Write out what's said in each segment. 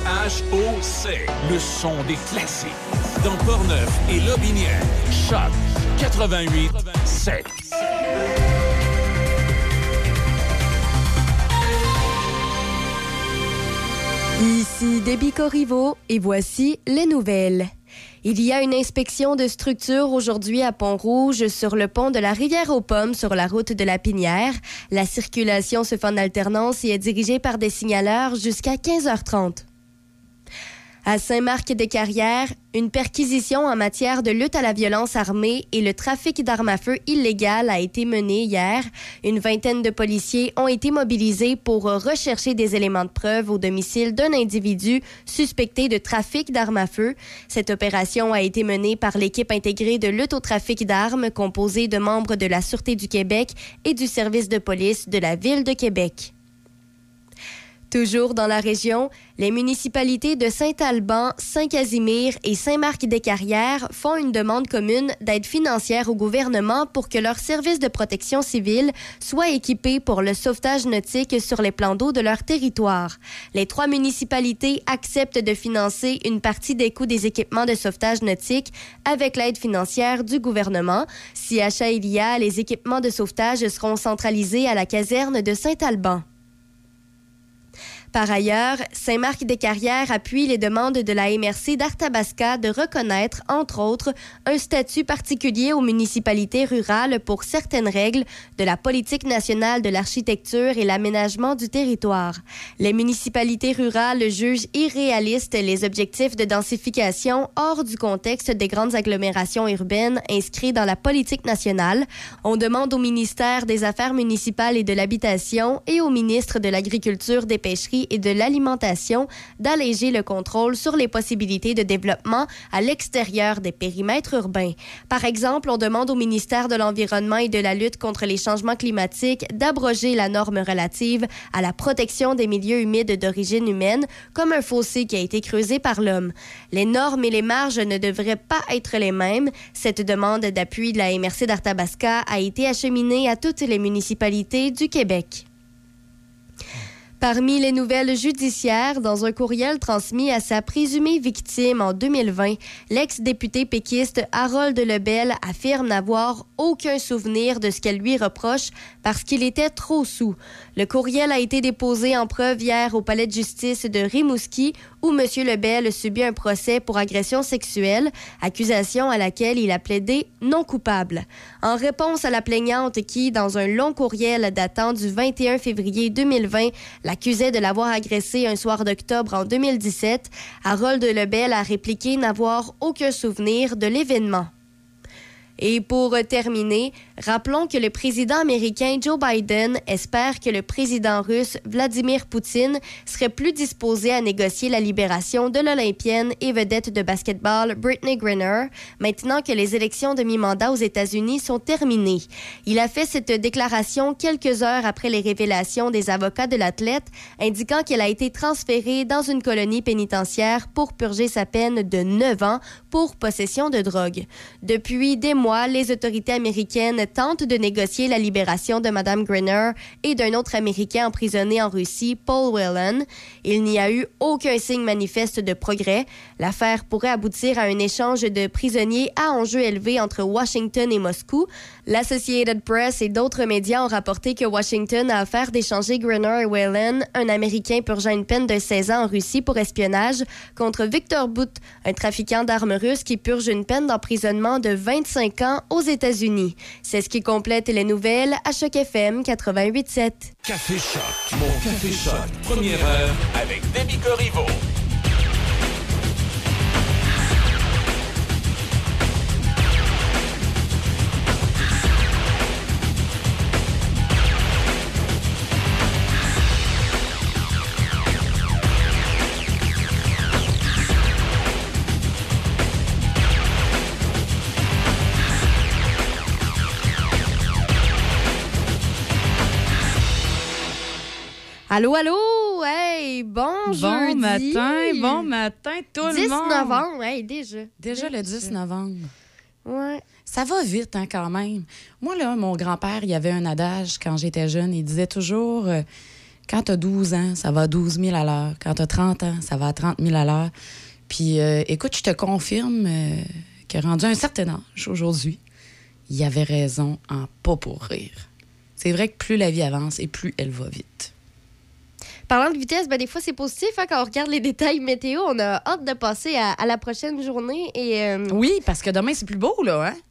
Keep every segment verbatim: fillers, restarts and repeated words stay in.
H O C, le son des classiques. Dans Portneuf et Lotbinière, Choc quatre-vingt-huit sept. Ici Déby Corriveau et voici les nouvelles. Il y a une inspection de structure aujourd'hui à Pont-Rouge sur le pont de la Rivière-aux-Pommes sur la route de la Pinière. La circulation se fait en alternance et est dirigée par des signaleurs jusqu'à quinze heures trente. À Saint-Marc-des-Carrières, une perquisition en matière de lutte à la violence armée et le trafic d'armes à feu illégal a été menée hier. Une vingtaine de policiers ont été mobilisés pour rechercher des éléments de preuve au domicile d'un individu suspecté de trafic d'armes à feu. Cette opération a été menée par l'équipe intégrée de lutte au trafic d'armes composée de membres de la Sûreté du Québec et du service de police de la Ville de Québec. Toujours dans la région, les municipalités de Saint-Alban, Saint-Casimir et Saint-Marc-des-Carrières font une demande commune d'aide financière au gouvernement pour que leurs services de protection civile soient équipés pour le sauvetage nautique sur les plans d'eau de leur territoire. Les trois municipalités acceptent de financer une partie des coûts des équipements de sauvetage nautique avec l'aide financière du gouvernement. Si achat il y a, les équipements de sauvetage seront centralisés à la caserne de Saint-Alban. Par ailleurs, Saint-Marc-des-Carrières appuie les demandes de la M R C d'Arthabasca de reconnaître, entre autres, un statut particulier aux municipalités rurales pour certaines règles de la politique nationale de l'architecture et l'aménagement du territoire. Les municipalités rurales jugent irréalistes les objectifs de densification hors du contexte des grandes agglomérations urbaines inscrits dans la politique nationale. On demande au ministère des Affaires municipales et de l'Habitation et au ministre de l'Agriculture, des Pêcheries et de l'alimentation d'alléger le contrôle sur les possibilités de développement à l'extérieur des périmètres urbains. Par exemple, on demande au ministère de l'Environnement et de la lutte contre les changements climatiques d'abroger la norme relative à la protection des milieux humides d'origine humaine, comme un fossé qui a été creusé par l'homme. Les normes et les marges ne devraient pas être les mêmes. Cette demande d'appui de la M R C d'Arthabasca a été acheminée à toutes les municipalités du Québec. Parmi les nouvelles judiciaires, dans un courriel transmis à sa présumée victime en deux mille vingt, l'ex-député péquiste Harold Lebel affirme n'avoir aucun souvenir de ce qu'elle lui reproche parce qu'il était trop saoul. Le courriel a été déposé en preuve hier au palais de justice de Rimouski où M. Lebel subit un procès pour agression sexuelle, accusation à laquelle il a plaidé non coupable. En réponse à la plaignante qui, dans un long courriel datant du vingt et un février deux mille vingt, l'accusait de l'avoir agressé un soir d'octobre en deux mille dix-sept, Harold Lebel a répliqué n'avoir aucun souvenir de l'événement. Et pour terminer, rappelons que le président américain Joe Biden espère que le président russe Vladimir Poutine serait plus disposé à négocier la libération de l'Olympienne et vedette de basketball Brittney Griner, maintenant que les élections de mi-mandat aux États-Unis sont terminées. Il a fait cette déclaration quelques heures après les révélations des avocats de l'athlète, indiquant qu'elle a été transférée dans une colonie pénitentiaire pour purger sa peine de neuf ans pour possession de drogue. Depuis des mois, les autorités américaines tentent de négocier la libération de Mme Griner et d'un autre Américain emprisonné en Russie, Paul Whelan. Il n'y a eu aucun signe manifeste de progrès. L'affaire pourrait aboutir à un échange de prisonniers à enjeu élevé entre Washington et Moscou. L'Associated Press et d'autres médias ont rapporté que Washington a offert d'échanger Griner et Whelan, un Américain purgeant une peine de seize ans en Russie pour espionnage, contre Victor Bout, un trafiquant d'armes russes qui purge une peine d'emprisonnement de vingt-cinq ans aux États-Unis. C'est ce qui complète les nouvelles à Choc F M quatre-vingt-huit sept. Café Choc, mon Café Choc, première heure avec Déby Corriveau. Allô, allô! Hey, bon, bon jeudi! matin, bon matin, tout le monde! dix novembre, hey, déjà. Déjà le dix novembre. Ouais. Ça va vite, hein, quand même. Moi, là, mon grand-père, il avait un adage quand j'étais jeune. Il disait toujours euh, quand tu as douze ans, ça va à douze mille à l'heure. Quand tu as trente ans, ça va à trente mille à l'heure. Puis, euh, écoute, je te confirme euh, que rendu à un certain âge aujourd'hui, il avait raison en pas pour rire. C'est vrai que plus la vie avance et plus elle va vite. Parlant de vitesse, ben des fois, c'est positif. Hein, quand on regarde les détails météo, on a hâte de passer à, à la prochaine journée. Et, euh... Oui, parce que demain, c'est plus beau, là, hein?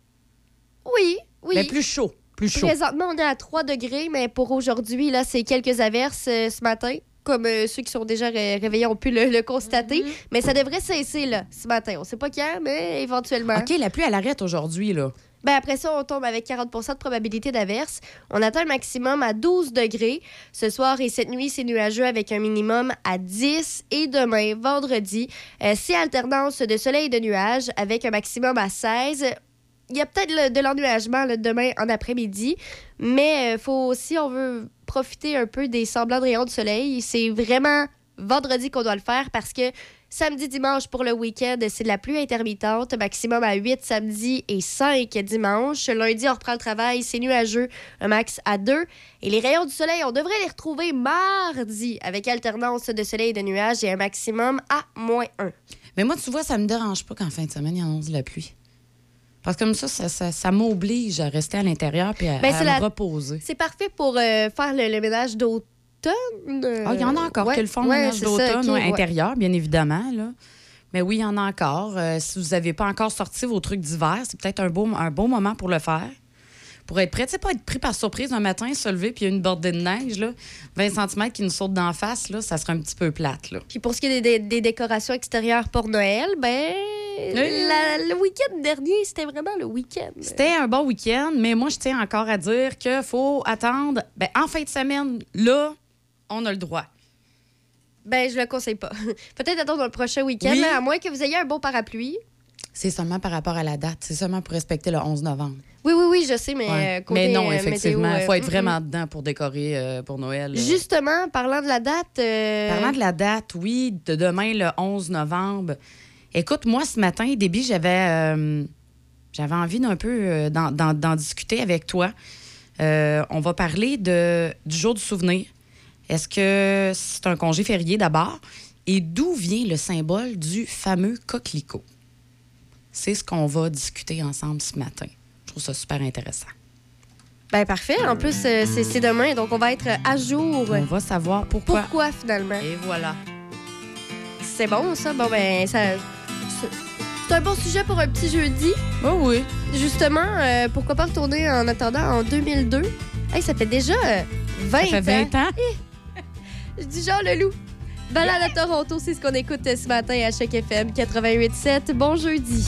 Oui, oui. Mais plus chaud, plus chaud. Présentement, on est à trois degrés, mais pour aujourd'hui, là, c'est quelques averses euh, ce matin. Comme euh, ceux qui sont déjà ré- réveillés ont pu le, le constater. Mm-hmm. Mais ça devrait cesser, là, ce matin. On sait pas quand, mais éventuellement. OK, la pluie, elle arrête aujourd'hui, là. Ben après ça, on tombe avec quarante pour cent de probabilité d'averse. On atteint un maximum à douze degrés. Ce soir et cette nuit, c'est nuageux avec un minimum à dix. Et demain, vendredi, euh, c'est alternance de soleil et de nuages avec un maximum à seize. Il y a peut-être le, de l'ennuagement là, demain en après-midi, mais il faut, si on veut profiter un peu des semblants de rayons de soleil, c'est vraiment vendredi qu'on doit le faire parce que samedi, dimanche pour le week-end, c'est de la pluie intermittente, maximum à huit samedi et cinq dimanche. Lundi, on reprend le travail, c'est nuageux, un max à deux. Et les rayons du soleil, on devrait les retrouver mardi avec alternance de soleil et de nuages et un maximum à moins un. Mais moi, tu vois, ça me dérange pas qu'en fin de semaine, il annonce de la pluie. Parce que comme ça, ça, ça, ça m'oblige à rester à l'intérieur et à, ben, à me la... reposer. C'est parfait pour euh, faire le, le ménage d'automne. Euh... Ah, il y en a encore ouais, qui le font, le ouais, ménage d'automne, ça, okay, ouais, ouais. intérieur, bien évidemment. Là. Mais oui, il y en a encore. Euh, si vous n'avez pas encore sorti vos trucs d'hiver, c'est peut-être un, beau, un bon moment pour le faire. Pour être prêt, tu sais, pas être pris par surprise un matin, se lever, puis il y a une bordée de neige, là, vingt centimètres qui nous saute d'en face, là, ça serait un petit peu plate. Là. Puis pour ce qui est des, des, des décorations extérieures pour Noël, ben oui. la, le week-end dernier, c'était vraiment le week-end. C'était un bon week-end, mais moi, je tiens encore à dire qu'il faut attendre. Ben, en fin de semaine, là, on a le droit. Ben, je le conseille pas. Peut-être attendre le prochain week-end, oui. là, à moins que vous ayez un beau parapluie. C'est seulement par rapport à la date. C'est seulement pour respecter le onze novembre. Oui, oui, oui, je sais, mais ouais. côté Mais non, effectivement, il faut être euh, vraiment mm-mm. dedans pour décorer euh, pour Noël. Euh. Justement, parlant de la date... Euh... Parlant de la date, oui, de demain, le onze novembre. Écoute, moi, ce matin, Déby, j'avais, euh, j'avais envie d'un peu euh, d'en, d'en, d'en discuter avec toi. Euh, on va parler de, du jour du souvenir. Est-ce que c'est un congé férié d'abord? Et d'où vient le symbole du fameux coquelicot? C'est ce qu'on va discuter ensemble ce matin. Je trouve ça super intéressant. Bien, parfait. En plus, euh, c'est, c'est demain, donc on va être à jour. On va savoir pourquoi. Pourquoi, finalement. Et voilà. C'est bon, ça? Bon, ben, ça... C'est, c'est un bon sujet pour un petit jeudi. Oh oui. Justement, euh, pourquoi pas retourner en attendant en deux mille deux? Hey, ça fait déjà euh, vingt ans. Ça fait vingt ans? Je dis Jean Leloup. Balade à Toronto, c'est ce qu'on écoute ce matin à Choc F M quatre-vingt-huit sept. Bon jeudi.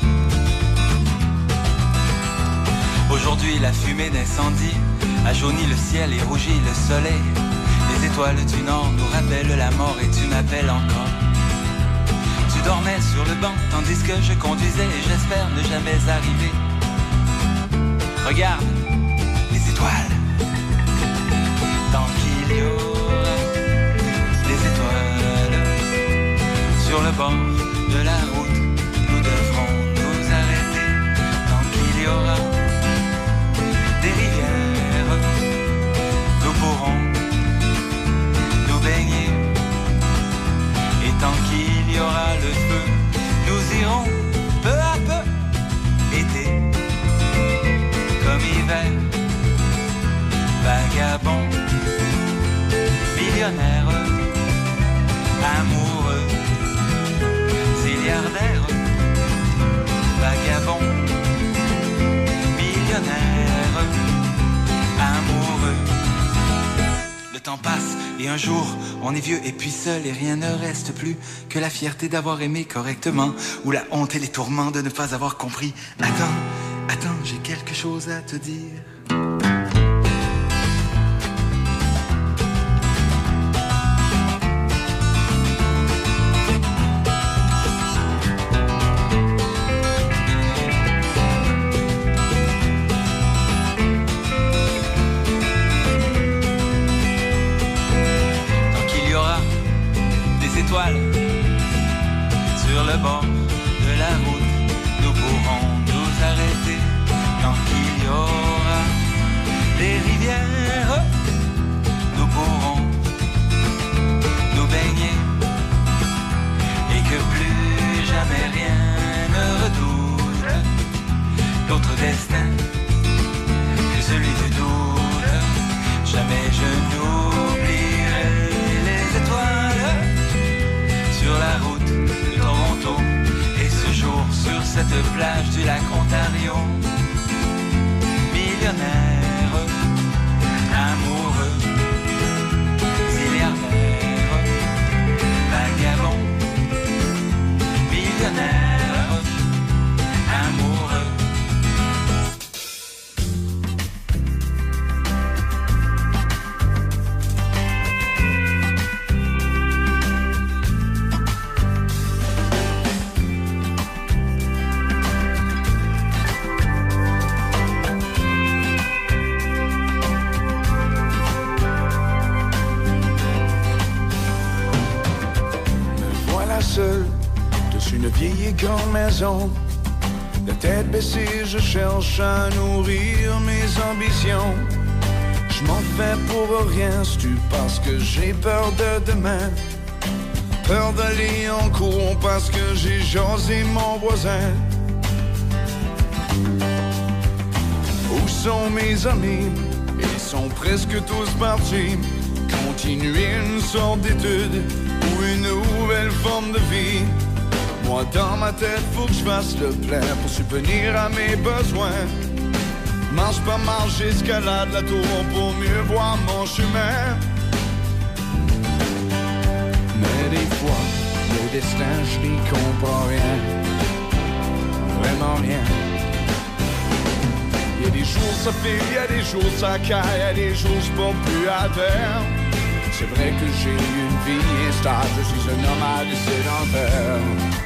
Aujourd'hui, la fumée d'incendie a jauni le ciel et rougi le soleil. Les étoiles du nord nous rappellent la mort et tu m'appelles encore. Tu dormais sur le banc tandis que je conduisais et j'espère ne jamais arriver. Regarde les étoiles. Tant qu'il y aura des étoiles sur le bord de la route, nous devrons nous arrêter. Tant qu'il y aura des rivières, nous pourrons nous baigner. Et tant qu'il y aura le feu, nous irons peu à peu, été comme hiver, vagabond, millionnaire, amoureux, milliardaire, vagabond, millionnaire, amoureux. Le temps passe et un jour on est vieux et puis seul et rien ne reste plus que la fierté d'avoir aimé correctement ou la honte et les tourments de ne pas avoir compris. Attends, attends, j'ai quelque chose à te dire. Sur le bord de la route, nous pourrons nous arrêter. Tant qu'il y aura des rivières, nous pourrons destin que celui du doute. Jamais je n'oublierai les étoiles sur la route de Toronto et ce jour sur cette plage du lac Ontario. Millionnaire, amoureux, milliardaire, vagabond, millionnaire, amoureux. Seul, dessus une vieille et grande maison. La tête baissée, je cherche à nourrir mes ambitions. Je m'en fais pour rien, c'est-tu parce que j'ai peur de demain? Peur d'aller en cours parce que j'ai jasé mon voisin. Où sont mes amis? Ils sont presque tous partis. Continuer une sorte d'étude ou une nouvelle forme de vie. Moi dans ma tête faut que je fasse le plein pour subvenir à mes besoins. Marche pas marche, escalade la tour pour mieux voir mon chemin. Mais des fois, le destin je n'y comprends rien. Vraiment rien. Il y a des jours ça file, il y a des jours ça caille, il y a des jours je porte plus à terre. C'est vrai que j'ai une vie instable, je suis un nomade sédentaire.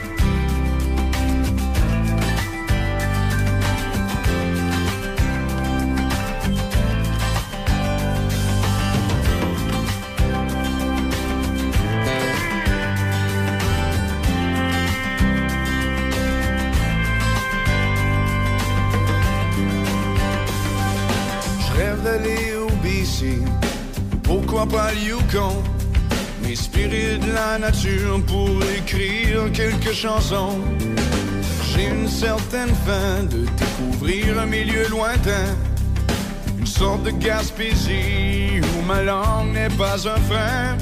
Je rêve d'aller au B C. Pourquoi pas le Yukon? M'inspirer de la nature pour écrire quelques chansons. J'ai une certaine faim de découvrir un milieu lointain. Une sorte de Gaspésie où ma langue n'est pas un frein.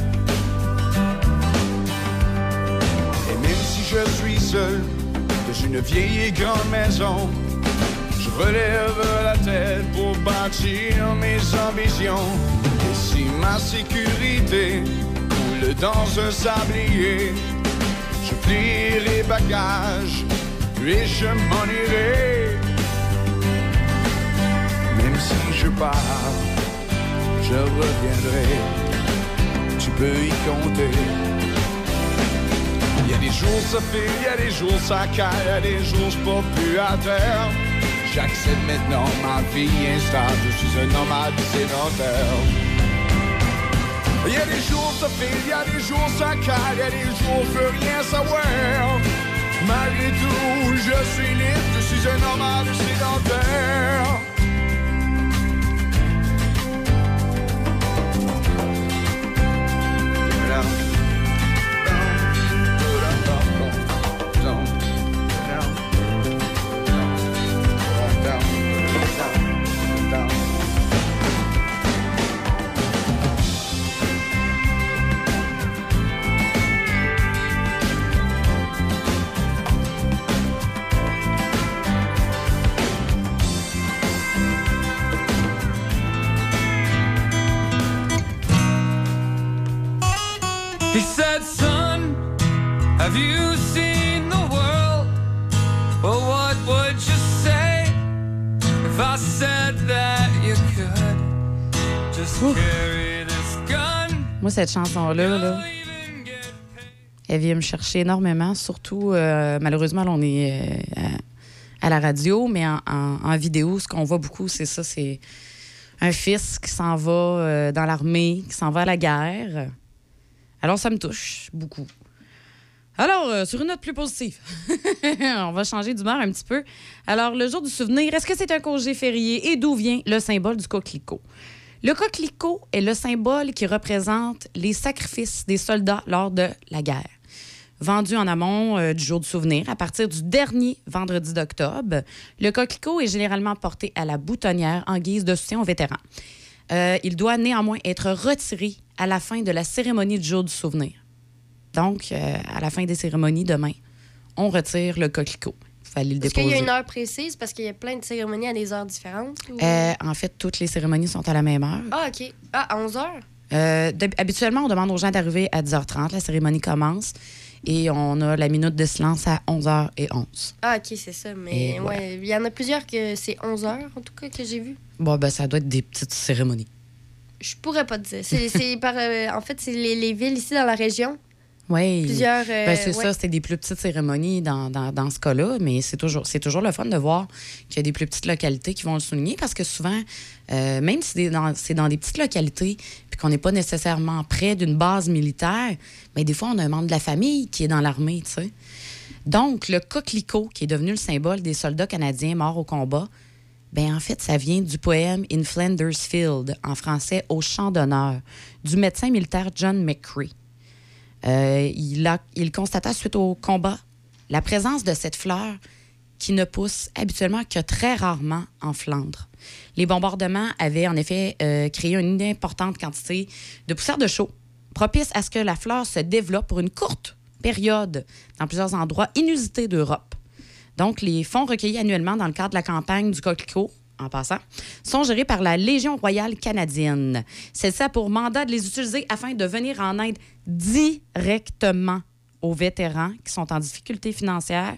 Et même si je suis seul dans une vieille et grande maison, je relève la tête pour bâtir mes ambitions. Et si ma sécurité coule dans un sablier, je plie les bagages et je m'en irai. Même si je pars, je reviendrai, tu peux y compter. Il y a des jours ça fait, il y a des jours ça caille, il y a des jours je porte plus à terre. J'accepte maintenant ma vie instable, je suis un nomade sédentaire. Il y a des jours ça fait, il y a des jours ça caille, il y a des jours je veux rien savoir. Malgré tout, je suis libre, je suis un nomade sédentaire. He said, son, have you seen the world? Well, what would you say if I said that you could just carry this gun? Moi, cette chanson-là, là, elle vient me chercher énormément. Surtout, euh, malheureusement, là, on est euh, à, à la radio, mais en, en, en vidéo, ce qu'on voit beaucoup, c'est ça, c'est un fils qui s'en va euh, dans l'armée, qui s'en va à la guerre. Alors, ça me touche beaucoup. Alors, euh, sur une note plus positive, on va changer d'humeur un petit peu. Alors, le jour du souvenir, est-ce que c'est un congé férié et d'où vient le symbole du coquelicot? Le coquelicot est le symbole qui représente les sacrifices des soldats lors de la guerre. vendu en amont euh, du jour du souvenir à partir du dernier vendredi d'octobre. Le coquelicot est généralement porté à la boutonnière en guise de soutien aux vétérans. Euh, il doit néanmoins être retiré à la fin de la cérémonie du jour du souvenir. Donc, euh, à la fin des cérémonies, demain, on retire le coquelicot. Il fallait le Est-ce déposer. qu'il y a une heure précise parce qu'il y a plein de cérémonies à des heures différentes? Ou... Euh, en fait, toutes les cérémonies sont à la même heure. Ah, OK. Ah, à onze heures? Euh, d'hab- habituellement, on demande aux gens d'arriver à dix heures trente. La cérémonie commence et on a la minute de silence à onze heures onze. Ah, OK, c'est ça. Mais Et ouais, voilà. il y en a plusieurs que c'est onze heures, en tout cas, que j'ai vu. Bon, ben, ça doit être des petites cérémonies. Je pourrais pas te dire. C'est, c'est par, euh, en fait, c'est les, les villes ici dans la région. Oui. Plusieurs. euh, Ben, c'est ouais. ça, c'est des plus petites cérémonies dans, dans, dans ce cas-là, mais c'est toujours, c'est toujours le fun de voir qu'il y a des plus petites localités qui vont le souligner parce que souvent, euh, même si c'est dans, c'est dans des petites localités puis qu'on n'est pas nécessairement près d'une base militaire, mais des fois, on a un membre de la famille qui est dans l'armée, tu sais. Donc, le coquelicot, qui est devenu le symbole des soldats canadiens morts au combat, ben en fait, ça vient du poème In Flanders Field, en français, au champ d'honneur, du médecin militaire John McCrae. Euh, il, a, il constata suite au combat la présence de cette fleur qui ne pousse habituellement que très rarement en Flandre. Les bombardements avaient en effet euh, créé une importante quantité de poussière de chaux, propice à ce que la fleur se développe pour une courte période dans plusieurs endroits inusités d'Europe. Donc, les fonds recueillis annuellement dans le cadre de la campagne du coquelicot, en passant, sont gérés par la Légion royale canadienne. Celle-ci a pour mandat de les utiliser afin de venir en aide directement aux vétérans qui sont en difficulté financière,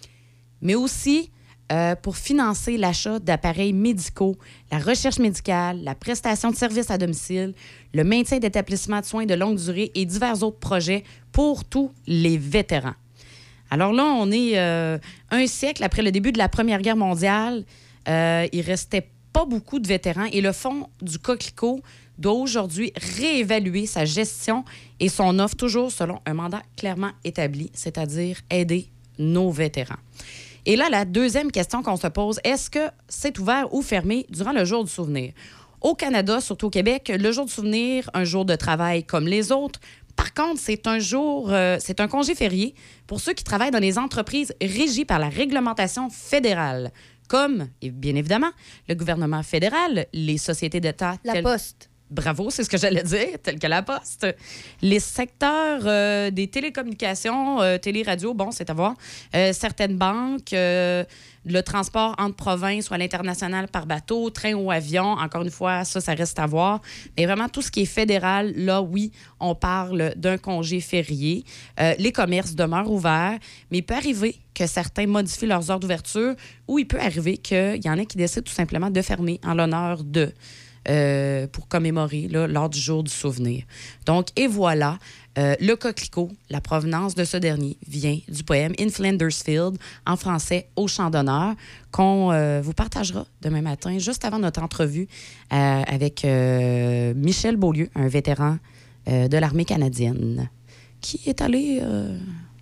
mais aussi euh, pour financer l'achat d'appareils médicaux, la recherche médicale, la prestation de services à domicile, le maintien d'établissements de soins de longue durée et divers autres projets pour tous les vétérans. Alors là, on est euh, un siècle après le début de la Première Guerre mondiale. Euh, il ne restait pas beaucoup de vétérans et le Fonds du coquelicot doit aujourd'hui réévaluer sa gestion et son offre toujours selon un mandat clairement établi, c'est-à-dire aider nos vétérans. Et là, la deuxième question qu'on se pose, est-ce que c'est ouvert ou fermé durant le jour du souvenir? Au Canada, surtout au Québec, le jour du souvenir, un jour de travail comme les autres. Par contre, c'est un jour, euh, c'est un congé férié pour ceux qui travaillent dans les entreprises régies par la réglementation fédérale, comme, et bien évidemment, le gouvernement fédéral, les sociétés d'État... La telles... Poste. Bravo, c'est ce que j'allais dire, tel que la Poste. Les secteurs euh, des télécommunications, euh, télé-radio, bon, c'est à voir. Euh, certaines banques, euh, le transport entre provinces ou à l'international par bateau, train ou avion, encore une fois, ça, ça reste à voir. Mais vraiment, tout ce qui est fédéral, là, oui, on parle d'un congé férié. Euh, les commerces demeurent ouverts, mais il peut arriver que certains modifient leurs heures d'ouverture ou il peut arriver qu'il y en ait qui décident tout simplement de fermer en l'honneur de... Euh, pour commémorer là, lors du jour du souvenir. Donc, et voilà, euh, le coquelicot, la provenance de ce dernier, vient du poème In Flanders Field, en français, au champ d'honneur, qu'on euh, vous partagera demain matin, juste avant notre entrevue euh, avec euh, Michel Beaulieu, un vétéran euh, de l'armée canadienne, qui est allé euh,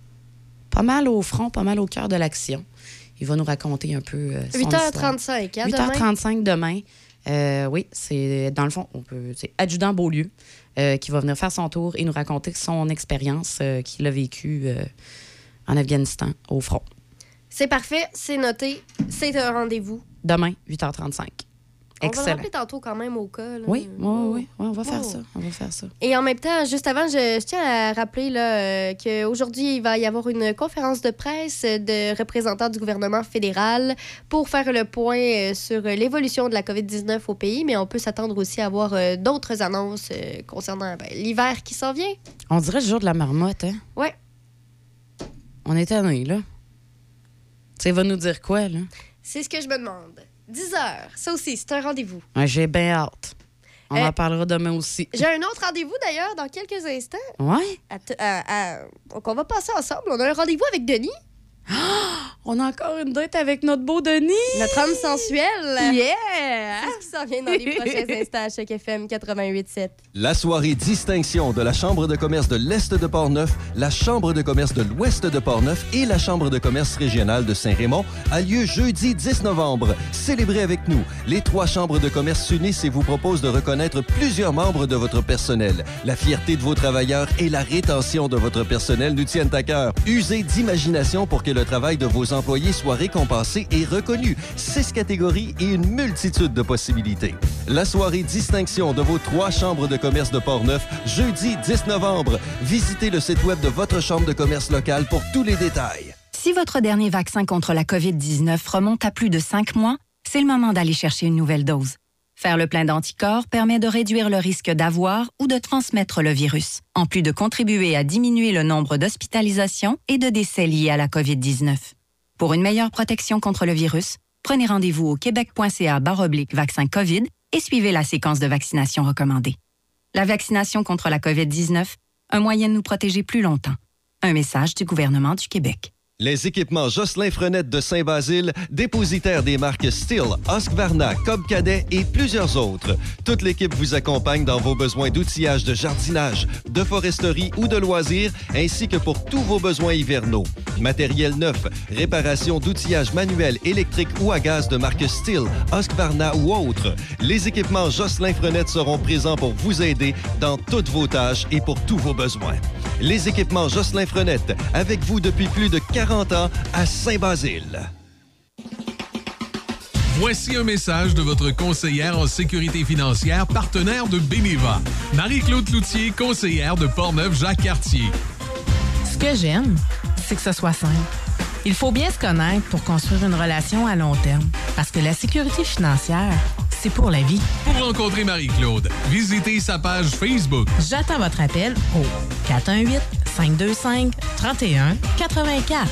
pas mal au front, pas mal au cœur de l'action. Il va nous raconter un peu euh, son huit heures histoire. trente-cinq, hein, huit heures demain? trente-cinq demain. Euh, oui, c'est dans le fond, on peut, c'est Adjudant Beaulieu euh, qui va venir faire son tour et nous raconter son expérience euh, qu'il a vécue euh, en Afghanistan au front. C'est parfait, c'est noté, c'est un rendez-vous. Demain, huit heures trentcinq. On va le Excellent. rappeler tantôt quand même au cas. Là. Oui, oui, oui, oui, on va faire Oh. ça. On va faire ça. Et en même temps, juste avant, je, je tiens à rappeler là, euh, qu'aujourd'hui, il va y avoir une conférence de presse de représentants du gouvernement fédéral pour faire le point euh, sur l'évolution de la covid dix-neuf au pays, mais on peut s'attendre aussi à avoir euh, d'autres annonces euh, concernant ben, l'hiver qui s'en vient. On dirait le jour de la marmotte, hein? Ouais. On est tannés, là. Tu sais, il va nous dire quoi, là? C'est ce que je me demande. dix heures, ça aussi, c'est un rendez-vous. Ouais, j'ai bien hâte. On Euh, en parlera demain aussi. J'ai un autre rendez-vous d'ailleurs dans quelques instants Ouais? à t- à- à- qu'on va passer ensemble. On a un rendez-vous avec Denis. On a encore une date avec notre beau Denis. Notre homme sensuel. Yeah! C'est ce qui s'en vient dans les prochains instants à Choc F M quatre-vingt-huit sept. La soirée distinction de la Chambre de commerce de l'Est de Portneuf, la Chambre de commerce de l'Ouest de Portneuf et la Chambre de commerce régionale de Saint-Raymond a lieu jeudi dix novembre. Célébrez avec nous. Les trois chambres de commerce s'unissent et vous proposent de reconnaître plusieurs membres de votre personnel. La fierté de vos travailleurs et la rétention de votre personnel nous tiennent à cœur. Usez d'imagination pour que le travail de vos employés soit récompensé et reconnu. Six catégories et une multitude de possibilités. La soirée distinction de vos trois chambres de commerce de Portneuf, jeudi dix novembre. Visitez le site web de votre chambre de commerce locale pour tous les détails. Si votre dernier vaccin contre la covid dix-neuf remonte à plus de cinq mois, c'est le moment d'aller chercher une nouvelle dose. Faire le plein d'anticorps permet de réduire le risque d'avoir ou de transmettre le virus, en plus de contribuer à diminuer le nombre d'hospitalisations et de décès liés à la covid dix-neuf. Pour une meilleure protection contre le virus, prenez rendez-vous au québec.ca barre oblique vaccin COVID et suivez la séquence de vaccination recommandée. La vaccination contre la covid dix-neuf, un moyen de nous protéger plus longtemps. Un message du gouvernement du Québec. Les équipements Jocelyn Frenette de Saint-Basile, dépositaires des marques Stihl, Husqvarna, Cobb Cadet et plusieurs autres. Toute l'équipe vous accompagne dans vos besoins d'outillage de jardinage, de foresterie ou de loisirs, ainsi que pour tous vos besoins hivernaux. Matériel neuf, réparation d'outillage manuel, électrique ou à gaz de marque Stihl, Husqvarna ou autres. Les équipements Jocelyn Frenette seront présents pour vous aider dans toutes vos tâches et pour tous vos besoins. Les équipements Jocelyn Frenette, avec vous depuis plus de quarante ans à Saint-Basile. Voici un message de votre conseillère en sécurité financière, partenaire de Beneva. Marie-Claude Cloutier, conseillère de Portneuf-Jacques-Cartier. Ce que j'aime, c'est que ce soit simple. Il faut bien se connaître pour construire une relation à long terme. Parce que la sécurité financière, c'est pour la vie. Pour rencontrer Marie-Claude, visitez sa page Facebook. J'attends votre appel au quatre un huit, cinq deux cinq, trois un huit quatre.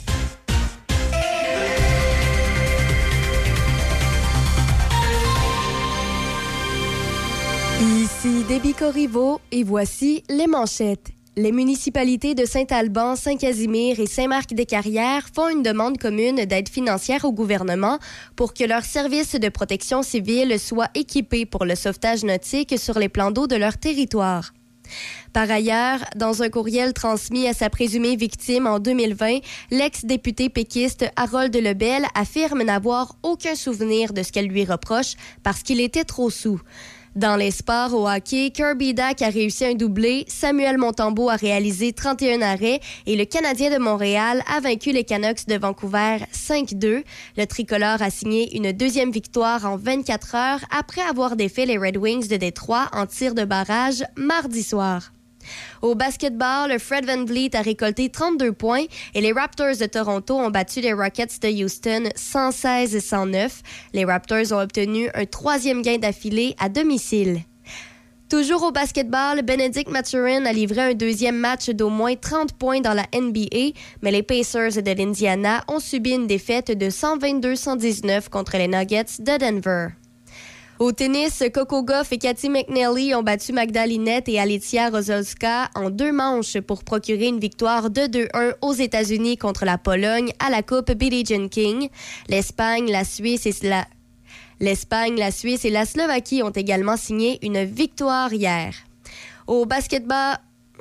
Ici Déby Corriveau et voici les manchettes. Les municipalités de Saint-Alban, Saint-Casimir et Saint-Marc-des-Carrières font une demande commune d'aide financière au gouvernement pour que leurs services de protection civile soient équipés pour le sauvetage nautique sur les plans d'eau de leur territoire. Par ailleurs, dans un courriel transmis à sa présumée victime en deux mille vingt, l'ex-député péquiste Harold Lebel affirme n'avoir aucun souvenir de ce qu'elle lui reproche parce qu'il était trop saoul. Dans les sports au hockey, Kirby Dack a réussi un doublé, Samuel Montembeault a réalisé trente et un arrêts et le Canadien de Montréal a vaincu les Canucks de Vancouver cinq deux. Le tricolore a signé une deuxième victoire en vingt-quatre heures après avoir défait les Red Wings de Détroit en tir de barrage mardi soir. Au basketball, le Fred VanVleet a récolté trente-deux points et les Raptors de Toronto ont battu les Rockets de Houston cent seize à cent neuf. Les Raptors ont obtenu un troisième gain d'affilée à domicile. Toujours au basketball, Benedict Mathurin a livré un deuxième match d'au moins trente points dans la N B A, mais les Pacers de l'Indiana ont subi une défaite de cent vingt-deux à cent dix-neuf contre les Nuggets de Denver. Au tennis, Coco Gauff et Cathy McNally ont battu Magda Linette et Alicia Rozolska en deux manches pour procurer une victoire de deux un aux États-Unis contre la Pologne à la Coupe Billie Jean King. L'Espagne, la Suisse et la... L'Espagne, la Suisse et la Slovaquie ont également signé une victoire hier. Au basketball...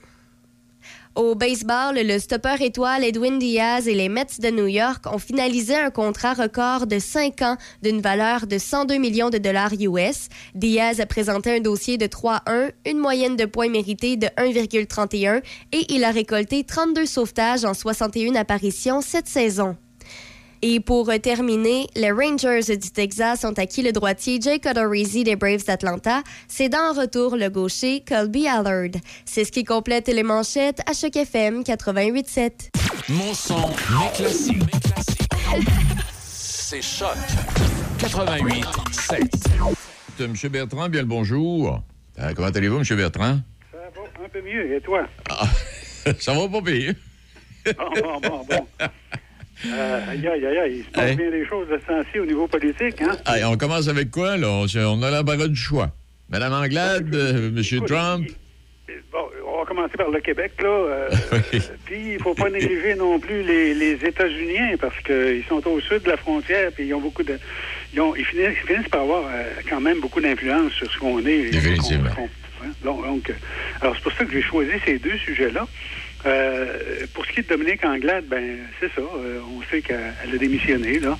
Au baseball, le stoppeur étoile Edwin Diaz et les Mets de New York ont finalisé un contrat record de cinq ans d'une valeur de cent deux millions de dollars U S. Diaz a présenté un dossier de trois un, une moyenne de points mérités de un virgule trente et un et il a récolté trente-deux sauvetages en soixante et une apparitions cette saison. Et pour terminer, les Rangers du Texas ont acquis le droitier Jake Odorizzi des Braves d'Atlanta, cédant en retour le gaucher Colby Allard. C'est ce qui complète les manchettes à Choc F M quatre-vingt-huit sept. Mon son, mes classiques. C'est Choc quatre-vingt-huit sept. M. Bertrand, bien le bonjour. Euh, comment allez-vous, M. Bertrand? Ça va un peu mieux, et toi? Ah, ça va pas pire. Bon, bon, bon, bon. Euh, aïe, aïe, aïe, il se passe hey. bien des choses de sensées au niveau politique, hein? Hey, on commence avec quoi, là? On, on a l'embarras du choix. Madame Anglade, euh, M. Trump... Il, bon, on va commencer par le Québec, là. Euh, oui. Puis, il ne faut pas négliger non plus les, les États-Unis, parce qu'ils sont au sud de la frontière, puis ils ont beaucoup de... Ils, ont, ils, finissent, ils finissent par avoir euh, quand même beaucoup d'influence sur ce qu'on est. Définitivement. Qu'on, qu'on, hein? donc, donc, alors, c'est pour ça que j'ai choisi ces deux sujets-là. Euh, pour ce qui est de Dominique Anglade, ben c'est ça. Euh, on sait qu'elle a démissionné, là,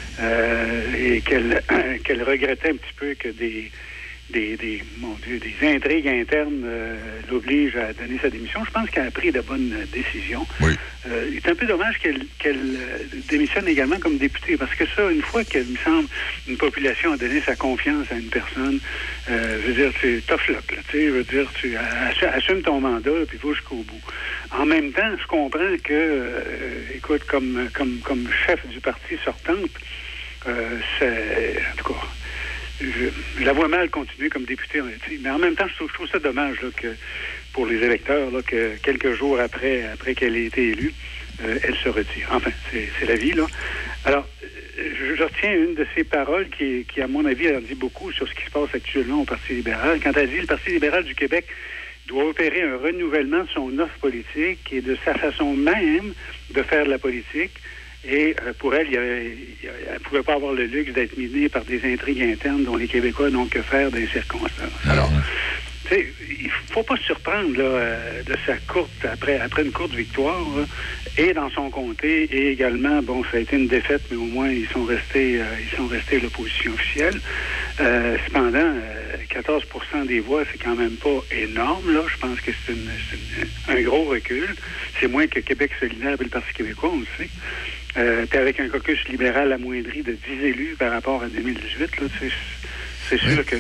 euh, et qu'elle, qu'elle regrettait un petit peu que des... Des, des, mon Dieu, des intrigues internes euh, l'obligent à donner sa démission. Je pense qu'elle a pris de bonnes euh, décisions. Oui. Euh, c'est un peu dommage qu'elle, qu'elle euh, démissionne également comme députée, parce que ça, une fois qu'elle me semble, une population a donné sa confiance à une personne, euh, je veux dire, tu tough luck, là, tu sais, je veux dire, tu assumes ton mandat, puis va jusqu'au bout. En même temps, je comprends que, euh, écoute, comme, comme, comme chef du parti sortante, euh, c'est, en tout cas, Je, je la vois mal continuer comme députée, mais en même temps, je trouve, je trouve ça dommage là, que pour les électeurs, là, que quelques jours après, après qu'elle ait été élue, euh, elle se retire. Enfin, c'est, c'est la vie, là. Alors, je, je retiens une de ses paroles qui, qui, à mon avis, en dit beaucoup sur ce qui se passe actuellement au Parti libéral. Quand elle dit « Le Parti libéral du Québec doit opérer un renouvellement de son offre politique et de sa façon même de faire de la politique. » Et euh, pour elle, il y avait, il y avait, elle ne pouvait pas avoir le luxe d'être minée par des intrigues internes dont les Québécois n'ont que faire dans les circonstances. Alors, tu sais, il ne faut pas se surprendre là, euh, de sa courte, après, après une courte victoire, là, et dans son comté, et également, bon, ça a été une défaite, mais au moins, ils sont restés, euh, ils sont restés l'opposition officielle. Euh, cependant, euh, quatorze pour cent des voix, c'est quand même pas énorme, là. Je pense que c'est, une, c'est une, un gros recul. C'est moins que Québec solidaire et le Parti québécois, on le sait. Euh, puis avec un caucus libéral amoindri de dix élus par rapport à deux mille dix-huit, là, c'est, c'est sûr oui. que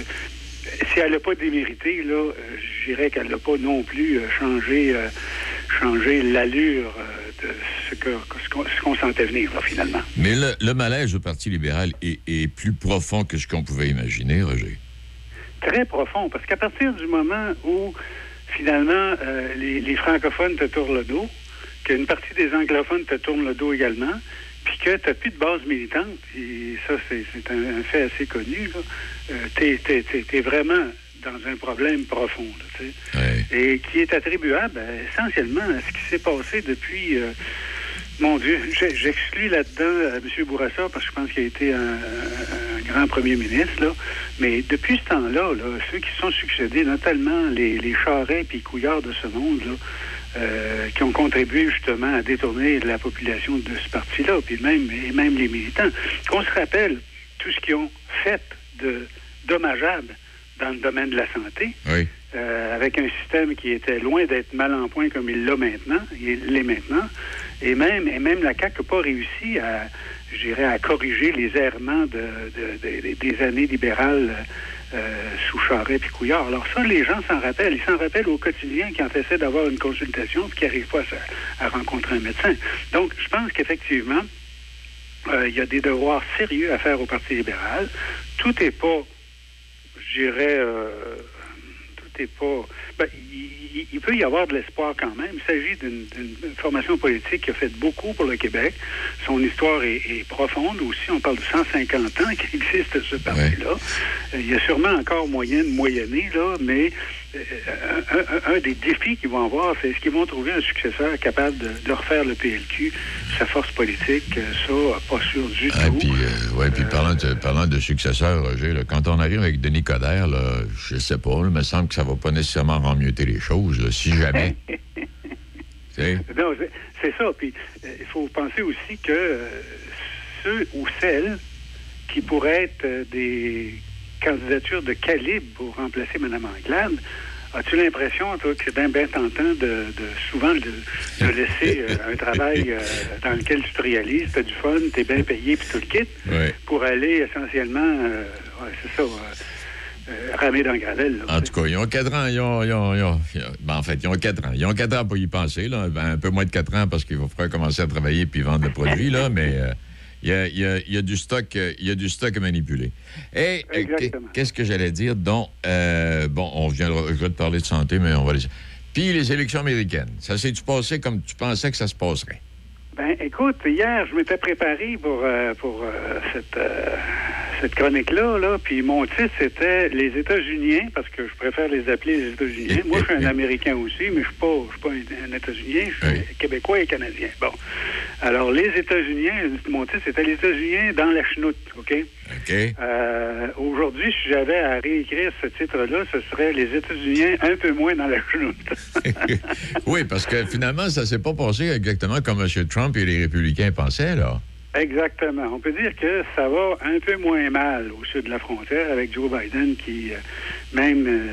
si elle n'a pas démérité, là, euh, je dirais qu'elle n'a pas non plus euh, changé, euh, changé l'allure euh, de ce, que, ce, qu'on, ce qu'on sentait venir, là, finalement. Mais le, le malaise du Parti libéral est, est plus profond que ce qu'on pouvait imaginer, Roger. Très profond, parce qu'à partir du moment où, finalement, euh, les, les francophones te tournent le dos, qu'une partie des anglophones te tournent le dos également, puis que tu n'as plus de base militante, et ça, c'est, c'est un, un fait assez connu, là. Euh, t'es, t'es, t'es, t'es vraiment dans un problème profond, là, tu sais, ouais. Et qui est attribuable euh, essentiellement à ce qui s'est passé depuis... Euh, mon Dieu, j'exclus là-dedans euh, M. Bourassa, parce que je pense qu'il a été un, un, un grand premier ministre, là. Mais depuis ce temps-là, là, ceux qui se sont succédés, notamment les, les Charest et Couillard de ce monde, là, Euh, qui ont contribué justement à détourner la population de ce parti-là, puis même, et même les militants. Qu'on se rappelle tout ce qu'ils ont fait de dommageable dans le domaine de la santé, oui. euh, avec un système qui était loin d'être mal en point comme il l'a maintenant, il l'est maintenant, et même, et même la C A Q n'a pas réussi à, je dirais, à corriger les errements de, de, de, des années libérales Euh, sous Charest et Couillard. Alors ça, les gens s'en rappellent. Ils s'en rappellent au quotidien quand ils essaient d'avoir une consultation et qui n'arrivent pas à, à rencontrer un médecin. Donc, je pense qu'effectivement, euh, il y a des devoirs sérieux à faire au Parti libéral. Tout n'est pas, je dirais, euh, tout n'est pas... Ben, il, il peut y avoir de l'espoir quand même. Il s'agit d'une, d'une formation politique qui a fait beaucoup pour le Québec. Son histoire est, est profonde aussi. On parle de cent cinquante ans qu'il existe ce parti-là. Ouais. Il y a sûrement encore moyen de moyenner, là, mais euh, un, un, un des défis qu'ils vont avoir, c'est est-ce qu'ils vont trouver un successeur capable de, de refaire le P L Q, sa force politique, ça, pas sûr du ah, tout. Puis, euh, ouais, puis euh, parlant, de, parlant de successeur, Roger, là, quand on arrive avec Denis Coderre, là, je sais pas, il me semble que ça va pas nécessairement remmuter les choses, là, si jamais. Non, c'est, c'est ça. Puis il euh, faut penser aussi que euh, ceux ou celles qui pourraient être euh, des candidatures de calibre pour remplacer Mme Anglade, as-tu l'impression, toi, que c'est bien, bien tentant de, de souvent de, de laisser euh, un travail euh, dans lequel tu te réalises, tu as du fun, tu es bien payé, puis tu le quittes, ouais. pour aller essentiellement, euh, ouais, c'est ça, euh, euh, ramer dans le gravel. Là, en tout cas, ils ont quatre ans, ils ont, ils ont, ils ont, ils ont ben, en fait, ils ont quatre ans. Ils ont quatre ans pour y penser, là, ben, un peu moins de quatre ans parce qu'il va falloir commencer à travailler puis vendre le produit, là, mais... Euh, Il y, a, il, y a, il y a du stock, il y a du stock à manipuler. Et euh, qu'est-ce que j'allais dire? Donc, euh, bon, on vient, je vais te parler de santé, mais on va laisser. Puis les élections américaines, ça s'est-tu passé comme tu pensais que ça se passerait? Ben, écoute, hier, je m'étais préparé pour, euh, pour euh, cette, euh, cette chronique-là, là, puis mon titre, c'était « Les États-Uniens », parce que je préfère les appeler les États-Uniens. Moi, je suis un Américain aussi, mais je ne suis pas, je suis pas un, un États-Unien, je suis oui. Québécois et Canadien. Bon. Alors, les États-Uniens, mon titre, c'était « Les États-Uniens dans la chenoute », OK? OK. Euh, aujourd'hui, si j'avais à réécrire ce titre-là, ce serait « Les États-Uniens un peu moins dans la chenoute ». Oui, parce que finalement, ça ne s'est pas passé exactement comme M. Trump et les républicains pensaient, là. Exactement. On peut dire que ça va un peu moins mal au sud de la frontière avec Joe Biden qui, euh, même euh,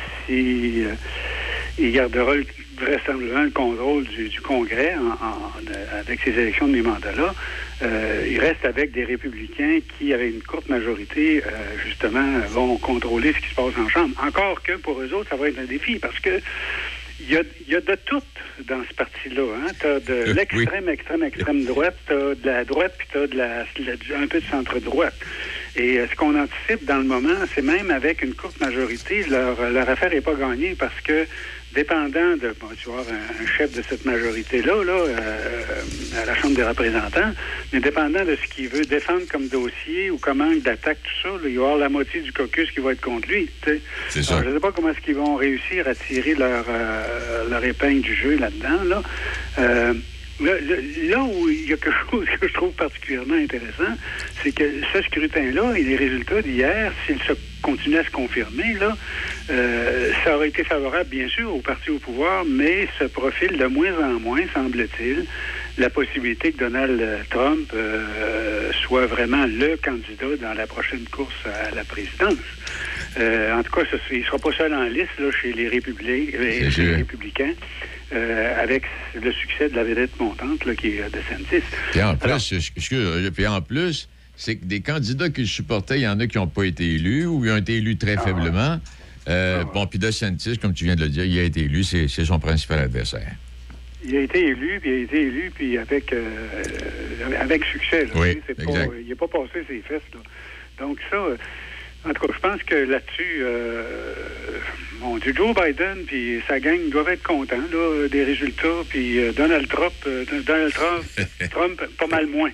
si euh, il gardera le, vraisemblablement le contrôle du, du Congrès en, en, avec ces élections de mi-mandat-là, euh, il reste avec des républicains qui, avec une courte majorité, euh, justement, vont contrôler ce qui se passe en Chambre. Encore que pour eux autres, ça va être un défi parce que il y a, il y a de tout dans ce parti-là. Hein? Tu as de l'extrême, oui. extrême, extrême droite, tu as de la droite, puis tu as de la, la, un peu de centre-droite. Et euh, ce qu'on anticipe dans le moment, c'est même avec une courte majorité, leur, leur affaire n'est pas gagnée parce que, dépendant de, bon, tu vois, un, un chef de cette majorité-là, là, euh, à la Chambre des représentants, mais dépendant de ce qu'il veut défendre comme dossier ou comme angle d'attaque, tout ça, là, il va y avoir la moitié du caucus qui va être contre lui. T'sais. C'est ça. Alors, je ne sais pas comment est-ce qu'ils vont réussir à tirer leur, euh, leur épingle du jeu là-dedans. Là. Euh, Là, là où il y a quelque chose que je trouve particulièrement intéressant, c'est que ce scrutin-là et les résultats d'hier, s'ils se continuent à se confirmer, là, euh, ça aurait été favorable, bien sûr, au parti au pouvoir, mais se profile de moins en moins, semble-t-il, la possibilité que Donald Trump euh, soit vraiment le candidat dans la prochaine course à la présidence. Euh, en tout cas, ce, il ne sera pas seul en liste là, chez les, Républi- euh, chez les républicains. Euh, avec le succès de la vedette montante là, qui est DeSantis. Puis en plus, Alors, excuse, puis en plus, c'est que des candidats qu'il supportait, il y en a qui n'ont pas été élus ou qui ont été élus très ah, faiblement. Euh, ah, bon, puis DeSantis, comme tu viens de le dire, il a été élu, c'est, c'est son principal adversaire. Il a été élu, puis il a été élu, puis avec, euh, avec succès. Là, oui, c'est exact. Pas, il n'a pas passé ses fesses. Là. Donc ça... En tout cas, je pense que là-dessus, euh, mon Dieu, Joe Biden puis sa gang doivent être contents là, des résultats, puis euh, Donald Trump, euh, Donald Trump, Trump, pas mal moins.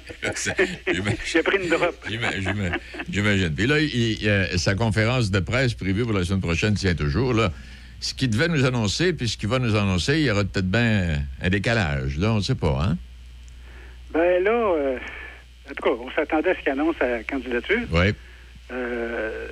Il a pris une drop. J'imagine. J'imagine. Puis là, il, il, sa conférence de presse prévue pour la semaine prochaine tient toujours. Là. Ce qu'il devait nous annoncer, puis ce qu'il va nous annoncer, il y aura peut-être bien un décalage. Là, on ne sait pas, hein? Ben là, euh, en tout cas, on s'attendait à ce qu'il annonce sa candidature. Oui. Euh,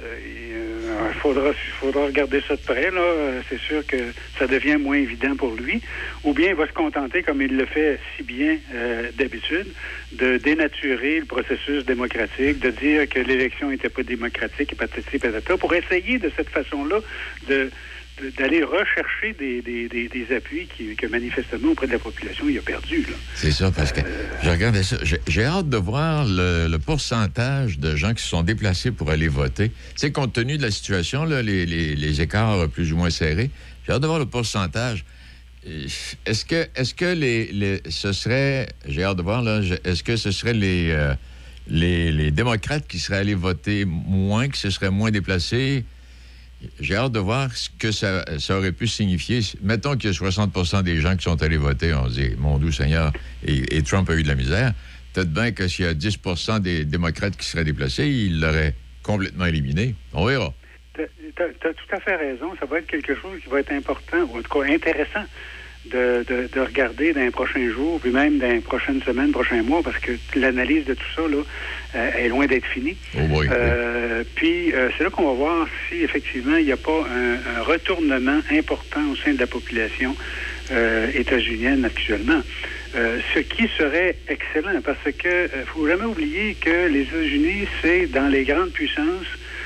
il faudra, faudra regarder ça de près. Là. C'est sûr que ça devient moins évident pour lui. Ou bien il va se contenter, comme il le fait si bien euh, d'habitude, de dénaturer le processus démocratique, de dire que l'élection n'était pas démocratique et patati patata, pour essayer de cette façon-là de d'aller rechercher des, des, des, des appuis qui, que manifestement auprès de la population il a perdu. Là. C'est ça, parce que euh... je regardais ça. J'ai, j'ai hâte de voir le, le pourcentage de gens qui se sont déplacés pour aller voter. Tu sais, compte tenu de la situation, là, les, les, les écarts plus ou moins serrés, j'ai hâte de voir le pourcentage. Est-ce que, est-ce que les, les, ce serait, j'ai hâte de voir, là, est-ce que ce serait les, euh, les, les démocrates qui seraient allés voter moins, qui se seraient moins déplacés? J'ai hâte de voir ce que ça, ça aurait pu signifier. Mettons qu'il y a soixante pour cent des gens qui sont allés voter. On se dit, mon doux Seigneur, et, et Trump a eu de la misère. Peut-être bien que s'il y a dix pour cent des démocrates qui seraient déplacés, il l'aurait complètement éliminé. On verra. Tu as tout à fait raison. Ça va être quelque chose qui va être important, ou en tout cas intéressant, de, de, de regarder dans les prochains jours, puis même dans les prochaines semaines, prochains mois, parce que l'analyse de tout ça là, euh, est loin d'être finie. Oh boy, euh, oui. Puis euh, c'est là qu'on va voir si effectivement il n'y a pas un, un retournement important au sein de la population euh, états-unienne actuellement. Euh, ce qui serait excellent, parce que euh, faut jamais oublier que les États-Unis, c'est dans les grandes puissances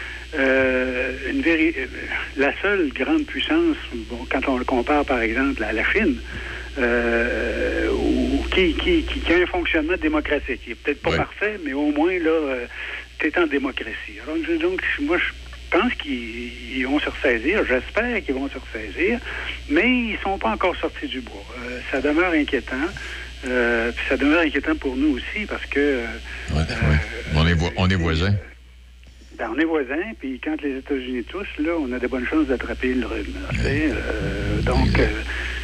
Euh, une véri- la seule grande puissance, bon, quand on le compare par exemple à la Chine, euh, ou, qui, qui, qui, qui a un fonctionnement démocratique. Il n'est peut-être pas oui. parfait, mais au moins là, euh, c'est en démocratie. Alors, donc, moi, je pense qu'ils ils vont se ressaisir, j'espère qu'ils vont se ressaisir, mais ils ne sont pas encore sortis du bois. Euh, ça demeure inquiétant. Euh, puis ça demeure inquiétant pour nous aussi, parce que... Euh, ouais, ouais. On est, vo- on est voisins. Ben, on est voisins, puis quand les États-Unis toussent, là, on a de bonnes chances d'attraper le rhume. Ouais. Euh, donc, euh,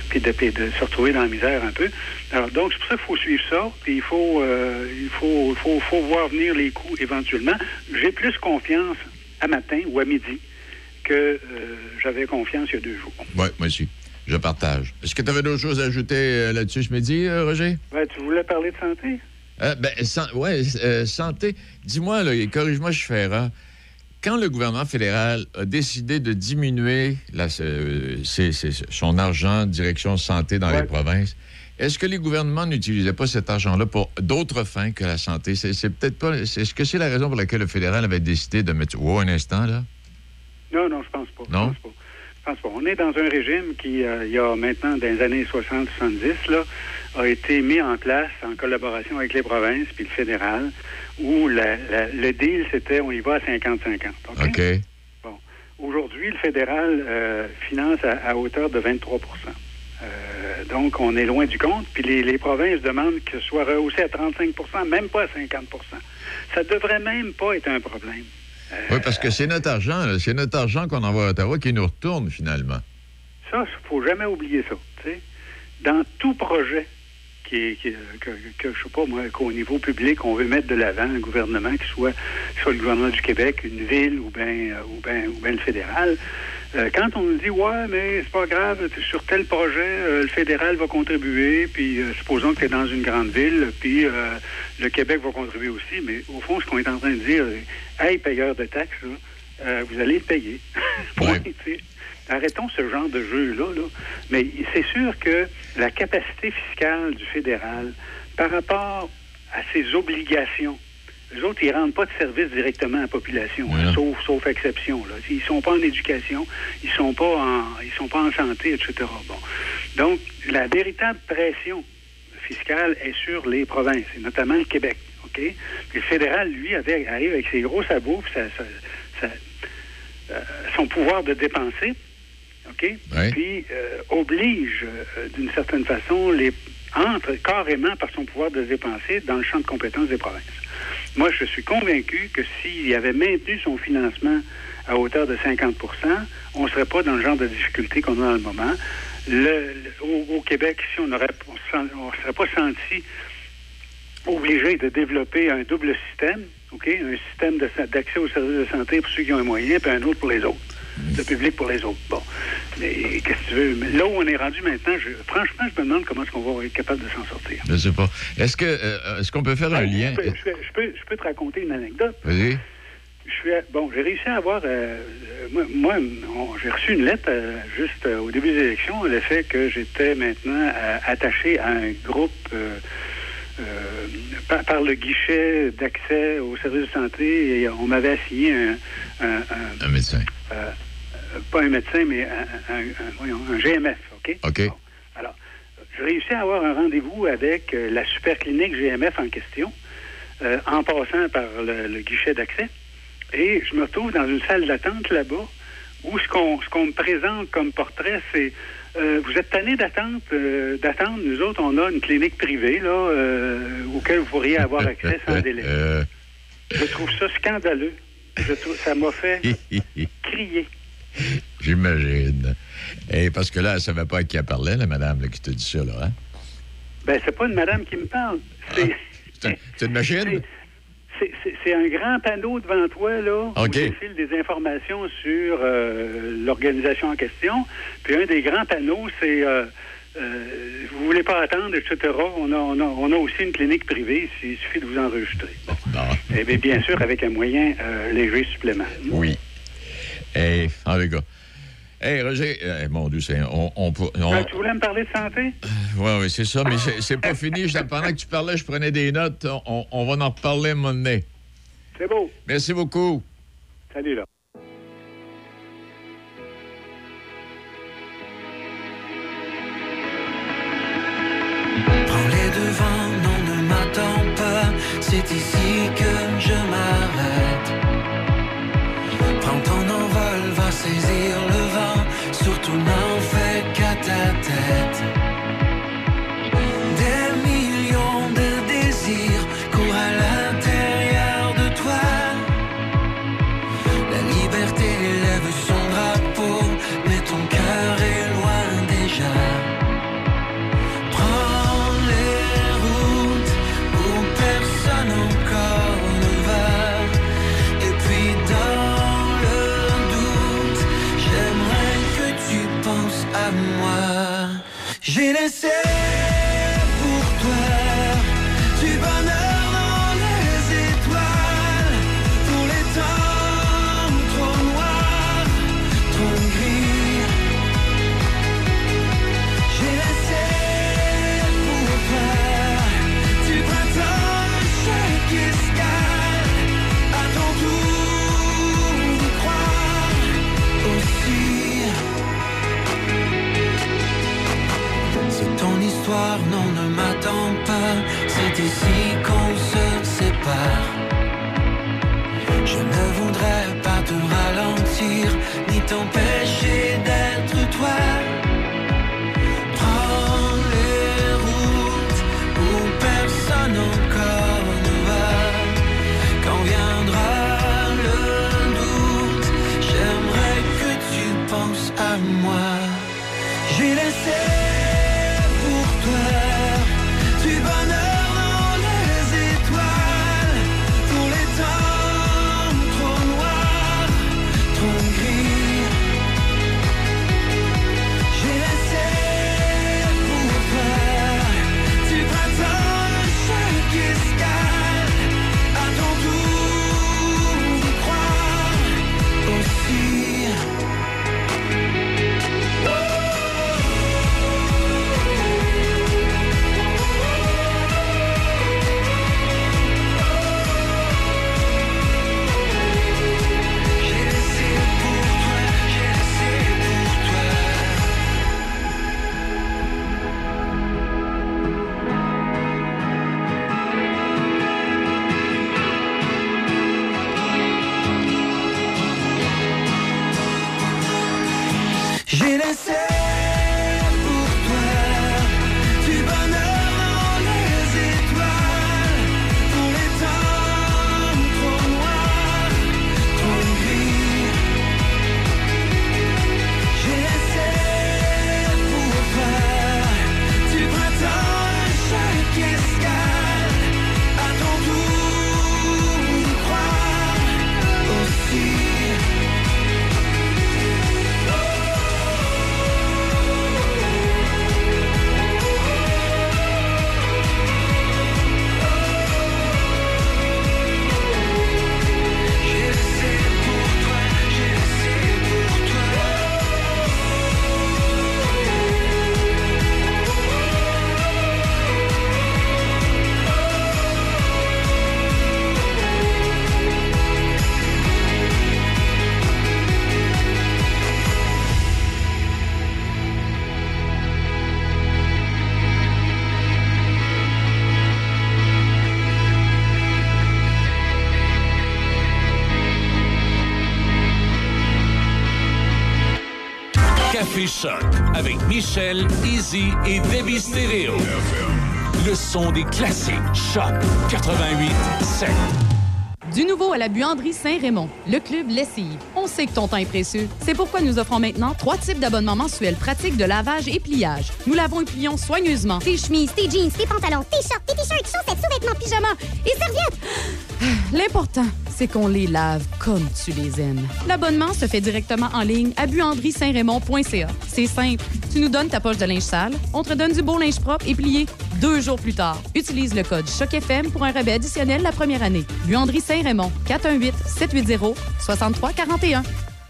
puis de, puis de se retrouver dans la misère un peu. Alors, donc, c'est pour ça qu'il faut suivre ça, puis il faut, euh, il faut, faut, faut voir venir les coûts éventuellement. J'ai plus confiance à matin ou à midi que euh, j'avais confiance il y a deux jours. Oui, moi aussi. Je partage. Est-ce que tu avais d'autres choses à ajouter euh, là-dessus ce midi, euh, Roger? Ben, tu voulais parler de santé? Euh, ben, san- ouais, euh, santé. Dis-moi, là, et corrige-moi, je suis erreur. Quand le gouvernement fédéral a décidé de diminuer la, euh, ses- ses- son argent direction santé dans Ouais. les provinces, est-ce que les gouvernements n'utilisaient pas cet argent-là pour d'autres fins que la santé? C'est, c'est peut-être pas. c'est- Est-ce que c'est la raison pour laquelle le fédéral avait décidé de mettre. Wow, un instant, là? Non, non, je pense pas. Non? Je pense pas. Je pense pas. On est dans un régime qui, euh, il y a maintenant, dans les années soixante soixante-dix, là, a été mis en place en collaboration avec les provinces puis le fédéral, où la- la- le deal, c'était on y va à cinquante cinquante. OK? OK. Bon. Aujourd'hui, le fédéral euh, finance à, à hauteur de vingt-trois pour cent. Euh, donc, on est loin du compte. Puis les, les provinces demandent que ce soit rehaussé à trente-cinq pour cent, même pas à cinquante pour cent. Ça devrait même pas être un problème. Oui, parce que c'est notre argent, là, c'est notre argent qu'on envoie à Ottawa qui nous retourne finalement. Ça, il faut jamais oublier ça. Tu sais. Dans tout projet qui est, qui est- que, que, je sais pas moi, qu'au niveau public, on veut mettre de l'avant, un gouvernement qui soit, qui soit le gouvernement du Québec, une ville ou bien euh, ou ben, ou ben le fédéral, euh, quand on nous dit ouais, mais c'est pas grave, sur tel projet, euh, le fédéral va contribuer, puis euh, supposons que tu es dans une grande ville, puis euh, le Québec va contribuer aussi, mais au fond, ce qu'on est en train de dire, euh, hey, payeurs de taxes, là, euh, vous allez le payer. Point, tu sais. Arrêtons ce genre de jeu-là. Là. Mais c'est sûr que la capacité fiscale du fédéral par rapport à ses obligations, les autres, ils ne rendent pas de service directement à la population, hein, sauf, sauf exception. Là. Ils ne sont pas en éducation, ils ne sont pas en ils sont pas en santé, et cetera. Bon. Donc, la véritable pression fiscale est sur les provinces, et notamment le Québec. OK? Puis le fédéral, lui, avait, arrive avec ses gros sabots, puis ça, ça, ça, euh, son pouvoir de dépenser, OK? Ouais. Puis euh, oblige, euh, d'une certaine façon, les entre carrément par son pouvoir de dépenser dans le champ de compétences des provinces. Moi, je suis convaincu que s'il avait maintenu son financement à hauteur de cinquante pour cent, on ne serait pas dans le genre de difficulté qu'on a dans le moment. Le, le- au, au Québec, ici, on ne serait pas senti obligé de développer un double système, OK? Un système de, d'accès aux services de santé pour ceux qui ont un moyen, puis un autre pour les autres. Le public pour les autres. Bon. Mais qu'est-ce que tu veux? Mais là où on est rendu maintenant, je, franchement, je me demande comment est-ce qu'on va être capable de s'en sortir. Je sais pas. Est-ce que euh, est-ce qu'on peut faire un Ben, lien? Je peux, je, peux, je, peux, je peux te raconter une anecdote. Vas-y. Je suis à- bon, j'ai réussi à avoir euh, euh, moi, moi, on- j'ai reçu une lettre euh, juste euh, au début des élections, le fait que j'étais maintenant euh, attaché à un groupe euh, euh, par, par le guichet d'accès aux services de santé, et on m'avait assigné un, un, un, Un médecin. euh, euh, pas un médecin, mais un, un, un- voyons, un G M F, OK? OK. Bon. Alors, j'ai réussi à avoir un rendez-vous avec euh, la super clinique G M F en question, euh, en passant par le, le guichet d'accès. Et je me retrouve dans une salle d'attente là-bas, où ce qu'on, ce qu'on me présente comme portrait, c'est euh, vous êtes tanné d'attente, euh, d'attendre. Nous autres, on a une clinique privée là, euh, auquel vous pourriez avoir accès sans délai. Euh, Je trouve ça scandaleux. Je trouve, ça m'a fait crier. J'imagine. Et parce que là, elle ne savait pas à qui elle parlait, la madame là, qui te dit ça, là, hein? Ben, c'est pas une madame qui me parle. C'est, C'est c'est une machine? c'est, c'est, c'est un grand panneau devant toi, là, où OK. défilent des informations sur euh, l'organisation en question. Puis un des grands panneaux, c'est euh, euh, vous voulez pas attendre, et cetera. On a, on a, on a aussi une clinique privée, il suffit de vous enregistrer. Bon. Et bien, bien sûr, avec un moyen euh, léger supplément. Oui. Et, en tout cas. Hey, Roger, euh, mon Dieu, c'est, on, on, peut- on- Ah, tu voulais me parler de santé? Oui, oui, c'est ça, mais c'est, c'est pas fini. Je- pendant que tu parlais, je prenais des notes. On, on va en reparler un moment donné. C'est beau. Merci beaucoup. Salut, là. Prends les devants, non, ne m'attends pas. C'est ici que je m'arrête. Prends ton envol, va saisir le vent. Surtout n'en fais qu'à ta tête. Des millions de désirs courent à l'intérieur de toi. La liberté lève son drapeau, mais ton cœur est loin déjà. J'ai laissé pour toi du bonheur dans les étoiles, pour les temps trop noirs, trop gris. J'ai laissé pour toi du printemps chaque escale, à ton tour d'y croire aussi. C'est ton histoire, non, ne m'attends pas. C'est ici qu'on se sépare. Je ne voudrais pas te ralentir, ni t'empêcher d'être toi. Prends les routes où personne encore ne va. Quand viendra le doute, j'aimerais que tu penses à moi. J'ai laissé du bonheur dans les étoiles, pour les temps trop noirs, trop gris. J'ai laissé pour toi du printemps chaque escale, à ton tour d'y croire aussi. J'ai laissé pour toi du bonheur dans les étoiles, pour les temps trop noirs, trop gris. J'ai laissé pour toi du printemps chaque escale, à ton tour d'y croire aussi. Café Choc avec Michel, Izzy et Debbie Stéréo. Le son des classiques. Choc quatre-vingt-huit sept. Du nouveau à la buanderie Saint-Raymond, le club lessive. On sait que ton temps est précieux. C'est pourquoi nous offrons maintenant trois types d'abonnements mensuels pratiques de lavage et pliage. Nous lavons et plions soigneusement tes chemises, tes jeans, tes pantalons, tes shorts, tes t-shirts, chaussettes, sous-vêtements, pyjamas et serviettes. L'important, c'est qu'on les lave comme tu les aimes. L'abonnement se fait directement en ligne à buanderie saint raymond point c a. C'est simple. Tu nous donnes ta poche de linge sale, on te donne du beau linge propre et plié deux jours plus tard. Utilise le code Choc F M pour un rabais additionnel la première année. Buanderie Saint-Raymond, quatre un huit, sept huit zéro, six trois quatre un.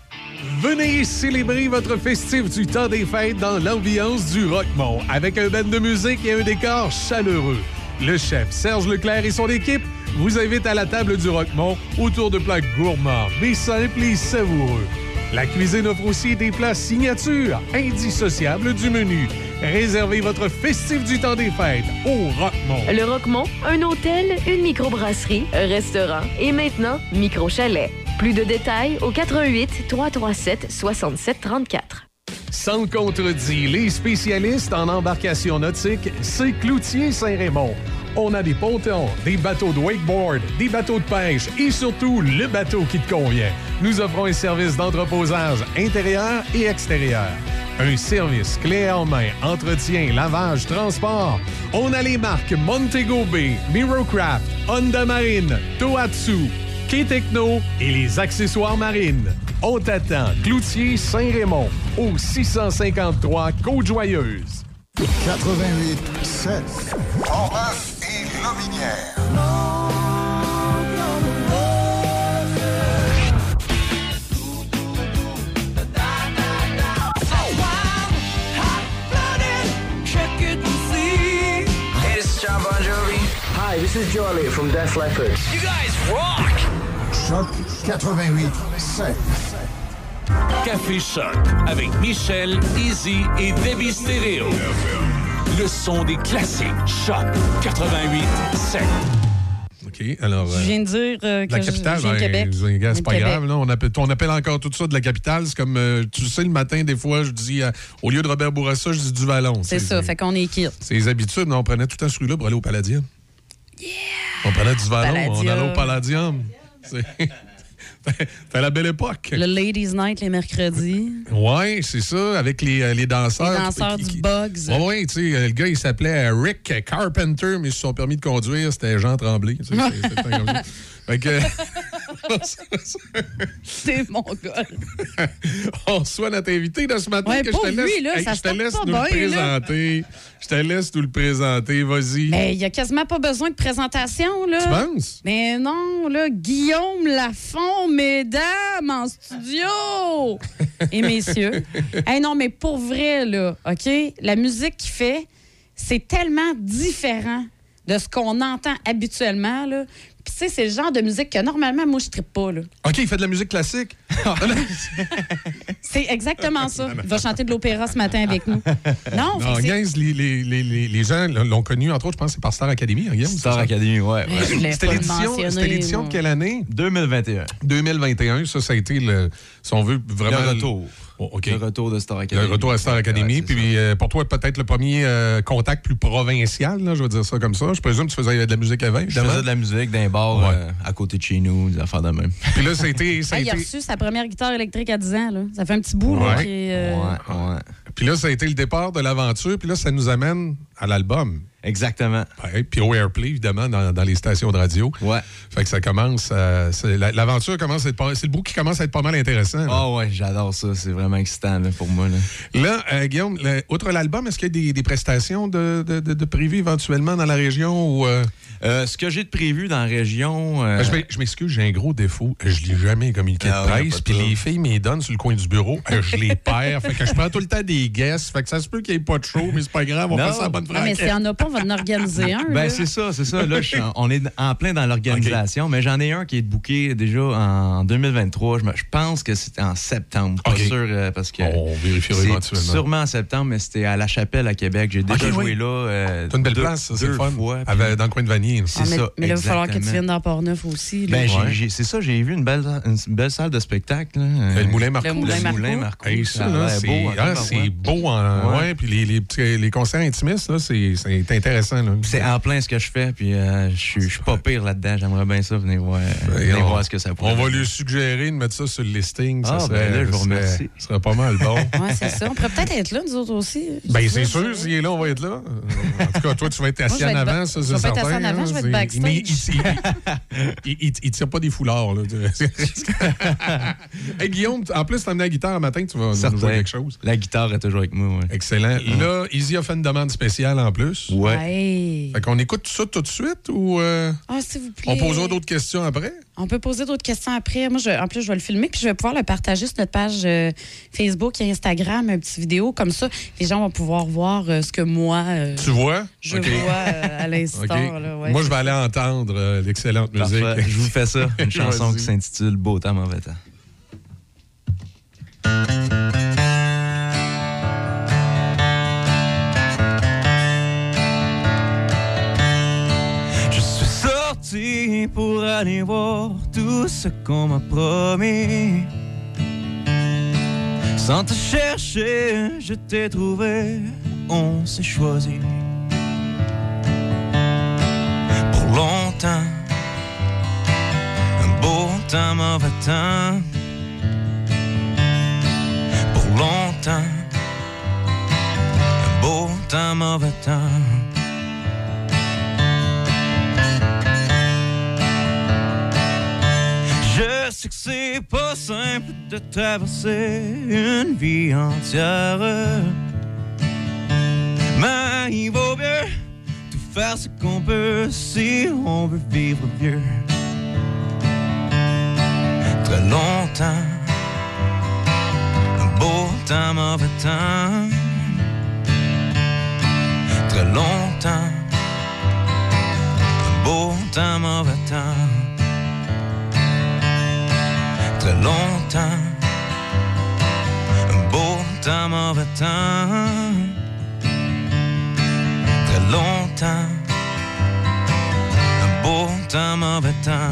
Venez célébrer votre festif du temps des fêtes dans l'ambiance du Roquemont avec un band de musique et un décor chaleureux. Le chef Serge Leclerc et son équipe vous invitent à la table du Roquemont autour de plats gourmands, mais simples et savoureux. La cuisine offre aussi des plats signatures, indissociables du menu. Réservez votre festif du temps des fêtes au Roquemont. Le Roquemont, un hôtel, une microbrasserie, un restaurant et maintenant micro-chalet. Plus de détails au quatre un huit, trois trois sept, six sept trois quatre. Sans contredit, les spécialistes en embarcation nautique, c'est Cloutier Saint-Raymond. On a des pontons, des bateaux de wakeboard, des bateaux de pêche et surtout le bateau qui te convient. Nous offrons un service d'entreposage intérieur et extérieur. Un service clé en main, entretien, lavage, transport. On a les marques Montego Bay, Mirocraft, Honda Marine, Tohatsu, K-Techno et les accessoires marines. On t'attend, Cloutier Saint-Raymond, au six cent cinquante-trois Côte-Joyeuse. quatre-vingt-huit sept. Port-Neuf et Lotbinière. Hey, this is John Bon Jovi. Hi, this is Joe Elliott from Def Leppard. You guys rock! Choc quatre-vingt-huit sept. Café Choc avec Michel, Izzy et Debbie Stéréo. Le son des classiques. Choc quatre-vingt-huit sept. OK, alors... Je viens de dire euh, que la je, capitale, je viens de Québec. Ben, gars, c'est pas Québec. grave. Là, on, appelle, on appelle encore tout ça de la capitale. C'est comme, euh, tu sais, le matin, des fois, je dis, euh, au lieu de Robert Bourassa, je dis du Vallon. C'est ça, fait qu'on est quitte. C'est les habitudes. Non, on prenait tout un ce rue-là pour aller au Palladium. Yeah! On prenait du Vallon, Palladium. on allait au Palladium. C'est... C'était la belle époque. Le Ladies Night les mercredis. Oui, c'est ça, avec les, euh, les danseurs. Les danseurs qui, du qui... Bugs. Oui, ouais, tu sais, le gars, il s'appelait Rick Carpenter, mais sur son permis de conduire, c'était Jean Tremblay. Tu sais, c'est, c'est comme ça. Fait que... C'est mon gars. On reçoit notre invité de ce matin. Ouais, que je pour te laisse, lui, là, hey, ça je se te porte laisse pas nous bien, le présenter. Je te laisse nous le présenter. Vas-y. Mais il n'y a quasiment pas besoin de présentation, là. Tu penses? Mais non, là, Guillaume Lafont, mesdames, en studio! Et messieurs. Hey, non, mais pour vrai, là, OK? La musique qu'il fait, c'est tellement différent de ce qu'on entend habituellement, là. Puis, tu sais, c'est le genre de musique que normalement, moi, je trippe pas, là. OK, il fait de la musique classique. C'est exactement ça. Il va chanter de l'opéra ce matin avec nous. Non, Non, fait que c'est- Guys, les, les, les, les les gens l'ont connu, entre autres, je pense que c'est par Star Academy. Hein, Guillaume, Star Academy, ouais. Mais je voulais C'était pas le l'édition, mentionner, c'était l'édition moi. de quelle année? deux mille vingt et un. deux mille vingt et un. Ça, ça a été, le, si on veut, vraiment... Le retour. Oh, OK. Le retour de Star Academy. Le retour à Star Academy. Ouais, c'est Puis euh, pour toi, peut-être le premier euh, contact plus provincial, là, je vais dire ça comme ça. Je présume que tu faisais de la musique avant, Je évidemment. faisais de la musique dans un bar Ouais. euh, à côté de chez nous, des affaires de même. Puis là, ça a été... Ça a Hey, il a été... reçu sa première guitare électrique à dix ans. Là. Ça fait un petit bout. Là, Ouais. qui est, euh, Ouais, ouais. Puis là, ça a été le départ de l'aventure. Puis là, ça nous amène à l'album. Exactement. Ouais, puis au Airplay, évidemment, dans, dans les stations de radio. Ouais. Fait que ça commence... euh, c'est- la- l'aventure commence à être pas... C'est le bout qui commence à être pas mal intéressant. là. Ah ouais, j'adore ça. C'est vraiment excitant là, pour moi. Là. Là, euh, Guillaume, le- outre l'album, est-ce qu'il y a des, des prestations de, de, de, de prévues éventuellement dans la région? Ou, euh... Euh, ce que j'ai de prévu dans la région... euh, Je m'ex- je m'excuse, j'ai un gros défaut. Je lis jamais les communiqués Ah de ouais, presse, pas de puis trouble. les filles me les donnent sur le coin du bureau. Euh, je les perds. Fait que je prends tout le temps des guesses. Fait que ça se peut qu'il n'y ait pas de show, mais c'est pas grave, on Non. fait ça à bonne Ah, mais franquette. s'il n'y en a pas, on va en organiser un. Ben, là. c'est ça, c'est ça. Là, je suis en- on est en plein dans l'organisation, mais j'en ai un qui est booké déjà en deux mille vingt-trois. Je, me- je pense que c'était en septembre. Pas OK. sûr, euh, parce que. On vérifiera c'est éventuellement. sûrement en septembre, mais c'était à La Chapelle à Québec. J'ai déjà OK, joué oui. là. euh, C'est une belle deux- place, ça, c'est deux le fun. fois, puis- Avec- dans le coin de Vanier. C'est Ah, mais, ça. mais là, il va falloir que tu exactement. viennes dans Port-Neuf aussi. là. Ben, j'ai- Ouais. j'ai- c'est ça, j'ai vu une belle, une belle salle de spectacle. là. Le Moulin Marcou. Le Moulin Le Marcou. Moulin Marcou. Hey, ça, a là, l'air c'est beau, en ah, tabarouette. c'est beau. En, Ouais. ouais, puis les, les, petits- les concerts intimistes, là, c'est c'est intéressant. Là. C'est en plein ce que je fais, puis euh, je suis- je suis pas pire là-dedans. J'aimerais bien ça, venez voir, venez on, voir ce que ça pourrait on va donner. lui suggérer de mettre ça sur le listing. Ça Ah, serait, ben là, je vous ça serait- remercie. Ça serait pas mal bon. Ouais, c'est ça. On pourrait peut-être être là, nous autres aussi. Ben, Je c'est sais, sûr, je- s'il est là, on va être là. Euh, En tout cas, toi, tu vas être assis je vais en être ba- avant, ça, je c'est vais pas être certain. assis en avant, hein, je vais être c'est- backstage. Mais il, il, il, il- il tire pas des foulards. Là. Hey, Guillaume, en plus, t'as amené la guitare un matin, tu vas nous Certain. jouer quelque chose. La guitare est toujours avec moi, ouais. Excellent. Là, Izzy a fait une demande spéciale en plus. Ouais. Ouais. Fait qu'on écoute ça tout de suite ou euh, Ah, s'il vous plaît. on posera d'autres questions après? On peut poser d'autres questions après. Moi, je- en plus, je vais le filmer, puis je vais pouvoir le partager sur notre page euh, Facebook et Instagram, une petite vidéo. Comme ça, les gens vont pouvoir voir euh, ce que moi, euh, Tu vois? je OK. vois euh, à l'instant. OK. là, ouais. Moi, je vais aller entendre euh, l'excellente musique. Parfait. Je vous fais ça. Une chanson Vas-y. qui s'intitule Beau temps, mauvais temps. Je suis sorti pour aller voir tout ce qu'on m'a promis. Sans te chercher, je t'ai trouvé, on s'est choisi. Pour longtemps, un beau temps, mauvais temps. Pour longtemps, un beau temps, mauvais temps. Je sais que c'est pas simple de traverser une vie entière, Mais il vaut mieux tout faire ce qu'on peut si on veut vivre vieux. Très longtemps, un beau temps, mauvais temps. Très longtemps, un beau temps, mauvais temps. Très longtemps, un beau temps, mauvais temps. Très longtemps, un beau temps, mauvais temps.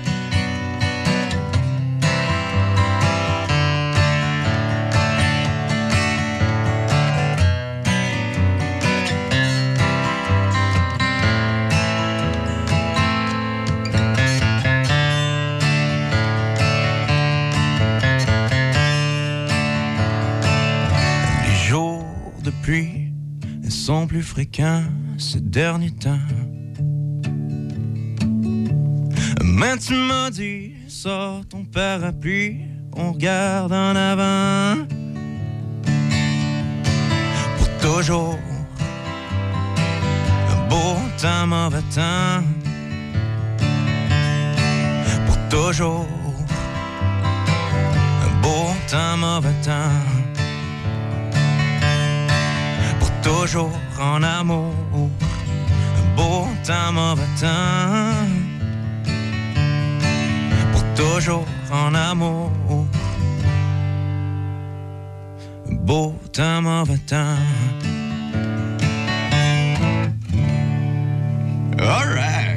Pluie sont plus fréquents ces derniers temps. Mais tu m'as dit, sors ton parapluie, on regarde en avant. Pour toujours, un beau temps, mauvais temps. Pour toujours, un beau temps, mauvais temps. Toujours en amour, un beau temps, mauvais temps. Pour toujours en amour, un beau temps, mauvais temps. All right!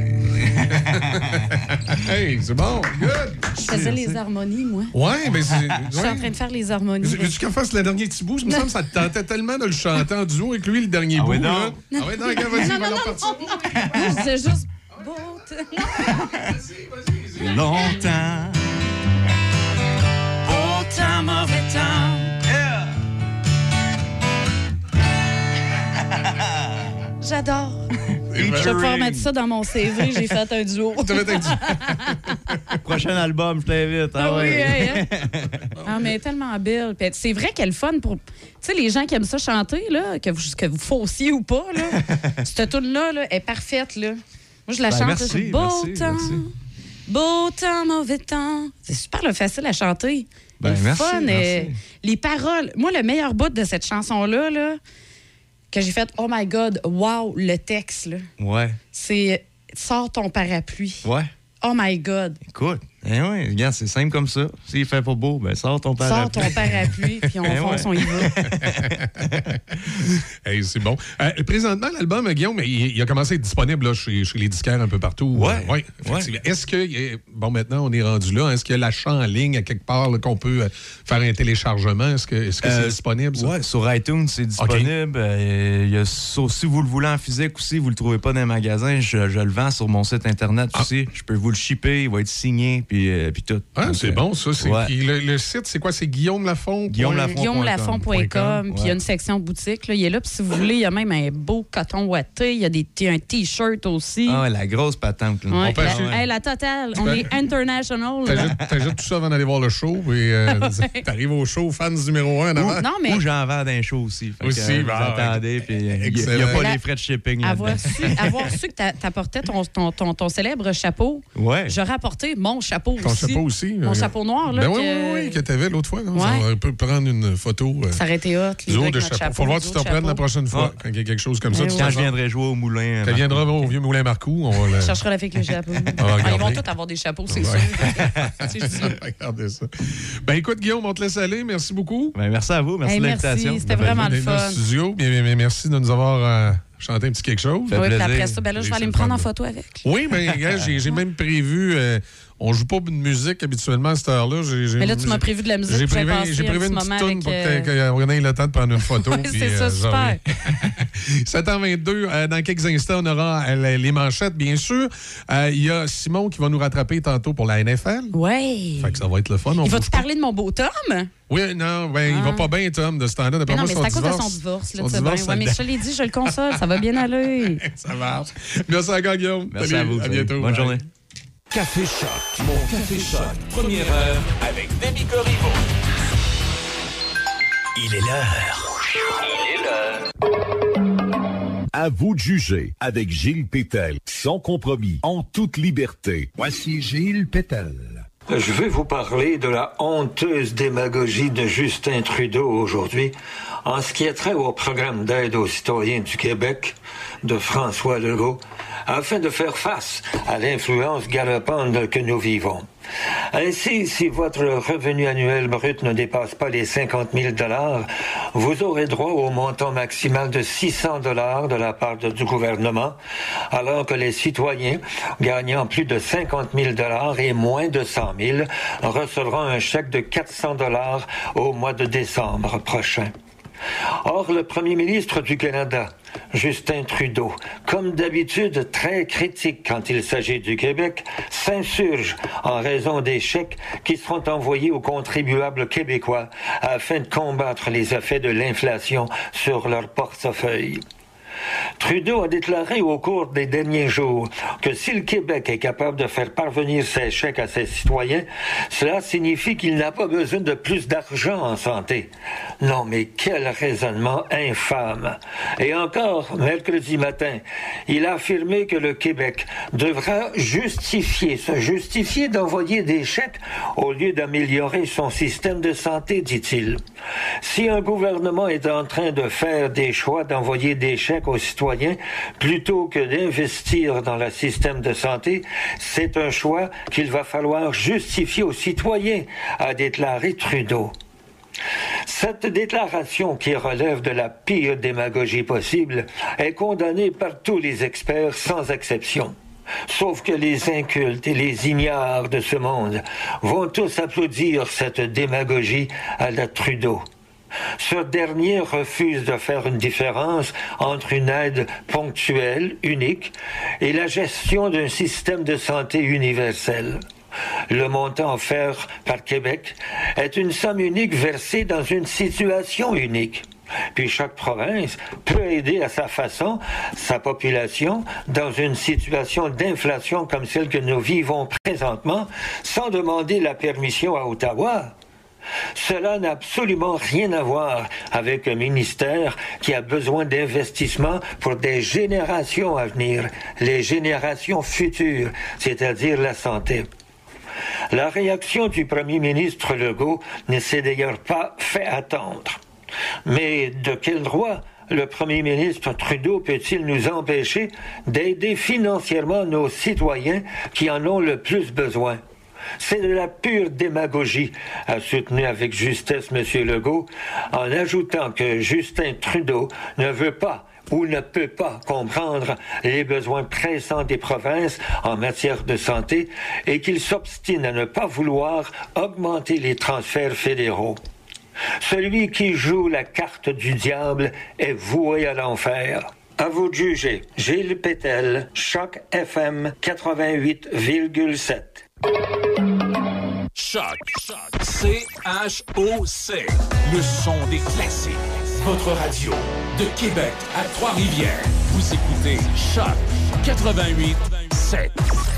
Hey, c'est bon, good! Je faisais les harmonies, moi. Ouais, mais c'est. Je suis en train de faire les harmonies. Veux-tu qu'elle fasse le dernier petit bout? Il me semble que ça te tentait tellement de le chanter en duo avec lui, le dernier ah bout. Oui, là. non. Ah oui, non, regarde, vas-y, non, va non, leur non, partir. Moi, je disais juste beau temps. Longtemps, beau temps, mauvais temps. Yeah. J'adore. Je vais pouvoir mettre ça dans mon C V. J'ai fait un duo. Prochain album, je t'invite. Ah, ah oui, ouais. hein, hein? Ah, mais tellement belle. Puis c'est vrai qu'elle est fun pour. Tu sais, les gens qui aiment ça chanter, là, que vous, que vous faussiez ou pas, là, cette tune-là là, est parfaite. Là. Moi, je la Ben, chante. merci, là, beau merci, temps, merci. beau temps, mauvais temps. C'est super là, facile à chanter. Ben, le merci, fun. merci. Et les paroles. Moi, le meilleur bout de cette chanson-là, là, que j'ai fait, oh my God, wow, le texte, là. Ouais. C'est sors ton parapluie. Ouais. Oh my God. Écoute, eh ouais, regarde, c'est simple comme ça. S'il fait pas beau, ben sors ton parapluie. Sors ton parapluie, puis on Eh fonce, ouais. on y va. Hey, c'est bon. Euh, présentement, l'album, Guillaume, il, il a commencé à être disponible là, chez, chez les disquaires un peu partout. Ouais. Euh, ouais, effectivement. Est-ce que, bon, maintenant, on est rendu là. Est-ce qu'il y a l'achat en ligne à quelque part là, qu'on peut euh, faire un téléchargement? Est-ce que est-ce que Euh, c'est disponible, ça? Ouais, sur iTunes, c'est disponible. Euh, il y a, sur- si vous le voulez en physique aussi, vous le trouvez pas dans les magasins, je, je le vends sur mon site Internet aussi. Je peux vous le shipper, il va être signé, puis, euh, puis tout. Ah, Donc, c'est euh, bon, ça. C'est, ouais. puis le, le site, c'est quoi? C'est Guillaume Lafont? Guillaume Lafont. guillaume lafont point com, puis il y a Ouais. une section boutique. Là, il est là, puis si vous voulez, il y a même un beau coton ouaté, il y a des, t- un T-shirt aussi. Ah, ouais, la grosse patente. Là. Ouais, On peut la, acheter- hey, la totale, on peux- est international. là. T'ajoutes, t'ajoutes tout ça avant d'aller voir le show, et euh, t'arrives au show, fans numéro un en avant. Non, mais Ou j'en vends d'un show aussi. Fait Aussi, que, euh, bah, vous attendez, puis il n'y a excellent. pas La- les frais de shipping avoir là-dedans. su, avoir su que t'a- t'apportais ton, ton, ton, ton célèbre chapeau, Ouais. j'aurais apporté mon chapeau Ton aussi. chapeau aussi. Mon euh, chapeau noir, là. Ben oui, que- oui, oui, que t'avais l'autre fois. Là. Ouais. On peut prendre une photo. euh, Ça aurait été hot. les du haut deux de avec chapeau. notre chapeau. Faut voir les si tu deux t'en prennes la chapeaux. prochaine fois, Ah. quand il y a quelque chose comme ça. Eh de toute oui. Quand je façon. viendrai jouer au moulin. Quand il viendra au vieux moulin Marcoux, on va le... Je chercherai la fille avec le chapeau. va Ah, ils vont regarder. tous avoir des chapeaux, c'est Ouais. sûr. Si je dis ça. Regardez ça. Ben écoute, Guillaume, on te laisse aller. Merci beaucoup. Ben, merci à vous. Merci Hey, de merci, l'invitation. c'était vraiment le D'être dans fun. studio. Bien, bien, bien, merci de nous avoir euh, chanté un petit quelque chose. Fait Oui, puis plaisir. après ça, ben là, je vais Et aller c'est me le prendre en fun, là. photo avec. Oui, mais gars, j'ai j'ai même prévu. euh, on joue pas de musique habituellement à cette heure-là. J'ai- j'ai- Mais là, tu m'as j'ai- prévu de la musique. J'ai puis prévu, j'ai passé j'ai un prévu petit une petite moment toune avec, pour euh, que- qu'on ait le temps de prendre une photo. Oui, puis, c'est ça, euh, super. j'en reviens. sept heures vingt-deux, euh, dans quelques instants, on aura euh, les manchettes, bien sûr. Euh, Il y a Simon qui va nous rattraper tantôt pour la N F L. Ouais. Fait que ça va être le fun. On Il bouge va-tu pas. parler de mon beau Tom? Oui, non, ben, il Ah. va pas bien, Tom, de ce temps-là. D'après Mais non, moi, mais c'est à son cause de divorce- son divorce. Là, son tu sais divorce, bien. ça Ouais, mais le- je te l'ai dit, je le console. Ça va bien aller. Ça marche. Merci encore, Guillaume. Merci Salut, à vous. À salut. bientôt. Bonne Bye. journée. Café Choc, mon Café Choc, première heure avec Demi Corriveau. Il est l'heure. Il est l'heure. À vous de juger avec Gilles Pétel, sans compromis, en toute liberté. Voici Gilles Pétel. Je vais vous parler de la honteuse démagogie de Justin Trudeau aujourd'hui en ce qui a trait au programme d'aide aux citoyens du Québec de François Legault afin de faire face à l'influence galopante que nous vivons. Ainsi, si votre revenu annuel brut ne dépasse pas les cinquante mille dollars, vous aurez droit au montant maximal de six cents dollars de la part de, du gouvernement, alors que les citoyens gagnant plus de cinquante mille dollars et moins de cent mille recevront un chèque de quatre cents dollars au mois de décembre prochain. Or, le premier ministre du Canada, Justin Trudeau, comme d'habitude très critique quand il s'agit du Québec, s'insurge en raison des chèques qui seront envoyés aux contribuables québécois afin de combattre les effets de l'inflation sur leur portefeuille. Trudeau a déclaré au cours des derniers jours que si le Québec est capable de faire parvenir ses chèques à ses citoyens, cela signifie qu'il n'a pas besoin de plus d'argent en santé. Non, mais quel raisonnement infâme! Et encore, mercredi matin, il a affirmé que le Québec devra justifier, se justifier d'envoyer des chèques au lieu d'améliorer son système de santé, dit-il. Si un gouvernement est en train de faire des choix d'envoyer des chèques aux citoyens plutôt que d'investir dans le système de santé, c'est un choix qu'il va falloir justifier aux citoyens, a déclaré Trudeau. Cette déclaration, qui relève de la pire démagogie possible, est condamnée par tous les experts sans exception. Sauf que les incultes et les ignares de ce monde vont tous applaudir cette démagogie à la Trudeau. Ce dernier refuse de faire une différence entre une aide ponctuelle, unique, et la gestion d'un système de santé universel. Le montant offert par Québec est une somme unique versée dans une situation unique. Puis chaque province peut aider à sa façon sa population dans une situation d'inflation comme celle que nous vivons présentement sans demander la permission à Ottawa. Cela n'a absolument rien à voir avec un ministère qui a besoin d'investissements pour des générations à venir, les générations futures, c'est-à-dire la santé. La réaction du premier ministre Legault ne s'est d'ailleurs pas fait attendre. Mais de quel droit le premier ministre Trudeau peut-il nous empêcher d'aider financièrement nos citoyens qui en ont le plus besoin? C'est de la pure démagogie, a soutenu avec justesse M. Legault, en ajoutant que Justin Trudeau ne veut pas ou ne peut pas comprendre les besoins pressants des provinces en matière de santé et qu'il s'obstine à ne pas vouloir augmenter les transferts fédéraux. Celui qui joue la carte du diable est voué à l'enfer. À vous de juger. Gilles Pétel, Choc F M quatre-vingt-huit virgule sept. Choc. C H O C. Le son des classiques. Votre radio de Québec à Trois-Rivières. Vous écoutez Choc quatre-vingt-huit sept.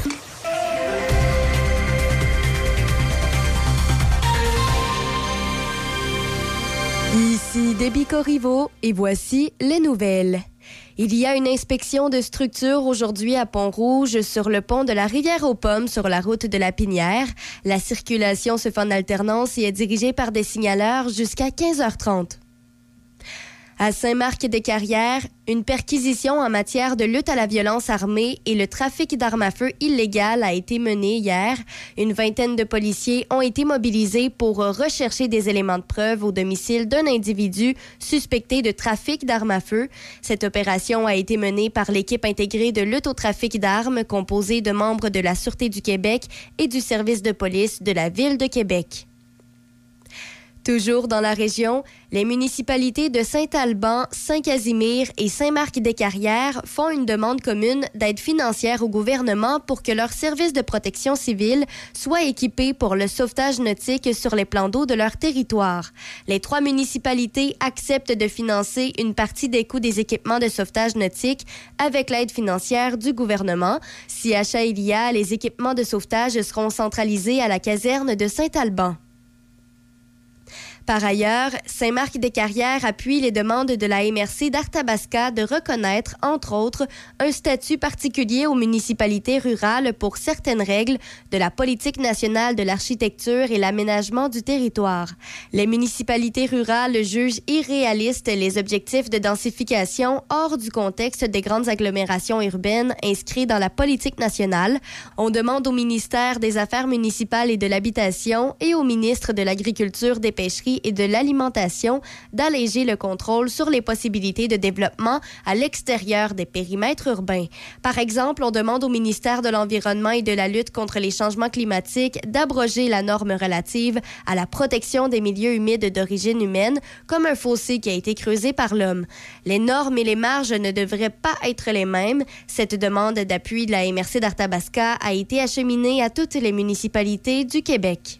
Ici Déby Corriveau et voici les nouvelles. Il y a une inspection de structure aujourd'hui à Pont-Rouge sur le pont de la Rivière-aux-Pommes sur la route de la Pinière. La circulation se fait en alternance et est dirigée par des signaleurs jusqu'à quinze heures trente. À Saint-Marc-des-Carrières, une perquisition en matière de lutte à la violence armée et le trafic d'armes à feu illégal a été menée hier. Une vingtaine de policiers ont été mobilisés pour rechercher des éléments de preuve au domicile d'un individu suspecté de trafic d'armes à feu. Cette opération a été menée par l'équipe intégrée de lutte au trafic d'armes composée de membres de la Sûreté du Québec et du service de police de la Ville de Québec. Toujours dans la région, les municipalités de Saint-Alban, Saint-Casimir et Saint-Marc-des-Carrières font une demande commune d'aide financière au gouvernement pour que leurs services de protection civile soient équipés pour le sauvetage nautique sur les plans d'eau de leur territoire. Les trois municipalités acceptent de financer une partie des coûts des équipements de sauvetage nautique avec l'aide financière du gouvernement. Si achat il y a, les équipements de sauvetage seront centralisés à la caserne de Saint-Alban. Par ailleurs, Saint-Marc-des-Carrières appuie les demandes de la M R C d'Arthabasca de reconnaître, entre autres, un statut particulier aux municipalités rurales pour certaines règles de la politique nationale de l'architecture et l'aménagement du territoire. Les municipalités rurales jugent irréalistes les objectifs de densification hors du contexte des grandes agglomérations urbaines inscrits dans la politique nationale. On demande au ministère des Affaires municipales et de l'Habitation et au ministre de l'Agriculture, des Pêcheries et de l'alimentation d'alléger le contrôle sur les possibilités de développement à l'extérieur des périmètres urbains. Par exemple, on demande au ministère de l'Environnement et de la lutte contre les changements climatiques d'abroger la norme relative à la protection des milieux humides d'origine humaine, comme un fossé qui a été creusé par l'homme. Les normes et les marges ne devraient pas être les mêmes. Cette demande d'appui de la M R C d'Arthabasca a été acheminée à toutes les municipalités du Québec.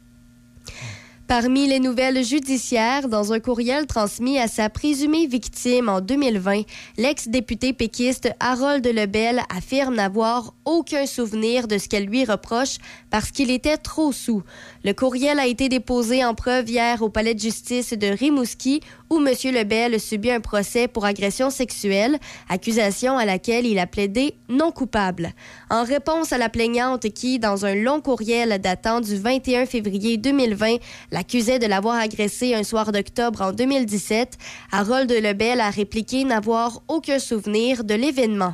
Parmi les nouvelles judiciaires, dans un courriel transmis à sa présumée victime en deux mille vingt, l'ex-député péquiste Harold Lebel affirme n'avoir aucun souvenir de ce qu'elle lui reproche parce qu'il était trop saoul. Le courriel a été déposé en preuve hier au palais de justice de Rimouski, où M. Lebel subit un procès pour agression sexuelle, accusation à laquelle il a plaidé non coupable. En réponse à la plaignante qui, dans un long courriel datant du vingt et un février deux mille vingt, l'accusait de l'avoir agressé un soir d'octobre en deux mille dix-sept, Harold Lebel a répliqué n'avoir aucun souvenir de l'événement.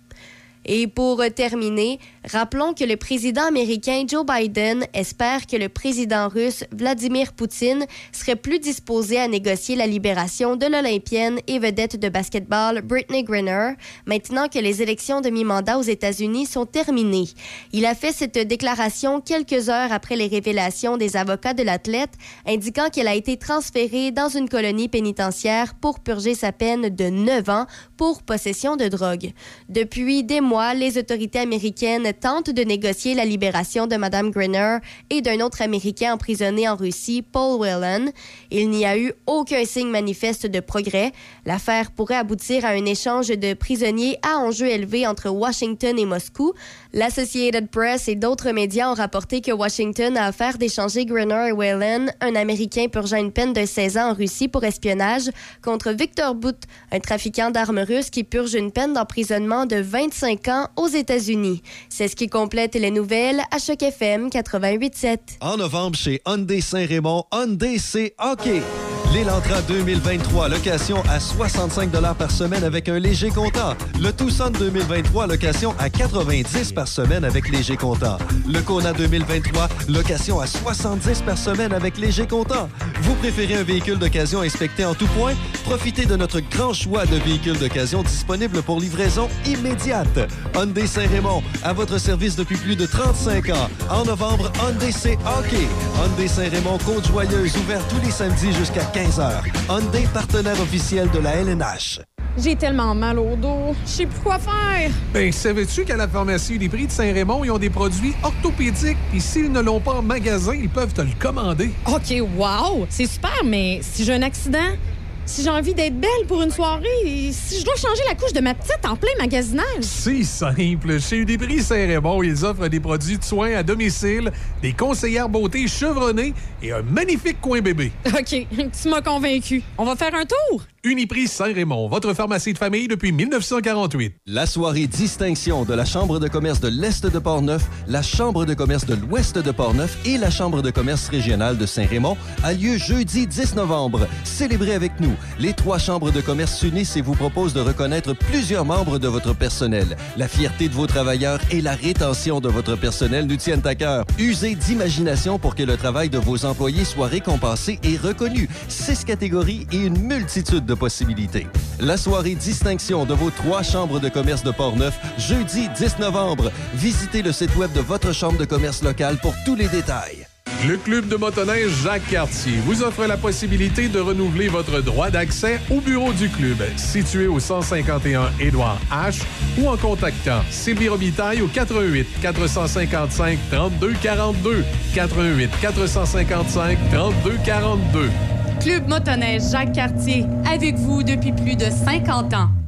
Et pour terminer, rappelons que le président américain Joe Biden espère que le président russe Vladimir Poutine serait plus disposé à négocier la libération de l'Olympienne et vedette de basketball Brittney Griner, maintenant que les élections de mi-mandat aux États-Unis sont terminées. Il a fait cette déclaration quelques heures après les révélations des avocats de l'athlète, indiquant qu'elle a été transférée dans une colonie pénitentiaire pour purger sa peine de neuf ans pour possession de drogue. Depuis des mois, les autorités américaines tentent de négocier la libération de Mme Griner et d'un autre Américain emprisonné en Russie, Paul Whelan. Il n'y a eu aucun signe manifeste de progrès. L'affaire pourrait aboutir à un échange de prisonniers à enjeu élevé entre Washington et Moscou. L'Associated Press et d'autres médias ont rapporté que Washington a offert d'échanger Griner et Whelan, un Américain purgeant une peine de seize ans en Russie pour espionnage, contre Victor Bout, un trafiquant d'armes russes qui purge une peine d'emprisonnement de vingt-cinq ans aux États-Unis. C'est ce qui complète les nouvelles à Choc F M quatre-vingt-huit sept. En novembre, chez Hyundai Saint-Raymond, Hyundai c'est hockey. L'Elantra deux mille vingt-trois, location à soixante-cinq dollars par semaine avec un léger comptant. Le Tucson deux mille vingt-trois, location à quatre-vingt-dix par semaine avec léger comptant. Le Kona deux mille vingt-trois, location à soixante-dix par semaine avec léger comptant. Vous préférez un véhicule d'occasion inspecté en tout point? Profitez de notre grand choix de véhicules d'occasion disponibles pour livraison immédiate. Hyundai Saint-Raymond, à votre service depuis plus de trente-cinq ans. En novembre, Hyundai c'est hockey. Hyundai Saint-Raymond, Côte-Joyeuse, ouvert tous les samedis jusqu'à quinze heures. Hyundai, partenaire officiel de la L N H. J'ai tellement mal au dos. Je sais plus quoi faire. Ben, savais-tu qu'à la pharmacie Uniprix de Saint-Raymond, ils ont des produits orthopédiques et s'ils ne l'ont pas en magasin, ils peuvent te le commander. OK, wow! C'est super, mais si j'ai un accident, si j'ai envie d'être belle pour une soirée, si je dois changer la couche de ma petite en plein magasinage. C'est simple. Chez Uniprix Saint-Raymond, ils offrent des produits de soins à domicile, des conseillères beauté chevronnées et un magnifique coin bébé. OK, tu m'as convaincu. On va faire un tour. Uniprix Saint-Raymond, votre pharmacie de famille depuis dix-neuf cent quarante-huit. La soirée distinction de la Chambre de commerce de l'Est de Portneuf, la Chambre de commerce de l'Ouest de Portneuf et la Chambre de commerce régionale de Saint-Raymond a lieu jeudi dix novembre. Célébrez avec nous. Les trois chambres de commerce s'unissent et vous proposent de reconnaître plusieurs membres de votre personnel. La fierté de vos travailleurs et la rétention de votre personnel nous tiennent à cœur. Usez d'imagination pour que le travail de vos employés soit récompensé et reconnu. Six catégories et une multitude de possibilités. La soirée distinction de vos trois chambres de commerce de Portneuf, jeudi dix novembre. Visitez le site web de votre chambre de commerce locale pour tous les détails. Le Club de motoneige Jacques Cartier vous offre la possibilité de renouveler votre droit d'accès au bureau du club, situé au cent cinquante et un Édouard H, ou en contactant Sylvie Robitaille au quatre un huit quatre cinq cinq trente-deux quarante-deux, quatre un huit quatre cinq cinq trente-deux quarante-deux. Club motoneige Jacques Cartier, avec vous depuis plus de cinquante ans.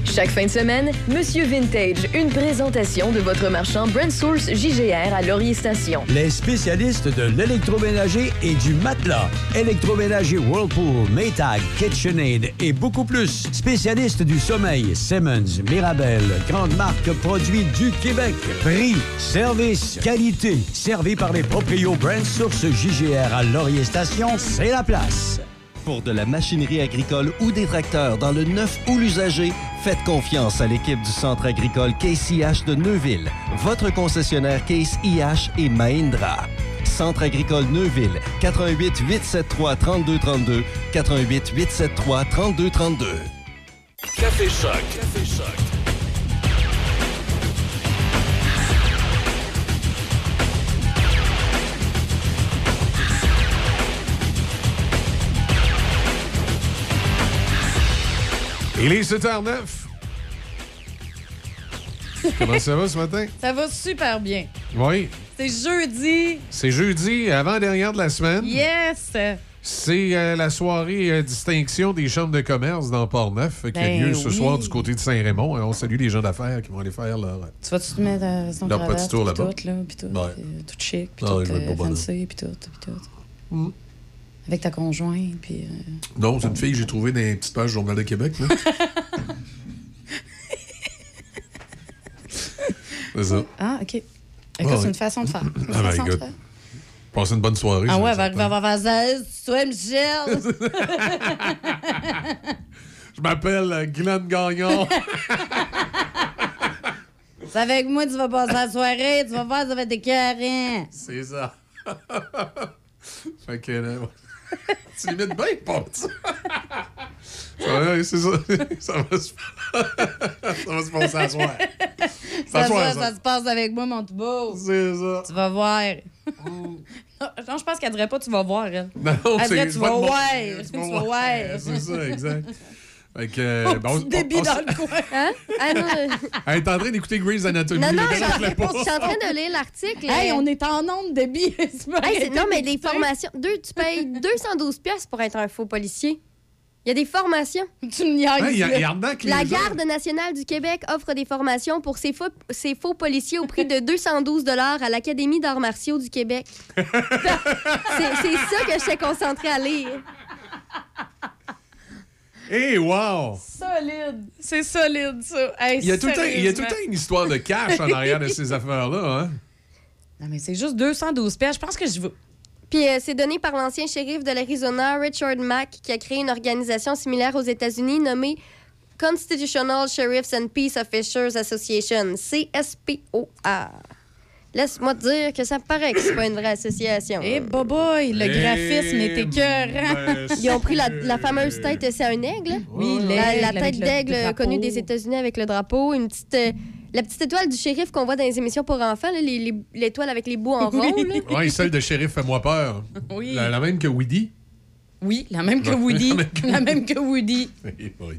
Chaque fin de semaine, Monsieur Vintage, une présentation de votre marchand Brand Source J G R à Laurier Station. Les spécialistes de l'électroménager et du matelas. Électroménager Whirlpool, Maytag, KitchenAid et beaucoup plus. Spécialistes du sommeil, Simmons, Mirabel, grande marque produits du Québec. Prix, service, qualité. Servi par les proprios Brand Source J G R à Laurier Station, c'est la place. Pour de la machinerie agricole ou des tracteurs dans le neuf ou l'usager, faites confiance à l'équipe du Centre agricole Case I H de Neuville, votre concessionnaire Case I H et Mahindra. Centre agricole Neuville, quatre un huit, huit sept trois, trois deux trois deux, quatre un huit, huit sept trois, trois deux trois deux. Café Choc. Café Choc. Il est sept heures neuf. Comment ça va ce matin? Ça va super bien. Oui. C'est jeudi. C'est jeudi, avant-dernière de la semaine. Yes! C'est euh, la soirée euh, distinction des chambres de commerce dans Port-Neuf qui Ben a lieu ce oui. soir du côté de Saint-Raymond. On salue les gens d'affaires qui vont aller faire leur... Tu vas-tu te mettre à son Leur cravate, petit tour puis là-bas. tout, là, puis tout, Ouais. puis, euh, tout chic, puis Ah, tout je vais être euh, beau bonhomme. fancy, puis tout, puis tout. Mm. Avec ta conjointe, puis... euh, Non, c'est une fille que j'ai trouvée dans les petites pages du Journal de Québec. Là. C'est ça. Ah, OK. Écoute, Ah, c'est ouais. une façon de faire. Une Ah, ben, façon de écoute. faire. Passez une bonne soirée. Ah c'est ouais, certain. va arriver à faire ça. Toi, Michel! Je m'appelle euh, Glenn Gagnon. C'est avec moi que tu vas passer la soirée, tu vas voir, ça va être écœurant. C'est ça. Fait que... euh, tu limites bien, pote. Ça va, c'est ça. Ça va se, ça va se passer à soir. Ça, À soir, ça, ça se passe avec moi, mon tout beau. C'est ça. Tu vas voir. Non, je pense qu'elle dirait pas tu vas voir, elle. Non, Elle c'est... dirait tu c'est vas pas de voir. mon- Tu c'est pas vas moi. voir. C'est ça, exact. Fait que... euh, Oh, bon, petit débit on- on- dans le coin. Hein? Ah non, euh, Elle est en train d'écouter Grey's Anatomy. non, non, là, je suis en dérange-la train- pas. je suis en train de lire l'article. Hey, euh, on est en onde, débit. hey, c'est- non, mais les formations. Deux, tu payes deux cent douze piastres pour être un faux policier. Il y a des formations. Tu me niaises. Hey, il y a- là. il arnaque les La gens. Garde nationale du Québec offre des formations pour ses faux, ses faux policiers au prix de deux cent douze dollars à l'Académie d'arts martiaux du Québec. c'est c'est ça que je suis concentrée à lire. Hey, wow! Solide. C'est solide, ça. Hey, Il y a tout le temps, il y a tout le sérieusement. temps une histoire de cash en arrière de ces affaires-là, hein? Non, mais c'est juste deux cent douze piastres. Je pense que je veux. Puis euh, c'est donné par l'ancien shérif de l'Arizona, Richard Mack, qui a créé une organisation similaire aux États-Unis nommée Constitutional Sheriffs and Peace Officers Association, C S P O A. Laisse-moi te dire que ça me paraît que c'est pas une vraie association. Eh, boboy, le Eh, graphisme est écœurant. Ils ont pris la, la fameuse tête, c'est un aigle? Oui, La, l'aigle la avec tête le d'aigle drapeau. connue des États-Unis avec le drapeau, une petite... euh, la petite étoile du shérif qu'on voit dans les émissions pour enfants, là, les- les- l'étoile avec les bouts en rond. là. Oui, celle de Shérif Fais-moi peur. Oui. La, la même que Woody. Oui, la même que Woody. La même que Woody. Oui.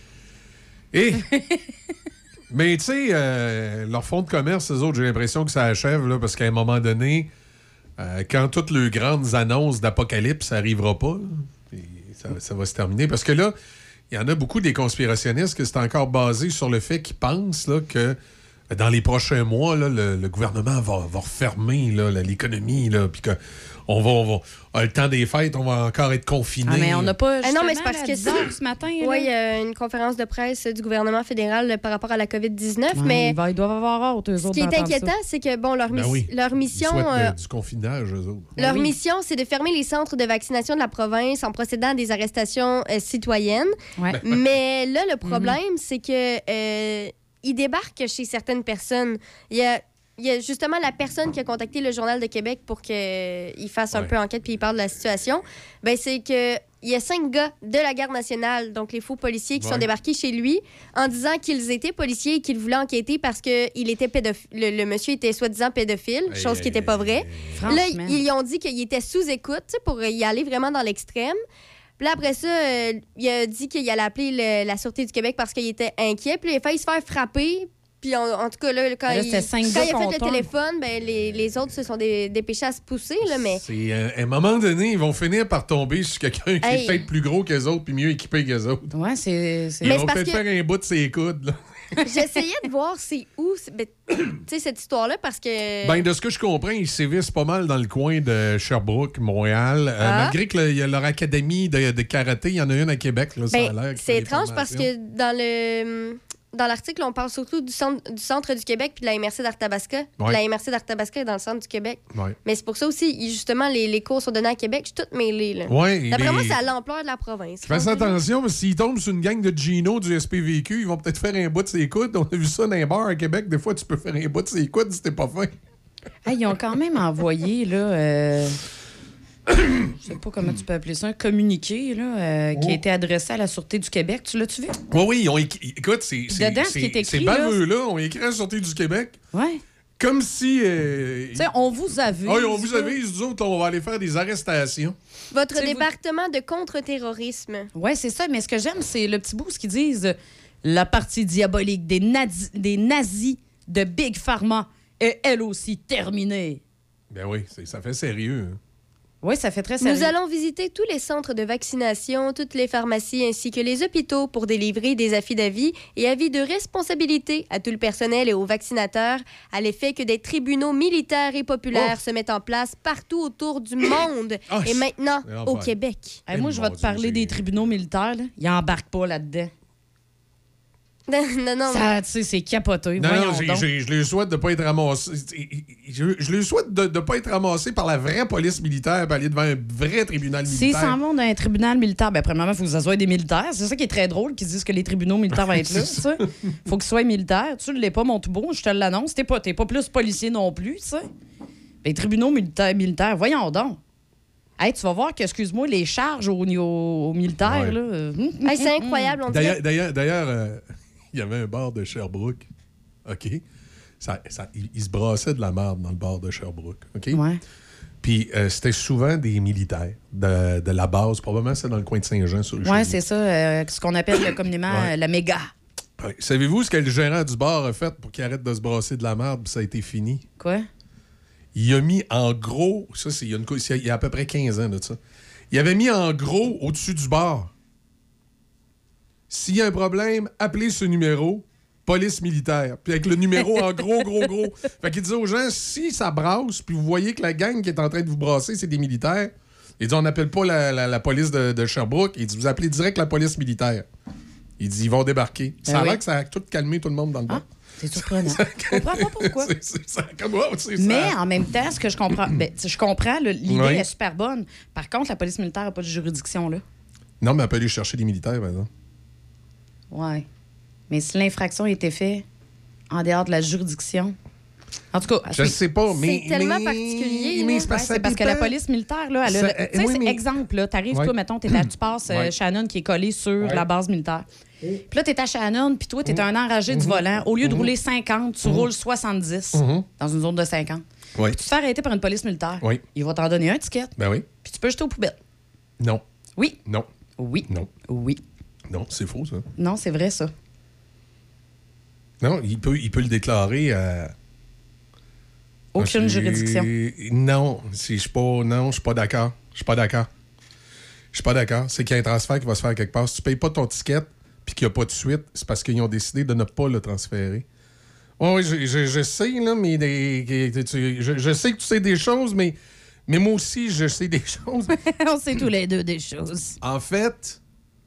Et... Mais tu sais, euh, leur fonds de commerce, eux autres, j'ai l'impression que ça achève, là, parce qu'à un moment donné, euh, quand toutes les grandes annonces d'apocalypse, ça n'arrivera pas. Là, et ça, ça va se terminer. Parce que là, il y en a beaucoup des conspirationnistes que c'est encore basé sur le fait qu'ils pensent là, que dans les prochains mois, là, le, le gouvernement va, va refermer là, la- l'économie, là, puis que on va, on va, à le temps des fêtes, on va encore être confinés. Ah, mais on n'a pas. Ah non, mais c'est justement, parce la que dix heures c'est- ce matin. Oui, il y a une conférence de presse du gouvernement fédéral euh, par rapport à la covid dix-neuf, Ouais, mais ils doivent avoir hâte, eux ce autres. qui est d'entendre inquiétant, ça. c'est que bon, leur, Ben mis- oui. leur Ils mission... souhaitent, euh, euh, du confinage, eux autres. Leur Oui. mission, c'est de fermer les centres de vaccination de la province en procédant à des arrestations euh, citoyennes. Ouais. Mais là, le problème, c'est que euh, ils débarquent chez certaines personnes. Il y a, il y a justement la personne qui a contacté le Journal de Québec pour qu'il fasse un Ouais. peu enquête puis il parle de la situation. Ben, c'est que il y a cinq gars de la Garde nationale, donc les faux policiers, qui Ouais. sont débarqués chez lui en disant qu'ils étaient policiers et qu'ils voulaient enquêter parce que il était pédophile. Le, le monsieur était soi-disant pédophile, Hey, chose qui n'était pas vraie. Franchement. Là, ils ils ont dit qu'il était sous écoute, tu sais, pour y aller vraiment dans l'extrême. Puis là, après ça, euh, il a dit qu'il allait appeler le- la Sûreté du Québec parce qu'il était inquiet. Puis là, il a failli se faire frapper Puis en, en tout cas, là, quand, Là, il, c'était cinq quand gars il a fait contre le un. téléphone, ben, les, les autres se sont dé- dépêchés à se pousser. Là, mais C'est, euh, à un moment donné, ils vont finir par tomber sur quelqu'un qui Hey. est peut-être plus gros qu'eux autres puis mieux équipé qu'eux autres. Ouais, c'est. Ils Mais vont c'est parce peut-être que- faire un bout de ses coudes. Là. j'essayais de voir c'est où, c'est- ben, tu sais, cette histoire-là, parce que... Ben, de ce que je comprends, ils sévissent pas mal dans le coin de Sherbrooke, Montréal. Euh, Ah. malgré qu'il y a leur académie de, de karaté, il y en a une à Québec. Là, ça Ben, a l'air qu'il c'est fait des étrange parce formations. que dans le dans l'article, on parle surtout du centre du, centre du Québec puis de la M R C d'Arthabasca. Ouais. La M R C d'Arthabasca est dans le centre du Québec. Ouais. Mais c'est pour ça aussi, il- justement, les, les cours sont donnés à Québec. Je suis toute mêlée. Là. Ouais, D'après les- moi, c'est à l'ampleur de la province. Fais attention, parce que s'ils tombent sur une gang de Gino du S P V Q, ils vont peut-être faire un bout de ses coudes. On a vu ça dans un bar à Québec. Des fois, tu peux faire un bout de ses coudes si t'es pas fin. Hey, ils ont quand même envoyé, là. euh, Je sais pas comment tu peux appeler ça, un communiqué, là, euh, qui a été adressé à la Sûreté du Québec. Tu l'as-tu vu? Oui, oui, ils ont écrit- écoute, c'est Puis c'est- dedans, ce qui est c'est- écrit, ces là, baveux-là ont écrit à la Sûreté du Québec Ouais. comme si... euh, Tu sais, on vous avise. Ah, on vous avise, nous autres, on va aller faire des arrestations. Votre Tu sais, vous- département de contre-terrorisme. Oui, c'est ça. Mais ce que j'aime, c'est le petit bout, ce qu'ils disent. euh, La partie diabolique des, nadi- des nazis de Big Pharma est elle aussi terminée. Ben oui, c'est- ça fait sérieux. hein. Oui, ça fait très sérieux. Nous allons visiter tous les centres de vaccination, toutes les pharmacies ainsi que les hôpitaux pour délivrer des affidavits et avis de responsabilité à tout le personnel et aux vaccinateurs à l'effet que des tribunaux militaires et populaires Oh. se mettent en place partout autour du monde Ah, et maintenant c'est au l'enfer. Québec. Hey, moi, je vais te parler des tribunaux militaires. Là. Ils embarquent pas là-dedans. non, non. Ça, tu sais, c'est capoté. Non, Voyons non, j'ai- donc. j'ai- je lui souhaite de ne pas être ramassé. Je, je lui souhaite de ne pas être ramassé par la vraie police militaire et aller devant un vrai tribunal S'ils militaire. s'en vont dans un tribunal militaire, ben, premièrement, il faut que ça soit des militaires. C'est ça qui est très drôle, qu'ils disent que les tribunaux militaires vont être là. C'est ça. Il faut qu'ils soient militaires. Tu ne l'es pas, mon tout beau, je te l'annonce. T'es pas, t'es pas plus policier non plus, tu sais. Les tribunaux militaires, militaires, voyons donc. Hey, tu vas voir que, excuse-moi, les charges au, au, au militaire, Ouais. là. euh, Hey, c'est incroyable, on D'ailleurs, dirait. d'ailleurs, d'ailleurs, euh, il y avait un bar de Sherbrooke. OK? Ça, ça- il, il se brassait de la merde dans le bar de Sherbrooke. OK? Ouais. Puis euh, c'était souvent des militaires de, de la base. Probablement c'est dans le coin de Saint-Jean sur le Ouais, Chili. c'est ça, euh, ce qu'on appelle euh, communément Ouais. euh, la méga. Ouais. Savez-vous ce que le gérant du bar a fait pour qu'il arrête de se brasser de la merde puis ça a été fini? Quoi? Il a mis en gros, ça c'est il y a, une cou- c'est- il y a à peu près quinze ans de ça. Il avait mis en gros au-dessus du bar. S'il y a un problème, appelez ce numéro, police militaire. Puis avec le numéro en gros, gros, gros. Fait qu'il disait aux gens, si ça brasse, puis vous voyez que la gang qui est en train de vous brasser, c'est des militaires, il dit, on n'appelle pas la, la- la police de, de Sherbrooke. Il dit, vous appelez direct la police militaire. Il dit, ils vont débarquer. Ben ça a oui. l'air que ça a tout calmé tout le monde dans le bar. C'est surprenant. Je comprends pas pourquoi. C'est- c'est- ça- comme, wow, c'est ça. Mais en même temps, ce que je comprends, ben, tu sais, je comprends, là, l'idée Oui. est super bonne. Par contre, la police militaire n'a pas de juridiction, là. Non, mais elle peut aller chercher des militaires, par exemple. Ouais. Mais si l'infraction a été faite en dehors de la juridiction. En tout cas, à Je suivre. sais pas, mais. C'est tellement mais- particulier. mais là. c'est parce que Ouais, c'est parce que la police militaire, là, elle a. Ça- le- tu sais, euh, oui, c'est mais- exemple, tu arrives, Ouais. toi, mettons, t'es à- tu passes euh, Ouais. Shannon qui est collé sur Ouais. la base militaire. Puis là, t'es à Shannon, puis toi, t'es un enragé du Mhm. volant. Au lieu de Mhm. rouler cinquante, tu Mhm. roules soixante-dix Mhm. dans une zone de cinquante. Oui. Puis tu te fais arrêter par une police militaire. Oui. Il va t'en donner un ticket, Ben oui. puis tu peux jeter aux poubelles. Non. Oui. Non. Oui. Non. Oui. Non, c'est faux, ça. Non, c'est vrai, ça. Non, il peut, il peut le déclarer à. Aucune Ah, c'est- juridiction. Non, si je suis pas. Non, je suis pas d'accord. Je suis pas d'accord. Je suis pas d'accord. C'est qu'il y a un transfert qui va se faire quelque part. Si tu payes pas ton ticket puis qu'il n'y a pas de suite, c'est parce qu'ils ont décidé de ne pas le transférer. Oui, je, je, je sais, là, mais des, que- tu- je, je sais que tu sais des choses, mais, mais moi aussi, je sais des choses. On sait tous les deux des choses. En fait,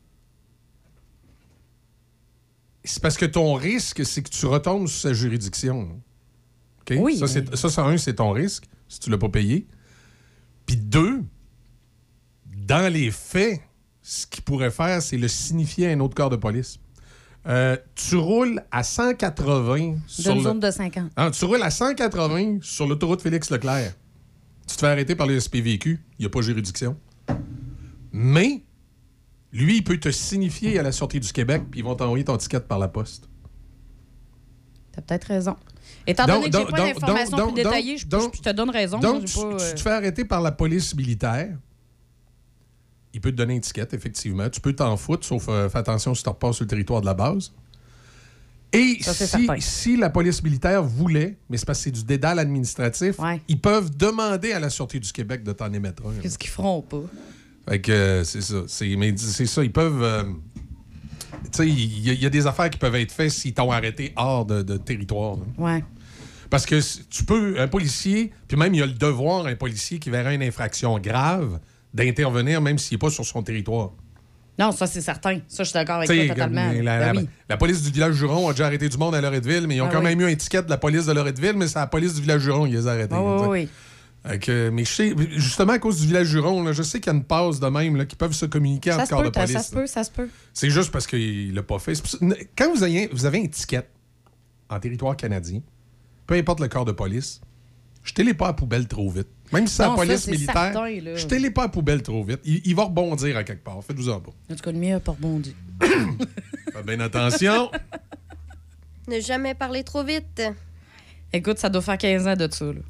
c'est parce que ton risque, c'est que tu retombes sur sa juridiction. OK? Oui, Ça, c'est, ça, c'est un, c'est ton risque, si tu l'as pas payé. Puis deux, dans les faits, ce qu'il pourrait faire, c'est le signifier à un autre corps de police. Euh, tu roules à cent quatre-vingts sur D'une le... zone de cinquante. Ah, tu roules à cent quatre-vingts sur l'autoroute Félix-Leclerc. Tu te fais arrêter par le S P V Q. Il n'y a pas juridiction. Mais, lui, il peut te signifier à la sortie du Québec, puis ils vont t'envoyer ton ticket par la poste. T'as peut-être raison. Étant Donc, donné que j'ai donc, pas donc, d'informations donc, plus donc, détaillées, je, donc, je te donne raison. Donc, Moi, j'ai tu, pas, tu euh, te fais arrêter par la police militaire. Il peut te donner une étiquette, effectivement. Tu peux t'en foutre, sauf euh, fais attention si tu repasses sur le territoire de la base. Et Ça, c'est si, certain. si la police militaire voulait, mais c'est parce que c'est du dédale administratif, ils peuvent demander à la Sûreté du Québec de t'en émettre un. Qu'est-ce qu'ils feront pas? Fait que euh, c'est ça. C'est, mais c'est ça, ils peuvent... euh, tu sais, il y, a- il y a des affaires qui peuvent être faites s'ils t'ont arrêté hors de, de territoire. là. Ouais. Parce que si- tu peux, un policier, puis même il y a le devoir, un policier qui verrait une infraction grave, d'intervenir même s'il n'est pas sur son territoire. Non, ça, c'est certain. Ça, je suis d'accord avec T'sais, toi totalement. comme La, Ben la- oui. la police du village Juron a déjà arrêté du monde à Loretteville, mais ils ont Ah quand oui. même eu un ticket de la police de Loretteville, mais c'est la police du village Juron qui les a arrêtés. Ah oui, t'sais. oui, oui. Fait que, mais je sais, justement à cause du village Juron, là, je sais qu'il y a une passe de même là, qui peuvent se communiquer Ça entre se corps peut, de police. ça se là. peut, ça se peut. C'est juste parce qu'il l'a pas fait. C'est pour ça- Quand vous avez, vous avez un ticket en territoire canadien, peu importe le corps de police, jetez-les pas à la poubelle trop vite. Même si c'est la Non, ça, police c'est militaire, certain, là. jetez-les pas à la poubelle trop vite. Il, il va rebondir à quelque part. Faites-vous-en pas. En tout cas, le mien a pas rebondi. Faites bien attention. Ne jamais parler trop vite. Écoute, ça doit faire quinze ans de ça, là.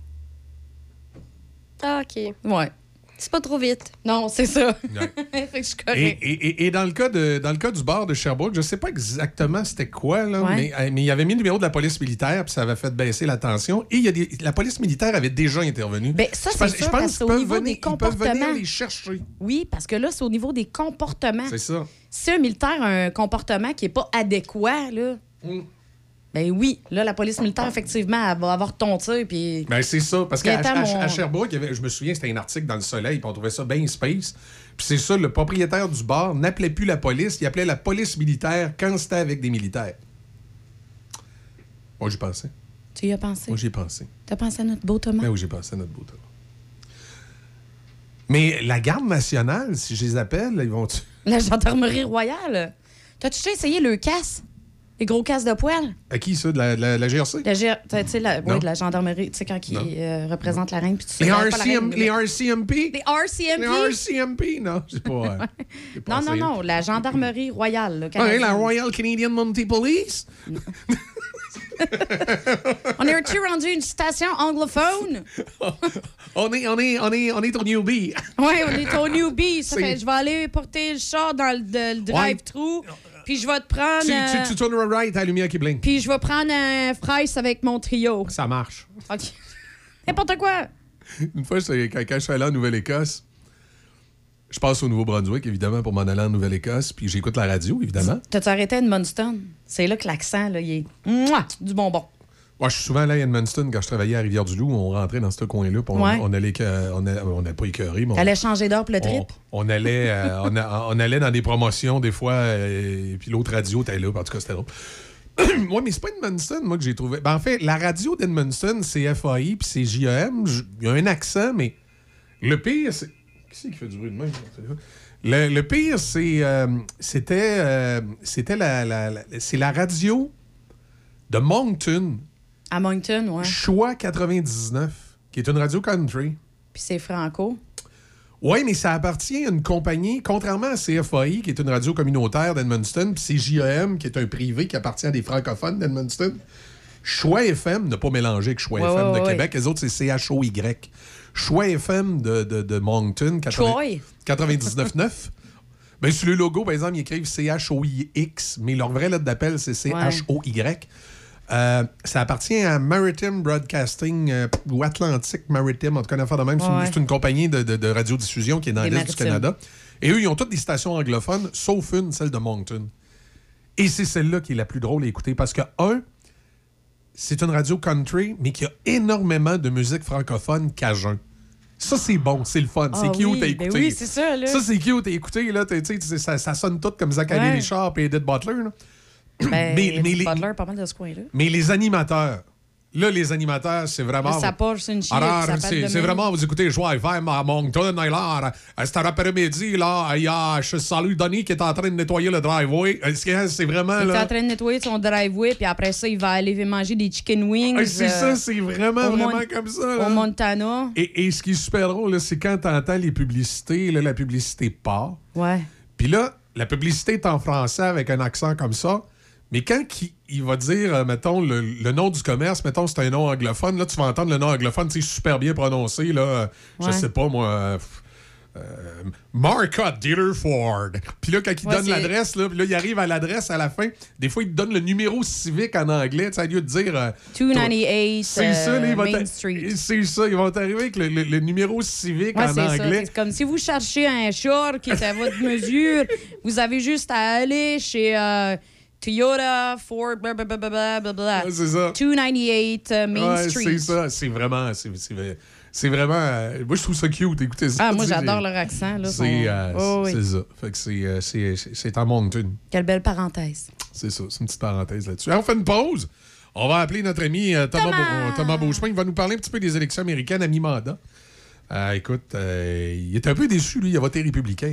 Ah, OK. Ouais. C'est pas trop vite. Non, c'est ça. Ouais. fait que je suis Et, correct. et- et- et dans, le cas de, dans le cas du bar de Sherbrooke, je sais pas exactement c'était quoi, là, Ouais. mais, euh, mais il avait mis le numéro de la police militaire, puis ça avait fait baisser la tension. Et il y a des, la police militaire avait déjà intervenu. Ben, ça, Je c'est pense- sûr, je pense parce qu'ils que c'est au peuvent niveau venir- des ils peuvent venir comportements. les chercher. Oui, parce que là, c'est au niveau des comportements. C'est ça. Si un militaire a un comportement qui n'est pas adéquat, là, Mm. ben oui, là, la police militaire, effectivement, elle va avoir ton tir, puis... Ben, c'est ça. Parce qu'à Viens-t'en, à- mon- à Sherbrooke, il y avait- je me souviens, c'était un article dans Le Soleil, puis on trouvait ça bien space. Puis c'est ça, le propriétaire du bar n'appelait plus la police, il appelait la police militaire quand c'était avec des militaires. Moi, j'y pensais. Tu y as pensé? Moi, j'y ai pensé. T'as pensé à notre beau Thomas? Ben oui, j'ai pensé à notre beau Thomas. Mais la garde nationale, si je les appelle, ils vont... La gendarmerie royale. T'as-tu déjà essayé le casse? Les gros casses de poêle? À qui, ça? De la, de la- de la G R C? La, G- tu sais, la, Non. oui, de la gendarmerie, tu sais, quand Non. ils euh, représentent la reine. Puis tu Les, sais, pas la R C M, reine, les mais- R C M P? Les R C M P? Les R C M P? Non, j'ai pas... euh, j'ai pas Non, non, essayé. non, la gendarmerie royale. Là, Ouais, canadienne. la Royal Canadian Mounted Police? On est-tu rendu une station anglophone? on, est, on, est, on, est, on est au newbie. Oui, on est au newbie. Ça C'est- fait, je vais aller porter le char dans le, de- le drive-thru, puis je vais te prendre... Tu, euh, tu, tu tournes right à la lumière qui blinque. Puis je vais prendre un fraise avec mon trio. Ça marche. OK. N'importe quoi. Une fois, c'est- quand, quand je suis allé en Nouvelle-Écosse, je passe au Nouveau-Brunswick, évidemment, pour m'en aller en Nouvelle-Écosse, puis j'écoute la radio, évidemment. T'as-tu arrêté à Edmundston? C'est là que l'accent, là, il est... Mouah! Du bonbon. Moi, je suis souvent allé à Edmundston quand je travaillais à Rivière-du-Loup. On rentrait dans ce coin-là, puis on, Ouais. on allait... que- On a- on n'a pas écœuré, mais on, T'allais changer d'heure pour le on, trip? on allait, euh, on, a- on allait dans des promotions, des fois, euh, et puis l'autre radio était là, en tout cas, c'était drôle. Moi, mais c'est pas Edmundston, moi, que j'ai trouvé. Ben, en fait, la radio d'Edmundston, c'est F A I, puis c'est J E M. J- Il y a un accent, mais le pire, c'est... Qui c'est qui fait du bruit de même? Le, le pire, c'est... euh, c'était... euh, c'était la, la- la- c'est la radio de Moncton, À Moncton, ouais. Choix quatre-vingt-dix-neuf, qui est une radio country. Puis c'est franco. Oui, mais ça appartient à une compagnie, contrairement à C F A I, qui est une radio communautaire d'Edmundston, puis c'est J E M, qui est un privé qui appartient à des francophones d'Edmundston. Choix F M, ne pas mélanger avec Choix Ouais, F M ouais, de ouais. Québec, les autres, c'est C H O Y. Choix F M de, de, de Moncton, Troy. quatre-vingt-dix-neuf neuf. Ben, sur le logo, par exemple, ils écrivent C H O I X, mais leur vraie lettre d'appel, c'est C H O Y. Euh, ça appartient à Maritime Broadcasting euh, ou Atlantic Maritime, en tout cas, une affaire de même. C'est une- Ouais. C'est une compagnie de, de, de radiodiffusion qui est dans Des l'Est du maritimes. Canada. Et eux, ils ont toutes des stations anglophones, sauf une, celle de Moncton. Et c'est celle-là qui est la plus drôle à écouter parce que, un, c'est une radio country, mais qui a énormément de musique francophone cajun. Ça, c'est bon, c'est le fun, c'est Ah cute oui, à écouter. ben oui, c'est ça, là. Ça, c'est cute à écouter. Là, t'sais, t'sais, ça, ça sonne tout comme Zachary Ouais. Richard et Edith Butler. Là. Ben, mais, mais mais les, Butler, pas mal de ce coin-là. mais les animateurs, là, les animateurs, c'est vraiment... Là, ça poche, c'est une chier, Alors, ça patte c'est de c'est main. vraiment, vous écoutez, je vais faire à Moncton, et là, à cet après-midi, là, il y a, je salue Denis qui est en train de nettoyer le driveway. Est-ce que C'est vraiment, Il est là... en train de nettoyer son driveway, puis après ça, il va aller manger des chicken wings. Ah, c'est euh, ça, c'est vraiment, au vraiment Mon- comme ça. Là. Au Montana. Et, et ce qui est super drôle, là, c'est quand t'entends les publicités, là, la publicité part. Ouais. Puis là, la publicité est en français avec un accent comme ça. Mais quand il, il va dire, euh, mettons, le, le nom du commerce, mettons, c'est un nom anglophone, là, tu vas entendre le nom anglophone, tu sais, super bien prononcé, là. euh, Je Ouais. sais pas, moi. euh, pff, Euh, Marcotte, dealer Ford. Puis là, quand il Ouais, donne c'est- l'adresse, là, puis là, il arrive à l'adresse à la fin. Des fois, il te donne le numéro civique en anglais, tu sais, au lieu de dire. euh, deux cent quatre-vingt-huit C'est ça, là, euh, ils vont Main t'a- Street. C'est ça, ils vont t'arriver avec le, le- le numéro civique Ouais, en c'est ça. anglais. C'est comme si vous cherchez un char qui est à votre mesure, vous avez juste à aller chez euh, Toyota, Ford, blablabla. Ouais, c'est ça. deux cent quatre-vingt-huit euh, Main Ouais, Street. c'est ça, c'est vraiment. C'est, c'est, c'est vraiment. euh, moi, je trouve ça cute. Écoutez ça. Ah, moi, tu sais, j'adore j'ai- leur accent. Là, C'est, son- euh, Oh, c'est oui. ça. Fait que c'est, euh, c'est, c'est, c'est en Moncton. Quelle belle parenthèse. C'est ça, c'est une petite parenthèse là-dessus. Alors, on fait une pause. On va appeler notre ami euh, Thomas, Thomas! Beau- Thomas Beauchemin. Il va nous parler un petit peu des élections américaines à mi-mandat. Euh, écoute, euh, il est un peu déçu, lui. Il a voté républicain.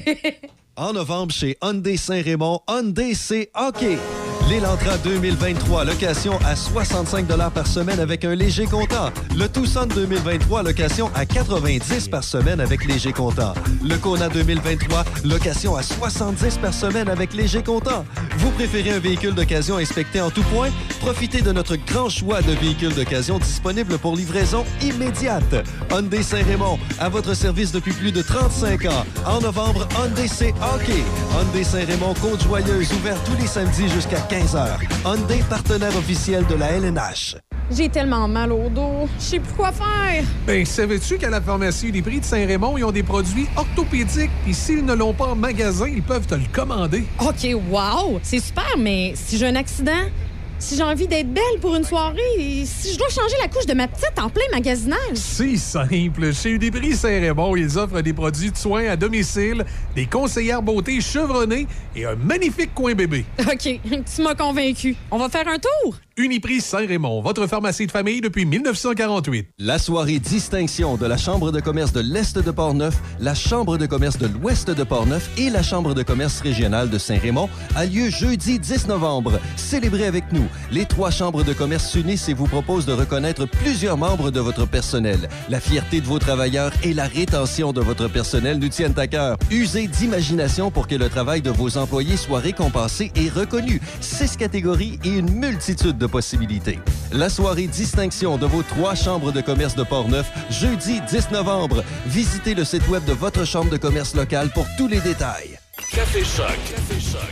En novembre, chez Hyundai Saint-Raymond, Hyundai, c'est hockey. L'Elantra deux mille vingt-trois, location à soixante-cinq dollars par semaine avec un léger comptant. Le Tucson deux mille vingt-trois, location à quatre-vingt-dix par semaine avec léger comptant. Le Kona deux mille vingt-trois, location à soixante-dix par semaine avec léger comptant. Vous préférez un véhicule d'occasion inspecté en tout point? Profitez de notre grand choix de véhicules d'occasion disponibles pour livraison immédiate. Hyundai Saint-Raymond, à votre service depuis plus de trente-cinq ans. En novembre, Hyundai, c'est hockey. Hyundai Saint-Raymond, Côte-Joyeuse, ouvert tous les samedis jusqu'à quinze heures. Hyundai, partenaire officiel de la L N H. J'ai tellement mal au dos. Je sais plus quoi faire. Ben, savais-tu qu'à la pharmacie des prix de Saint-Raymond, ils ont des produits orthopédiques, puis s'ils ne l'ont pas en magasin, ils peuvent te le commander. OK, wow! C'est super, mais si j'ai un accident, si j'ai envie d'être belle pour une soirée, si je dois changer la couche de ma petite en plein magasinage. C'est simple. Chez Uniprix Saint-Raymond, ils offrent des produits de soins à domicile, des conseillères beauté chevronnées et un magnifique coin bébé. OK, tu m'as convaincu. On va faire un tour? Uniprix Saint-Raymond, votre pharmacie de famille depuis dix-neuf cent quarante-huit. La soirée distinction de la Chambre de commerce de l'Est de Portneuf, la Chambre de commerce de l'Ouest de Portneuf et la Chambre de commerce régionale de Saint-Raymond a lieu jeudi dix novembre. Célébrez avec nous. Les trois chambres de commerce s'unissent et vous proposent de reconnaître plusieurs membres de votre personnel. La fierté de vos travailleurs et la rétention de votre personnel nous tiennent à cœur. Usez d'imagination pour que le travail de vos employés soit récompensé et reconnu. Six catégories et une multitude de possibilités. La soirée distinction de vos trois chambres de commerce de Portneuf, jeudi dix novembre. Visitez le site web de votre chambre de commerce locale pour tous les détails. Café Choc. Café Choc.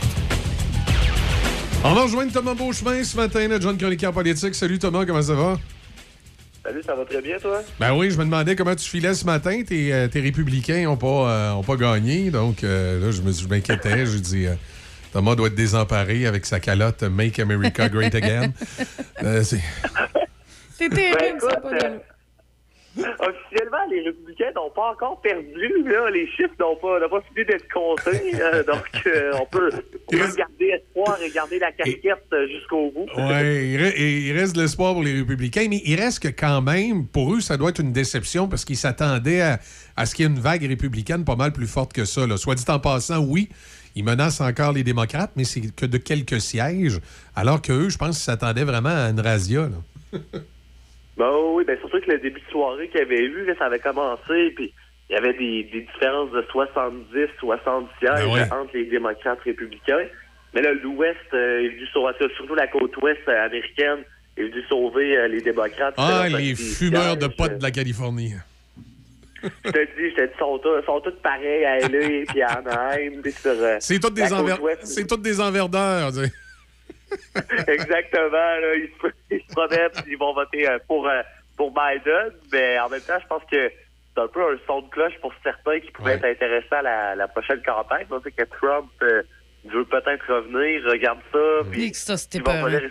On va rejoindre Thomas Beauchemin ce matin, notre jeune chroniqueur politique. Salut Thomas, comment ça va? Salut, ça va très bien, toi? Ben oui, je me demandais comment tu filais ce matin. Tes, euh, tes républicains n'ont pas, euh, ont pas gagné, donc euh, là, je me- je m'inquiétais. J'ai dit, euh, Thomas doit être désemparé avec sa calotte « Make America Great Again ». Euh, c'est- C'est Ben, terrible, ça, écoute, pas de... euh, officiellement, les républicains n'ont pas encore perdu. Là. Les chiffres n'ont pas, n'ont pas fini d'être comptés. euh, donc, euh, on peut, on peut garder espoir et garder la casquette euh, jusqu'au bout. Ouais, il, re- il reste de l'espoir pour les républicains, mais il reste que quand même, pour eux, ça doit être une déception parce qu'ils s'attendaient à, à ce qu'il y ait une vague républicaine pas mal plus forte que ça. Là. Soit dit en passant, oui, ils menacent encore les démocrates, mais c'est que de quelques sièges, alors qu'eux, je pense qu'ils s'attendaient vraiment à une razzia. Là. Ben oui, ben surtout que le début de soirée qu'il y avait eu, là, ça avait commencé, puis il y avait des, des différences de soixante-dix, soixante sièges Ben ouais. entre les démocrates républicains. Mais là, l'Ouest euh, est venu sauver, surtout la côte ouest euh, américaine, est venu sauver euh, les démocrates. Ah, C'était leur les petit fumeurs de siège. potes de la Californie. Je te dis, je te dis, sont tous, sont tous pareils à L A puis à Anaheim, puis sur euh, C'est tous la des, côte enver... ouest. c'est tous des enverdeurs. tu sais. Exactement, là, ils, se, ils se promettent, ils vont voter euh, pour, euh, pour Biden, mais en même temps, je pense que c'est un peu un son de cloche pour certains qui pouvaient être intéressants à la, la prochaine campagne. On sait que Trump euh, veut peut-être revenir, regarde ça, puis Dis que ça, c'était ils vont peurant. voler-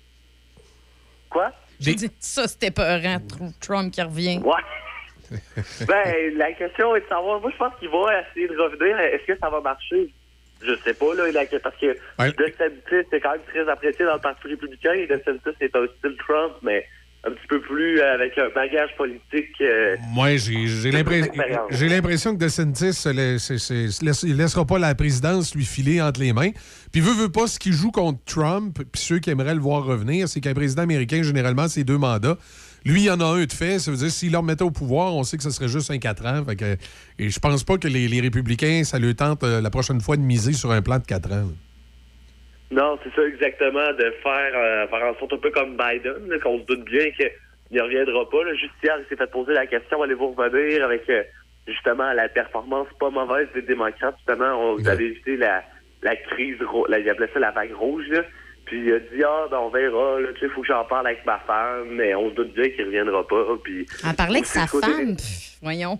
Quoi? J'ai dit ça, c'était peurant, Tr- Trump qui revient. Ouais. Ben, la question est de savoir, moi, je pense qu'il va essayer de revenir. Est-ce que ça va marcher? Je sais pas, là, la- parce que Ouais. DeSantis est quand même très apprécié dans le Parti républicain et DeSantis est un style Trump, mais un petit peu plus euh, avec un bagage politique. euh, Moi, j'ai j'ai l'impression d'expérience. j'ai l'impression que DeSantis se la- c'est- c'est- laisse- il laissera pas la présidence lui filer entre les mains. Puis veut, veut pas, ce qui joue contre Trump, puis ceux qui aimeraient le voir revenir, c'est qu'un président américain, généralement, c'est deux mandats. Lui, il y en a un de fait. Ça veut dire, s'il le remettait au pouvoir, on sait que ce serait juste un quatre ans. Fait que, et je pense pas que les, les républicains, ça leur tente euh, la prochaine fois de miser sur un plan de quatre ans. là. Non, c'est ça exactement, de faire, euh, faire en sorte un peu comme Biden, là, qu'on se doute bien qu'il ne reviendra pas. Là. Juste hier, il s'est fait poser la question, allez-vous revenir avec euh, justement la performance pas mauvaise des démocrates. Justement, on vous avait évité la, la crise, ro- là, il appelait ça la vague rouge, là. Puis il a dit, ah, ben on verra, là, tu sais, il faut que j'en parle avec ma femme, mais on se doute bien qu'il reviendra pas. Puis, en parler avec sa côté... femme, pff, voyons.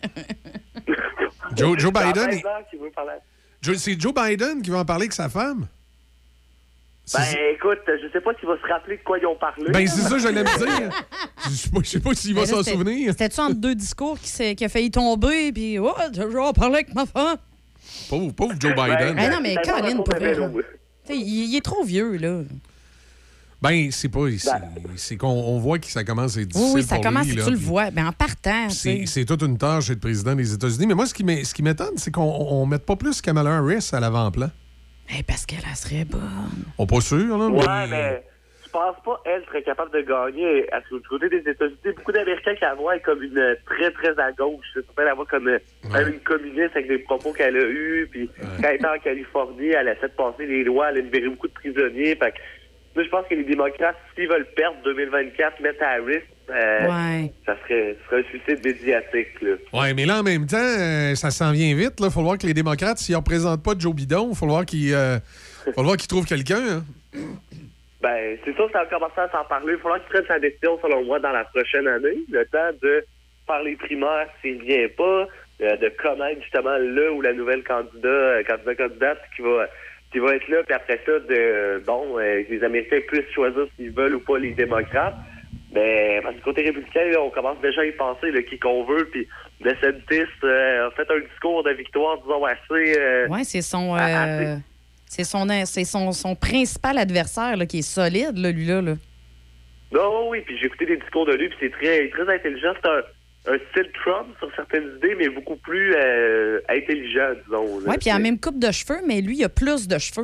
Joe, Joe Biden. Il... Qui veut parler. Joe, c'est Joe Biden qui va en parler avec sa femme? Ben, écoute, je sais pas s'il va se rappeler de quoi ils ont parlé. Ben, c'est ça, j'allais me dire. Je sais pas, je sais pas s'il va Mais là, s'en c'était- souvenir. C'était-tu entre deux discours qui, s'est- qui a failli tomber, puis oh, je vais en parler avec ma femme? Pauvre, pauvre Joe Ben, Biden. Ah non, mais c'est Colin, vraiment pour un vrai, vélo. là. Tu sais, il, il est trop vieux, là. Ben, c'est pas. C'est, c'est qu'on on voit que ça commence à être difficile. Oui, oui, ça pour commence, lui, là, tu le puis vois. Ben, en partant, tu C'est, sais. c'est toute une tâche d'être président des États-Unis. Mais moi, ce qui, m'é- ce qui m'étonne, c'est qu'on ne mette pas plus Kamala Harris à l'avant-plan. Hey, parce qu'elle elle serait bonne. On pas sûr, là. Ouais, mais je pense pas elle serait capable de gagner. À ce côté des États-Unis, beaucoup d'Américains qui la voient comme une très, très à gauche. Certains la voient comme euh, même une communiste avec des propos qu'elle a eus. Puis quand elle était en Californie, elle a fait passer les lois, elle a libéré beaucoup de prisonniers. Fait que, moi, je pense que les démocrates, s'ils veulent perdre deux mille vingt-quatre, mettre Harris, euh, Ouais. ça, serait, ça serait un suicide médiatique. Là. Ouais, mais là, en même temps, euh, ça s'en vient vite. Il faut voir que les démocrates, s'ils ne représentent pas Joe Biden, il faut voir qu'ils euh, faut voir qu'ils trouvent quelqu'un. Hein. Ben, c'est sûr que ça va commencer à s'en parler. Il va falloir qu'il prenne sa décision, selon moi, dans la prochaine année. Le temps de faire les primaires s'il ne vient pas, euh, de connaître justement le ou la nouvelle candidat, euh, candidat, candidate qui va, qui va être là. Puis après ça, de, euh, bon, euh, que les Américains puissent choisir s'ils veulent ou pas les démocrates. Mais parce que côté républicain, là, on commence déjà à y penser, là, qui qu'on veut. Puis DeSantis euh, a fait un discours de victoire, disons, assez... Euh, Oui, c'est son, a- euh, assez- c'est son, c'est son, son principal adversaire là, qui est solide, là, lui-là. Là. Non, oui, puis j'ai écouté des discours de lui, puis c'est très, très intelligent. C'est un, un style Trump sur certaines idées, mais beaucoup plus euh, intelligent, disons. Oui, puis il a la même coupe de cheveux, mais lui, il a plus de cheveux.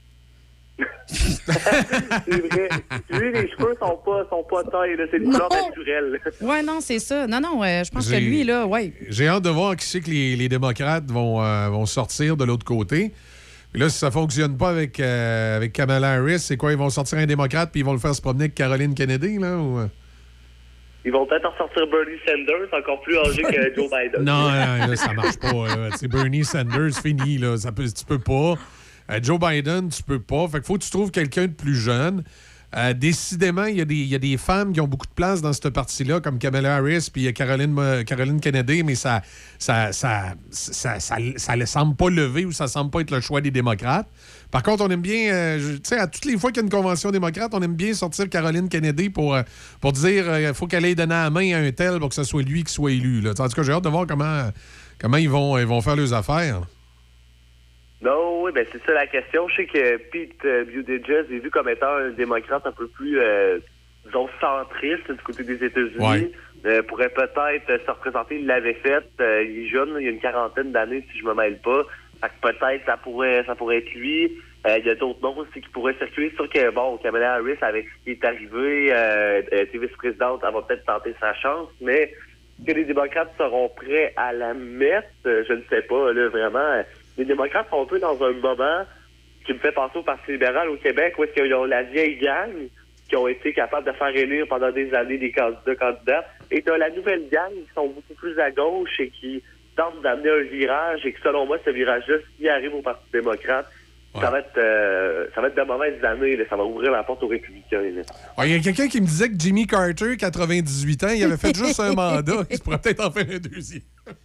C'est vrai. Lui, les cheveux sont pas, sont pas taillés, là. C'est une couleur Non. naturelle. Oui, non, c'est ça. Non, non, euh, je pense J'ai- que lui, là, oui. J'ai hâte de voir qui c'est que les, les démocrates vont, euh, vont sortir de l'autre côté. Puis là, si ça fonctionne pas avec, euh, avec Kamala Harris, c'est quoi? Ils vont sortir un démocrate puis ils vont le faire se promener avec Caroline Kennedy, là? Ou... euh? Ils vont peut-être en sortir Bernie Sanders, encore plus âgé que Joe Biden. Non, non, là, ça marche pas. là. Tu sais, Bernie Sanders, fini. Là. Ça peut, tu peux pas. Euh, Joe Biden, tu peux pas. Fait qu'il faut que tu trouves quelqu'un de plus jeune. Euh, décidément, il y, a des- il y a des femmes qui ont beaucoup de place dans cette partie-là, comme Kamala Harris puis Caroline, euh, Caroline Kennedy, mais ça ça, ça, ça, ça, ça ne semble pas lever ou ça semble pas être le choix des démocrates. Par contre, on aime bien, euh, je- tu sais, à toutes les fois qu'il y a une convention démocrate, on aime bien sortir Caroline Kennedy pour, euh, pour dire il faut qu'elle ait donné la main à un tel pour que ce soit lui qui soit élu. Là. En tout cas, j'ai hâte de voir comment, comment ils, vont, ils vont faire leurs affaires. Non, oui, ben c'est ça la question. Je sais que Pete euh, Buttigieg est vu comme étant un démocrate un peu plus, euh, disons, centriste du côté des États-Unis. Ouais. Euh, pourrait peut-être euh, se représenter. Il l'avait fait. Euh, il est jeune, il y a une quarantaine d'années, si je me mêle pas. Fait que peut-être ça pourrait, ça pourrait être lui. Euh, il y a d'autres noms aussi qui pourraient circuler. C'est sûr que, bon, Kamala Harris, avec ce qui est arrivé, euh, elle était vice-présidente, elle va peut-être tenter sa chance, mais est-ce que les démocrates seront prêts à la mettre? Euh, je ne sais pas, là, vraiment. Les démocrates sont un peu dans un moment qui me fait penser au Parti libéral au Québec, où est-ce qu'ils ont la vieille gang qui ont été capables de faire élire pendant des années des candidats candidats. Et tu as la nouvelle gang qui sont beaucoup plus à gauche et qui tentent d'amener un virage et que, selon moi, ce virage-là, s'il arrive au Parti démocrate, ça va être euh, ça va être de mauvaises années. Là. Ça va ouvrir la porte aux républicains. là. Il y a quelqu'un qui me disait que Jimmy Carter, quatre-vingt-dix-huit ans, il avait fait juste un mandat. Il pourrait peut-être en faire un deuxième.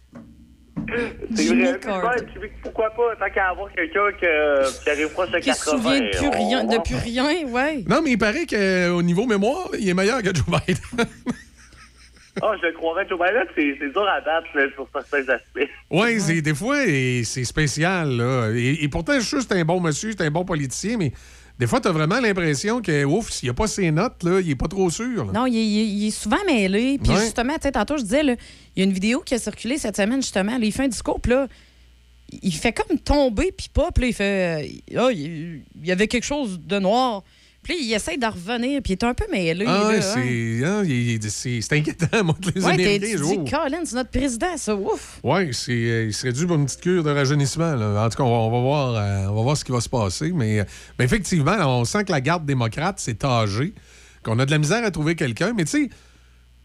C'est Jimmy vrai. Carter. Puis, ben, pourquoi pas, tant qu'à avoir quelqu'un que- qui arrive proche de Qui se quatre-vingts. souvient de plus on- rien, on- de plus rien, ouais. Non, mais il paraît qu'au niveau mémoire, là, il est meilleur que Joe Biden. Ah, je le croirais, Joe Biden, c'est c'est dur à battre là, sur certains aspects. Oui, c'est des fois, et c'est spécial. Là. Et, et pourtant, je suis sûr que c'est un bon monsieur, c'est un bon politicien, mais des fois, tu as vraiment l'impression que, ouf, s'il n'y a pas ses notes, là, il n'est pas trop sûr. là. Non, il est, il est- il est souvent mêlé. Puis Ouais. justement, tu sais, tantôt, je disais, là, il y a une vidéo qui a circulé cette semaine, justement. Là, il fait un discours, puis là, il fait comme tomber, puis pas. Puis là, il fait. euh, Ah, il il y avait quelque chose de noir. Puis là, il essaie d'en revenir, puis il est un peu mêlé. Ah, ouais, là, hein. c'est, hein, il- il- c'est, c'est inquiétant, moi, que les Ouais, t'es- Américains. tu je- dis, Colin, c'est notre président, ça, ouf. Oui, c'est, euh, il serait dû pour une petite cure de rajeunissement. là. En tout cas, on va, on va voir, euh, on va voir ce qui va se passer. Mais, euh, mais effectivement, là, on sent que la garde démocrate, c'est âgé, qu'on a de la misère à trouver quelqu'un. Mais tu sais,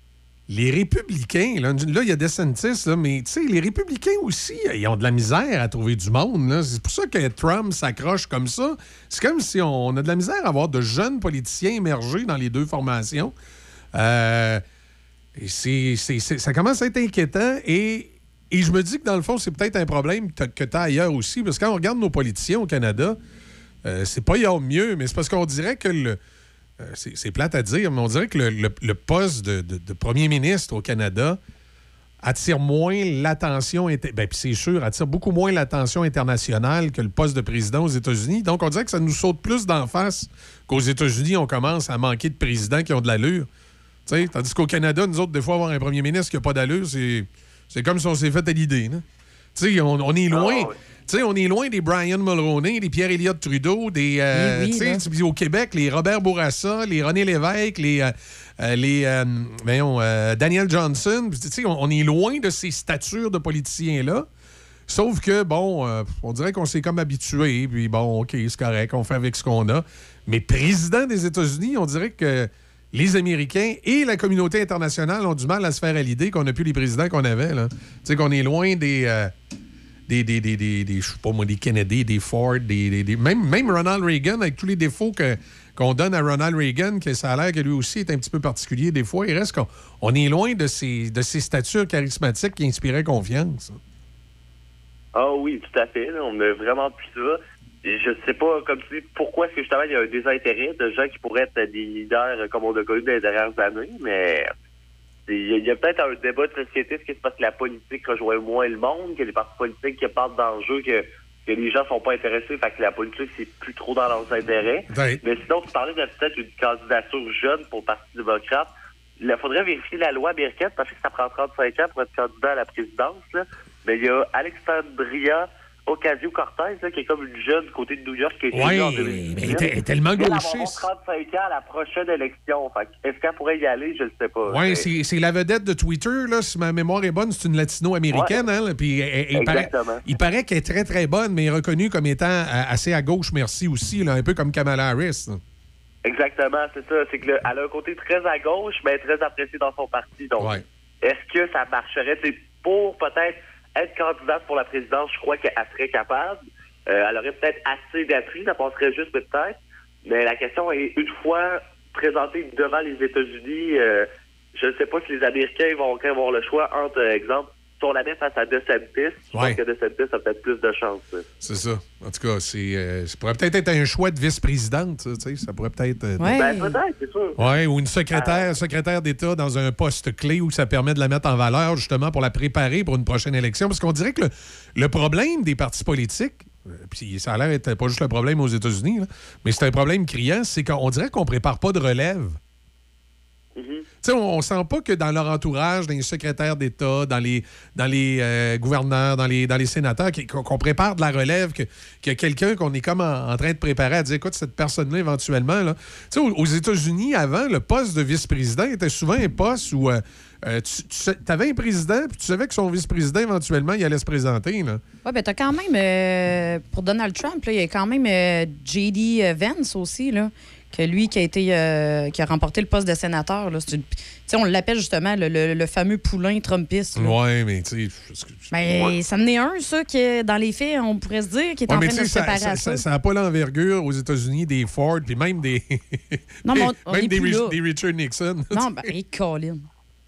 les républicains, là, là, il y a DeSantis, là, mais tu sais, les républicains aussi, ils ont de la misère à trouver du monde. Là. C'est pour ça que Trump s'accroche comme ça. C'est comme si on a de la misère à avoir de jeunes politiciens émergés dans les deux formations. Euh, et c'est, c'est, c'est, ça commence à être inquiétant et, et je me dis que dans le fond, c'est peut-être un problème que tu as ailleurs aussi, parce que quand on regarde nos politiciens au Canada, euh, c'est pas y a mieux, mais c'est parce qu'on dirait que le... Euh, c'est, c'est plate à dire, mais on dirait que le, le, le poste de, de, de premier ministre au Canada attire moins l'attention, inter... ben, puis c'est sûr, attire beaucoup moins l'attention internationale que le poste de président aux États-Unis. Donc, on dirait que ça nous saute plus d'en face qu'aux États-Unis, on commence à manquer de présidents qui ont de l'allure. T'sais, tandis qu'au Canada, nous autres, des fois, avoir un premier ministre qui n'a pas d'allure, c'est, c'est comme si on s'est fait à l'idée. On, on est loin... Oh, oui. Tu sais, on est loin des Brian Mulroney, des Pierre Elliott Trudeau, des. Euh, oui, oui, tu sais, au Québec, les Robert Bourassa, les René Lévesque, les. Euh, les euh, voyons, euh, Daniel Johnson. Tu sais, on, on est loin de ces statures de politiciens-là. Sauf que, bon, euh, on dirait qu'on s'est comme habitué. Puis, bon, OK, c'est correct, on fait avec ce qu'on a. Mais président des États-Unis, on dirait que les Américains et la communauté internationale ont du mal à se faire à l'idée qu'on n'a plus les présidents qu'on avait. Tu sais, qu'on est loin des. Euh, Des, des, des, des, des, je sais pas moi, des Kennedy, des Ford, des, des, des, même, même Ronald Reagan, avec tous les défauts que, qu'on donne à Ronald Reagan, que ça a l'air que lui aussi est un petit peu particulier des fois. Il reste qu'on on est loin de ces, de ces statures charismatiques qui inspiraient confiance. Ah oui, tout à fait. Là, on n'a vraiment plus ça. Et je sais pas, comme tu dis, pourquoi est-ce que justement il y a un désintérêt de gens qui pourraient être des leaders comme on a connu dans les dernières années, mais... Il y a peut-être un débat de société, est-ce que c'est parce que la politique rejoint moins le monde, que les partis politiques qui parlent d'enjeux, que, que les gens sont pas intéressés, fait que la politique, c'est plus trop dans leurs intérêts. Oui. Mais sinon, tu parlais de peut-être une candidature jeune pour le Parti démocrate. Il faudrait vérifier la loi américaine, parce que ça prend trente-cinq ans pour être candidat à la présidence. Là. Mais il y a Alexandria Ocasio-Cortez, là, qui est comme une jeune du côté de New York, qui est oui, en deux mille dix-huit. Elle est tellement gauchiste. Elle va avoir trente-cinq ans à la prochaine élection. Fait que est-ce qu'elle pourrait y aller? Je ne sais pas. Oui, c'est, c'est la vedette de Twitter, là, si ma mémoire est bonne, c'est une latino-américaine. Ouais. Hein, puis elle, elle, il, paraît, il paraît qu'elle est très, très bonne, mais reconnue comme étant assez à gauche, merci aussi, là, un peu comme Kamala Harris. Là. Exactement, c'est ça. C'est qu'elle a un côté très à gauche, mais très apprécié dans son parti. Donc, ouais. Est-ce que ça marcherait? C'est pour peut-être être candidate pour la présidence, je crois qu'elle serait capable. Euh, elle aurait peut-être assez d'appui, ça passerait juste peut-être. Mais la question est, une fois présentée devant les États-Unis, euh, je ne sais pas si les Américains vont quand même avoir le choix entre, euh, exemple, si on la met face à DeSantis, je ouais. pense que DeSantis a peut-être plus de chance. Ça. C'est ça. En tout cas, c'est, euh, ça pourrait peut-être être un choix de vice-présidente, ça, tu sais, ça pourrait peut-être... Euh, ouais. Ben, peut-être, c'est sûr. Oui, ou une secrétaire, euh... secrétaire d'État dans un poste clé où ça permet de la mettre en valeur, justement, pour la préparer pour une prochaine élection. Parce qu'on dirait que le, le problème des partis politiques, euh, puis ça a l'air d'être pas juste le problème aux États-Unis, là, mais c'est un problème criant, c'est qu'on dirait qu'on prépare pas de relève. Mm-hmm. On ne sent pas que dans leur entourage, dans les secrétaires d'État, dans les, dans les euh, gouverneurs, dans les, dans les sénateurs, qu'on prépare de la relève, que, qu'il y a quelqu'un qu'on est comme en, en train de préparer à dire, écoute, cette personne-là, éventuellement. Là. Aux, aux États-Unis, avant, le poste de vice-président était souvent un poste où euh, tu, tu avais un président, puis tu savais que son vice-président, éventuellement, il allait se présenter. Oui, bien, tu as quand même, euh, pour Donald Trump, il y a quand même euh, J D Vance aussi, là. Que lui qui a été euh, qui a remporté le poste de sénateur. Là, c'est une... On l'appelle justement le, le, le fameux poulain trumpiste. Oui, mais tu sais... Ben, ouais. Ça en est un, ça, qui, dans les faits, on pourrait se dire, qui est ouais, en train de se préparer ça, à ça. Ça n'a pas l'envergure aux États-Unis des Ford, puis même des... non, mais on, on même des, Rich, des Richard Nixon. Non, ben, et Colin.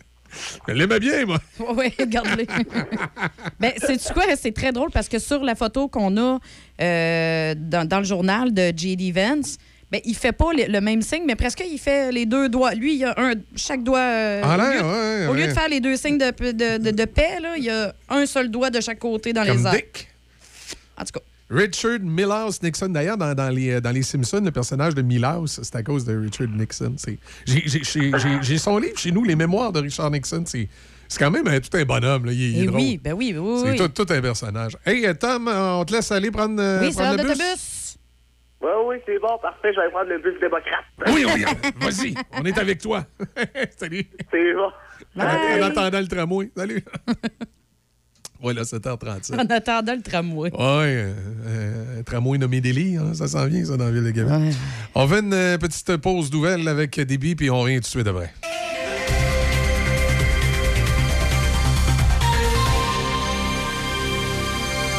Je l'aimais bien, moi. Oui, regarde-le. Ben, sais-tu quoi? C'est très drôle parce que sur la photo qu'on a euh, dans, dans le journal de J D Vance, ben, il fait pas le, le même signe, mais presque il fait les deux doigts. Lui, il y a un, chaque doigt. Euh, ah, au là, lieu, ouais, au ouais. lieu de faire les deux signes de, de, de, de paix, là, il y a un seul doigt de chaque côté dans Comme les airs. Dick. En tout cas. Richard Milhouse Nixon. D'ailleurs, dans, dans, les, dans les Simpsons, le personnage de Milhouse, c'est à cause de Richard Nixon. C'est, j'ai, j'ai, j'ai, j'ai, j'ai son livre chez nous, Les Mémoires de Richard Nixon. C'est, c'est quand même un, tout un bonhomme. Là. Il, il est drôle. Oui, ben oui, oui, c'est oui. Tout, tout un personnage. Hey, Tom, on te laisse aller prendre, oui, prendre c'est le bus. bus. Oui, oui, c'est bon, parfait. Je vais prendre le bus démocrate. Oui, oui, vas-y. On est avec toi. Salut. C'est bon. En, en attendant le tramway. Salut. Oui, là, sept heures trente-sept. En attendant le tramway. Oui, euh, euh, un tramway nommé Déli, hein, ça s'en vient, ça, dans la ville de Québec. Ouais. On fait une euh, petite pause nouvelle avec Déby, puis on revient tout de suite après.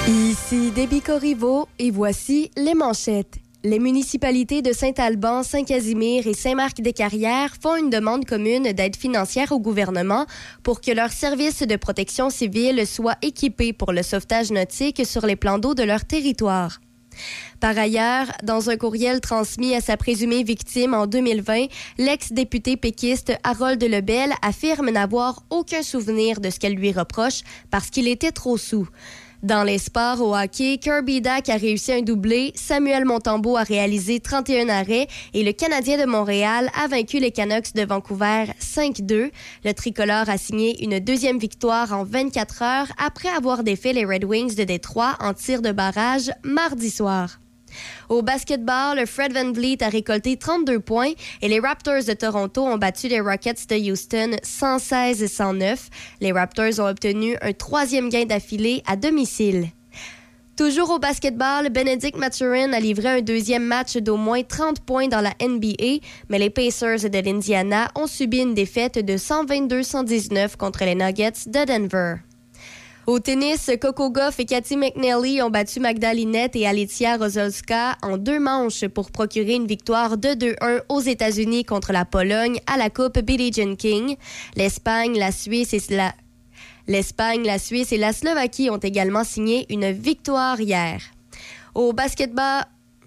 Ici Déby Corriveau et voici les manchettes. Les municipalités de Saint-Alban, Saint-Casimir et Saint-Marc-des-Carrières font une demande commune d'aide financière au gouvernement pour que leurs services de protection civile soient équipés pour le sauvetage nautique sur les plans d'eau de leur territoire. Par ailleurs, dans un courriel transmis à sa présumée victime en deux mille vingt, l'ex-député péquiste Harold Lebel affirme n'avoir aucun souvenir de ce qu'elle lui reproche parce qu'il était trop saoul. Dans les sports au hockey, Kirby Dack a réussi un doublé, Samuel Montembeault a réalisé trente et un arrêts et le Canadien de Montréal a vaincu les Canucks de Vancouver cinq deux. Le tricolore a signé une deuxième victoire en vingt-quatre heures après avoir défait les Red Wings de Détroit en tir de barrage mardi soir. Au basketball, le Fred VanVleet a récolté trente-deux points et les Raptors de Toronto ont battu les Rockets de Houston cent seize à cent neuf. Les Raptors ont obtenu un troisième gain d'affilée à domicile. Toujours au basketball, Benedict Mathurin a livré un deuxième match d'au moins trente points dans la N B A, mais les Pacers de l'Indiana ont subi une défaite de cent vingt-deux à cent dix-neuf contre les Nuggets de Denver. Au tennis, Coco Gauff et Cathy McNally ont battu Magda Linette et Alicia Rozolska en deux manches pour procurer une victoire de deux un aux États-Unis contre la Pologne à la Coupe Billie Jean King. L'Espagne, la Suisse et la... L'Espagne, la Suisse et la Slovaquie ont également signé une victoire hier. Au basketball...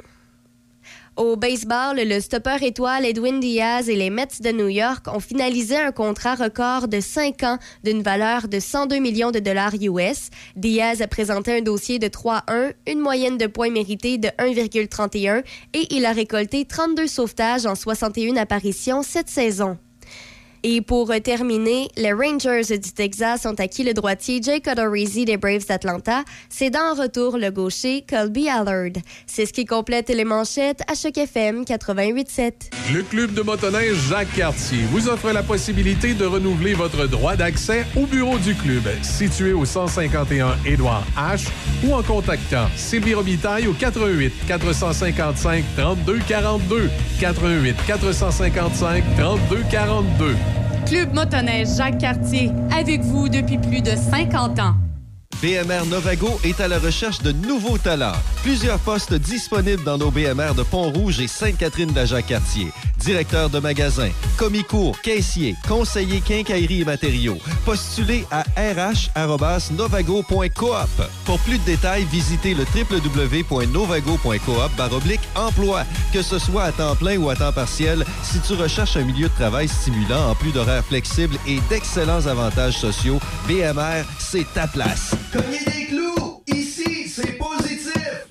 Au baseball, le stoppeur étoile Edwin Diaz et les Mets de New York ont finalisé un contrat record de cinq ans d'une valeur de cent deux millions de dollars U S. Diaz a présenté un dossier de trois un, une moyenne de points mérités de un virgule trente et un et il a récolté trente-deux sauvetages en soixante et une apparitions cette saison. Et pour terminer, les Rangers du Texas ont acquis le droitier Jake Odorizzi des Braves d'Atlanta, cédant en retour le gaucher Colby Allard. C'est ce qui complète les manchettes à Choc F M quatre-vingt-huit sept. Le club de motoneige Jacques Cartier vous offre la possibilité de renouveler votre droit d'accès au bureau du club, situé au cent cinquante et un Édouard H, ou en contactant Sylvie Robitaille au quatre-vingt-huit quatre cent cinquante-cinq trente-deux quarante-deux, quatre-vingt-huit quatre cent cinquante-cinq trente-deux quarante-deux. Club motoneige Jacques Cartier, avec vous depuis plus de cinquante ans. B M R Novago est à la recherche de nouveaux talents. Plusieurs postes disponibles dans nos B M R de Pont-Rouge et Sainte-Catherine-de-la-Jacques-Cartier. Directeur de magasin, commis-cours, caissier, conseiller quincaillerie et matériaux. Postulez à r h arobase novago point coop. Pour plus de détails, visitez le w w w point novago point coop barre oblique emploi. Que ce soit à temps plein ou à temps partiel, si tu recherches un milieu de travail stimulant en plus d'horaires flexibles et d'excellents avantages sociaux, B M R, c'est ta place. Cognez des clous! Ici, c'est positif!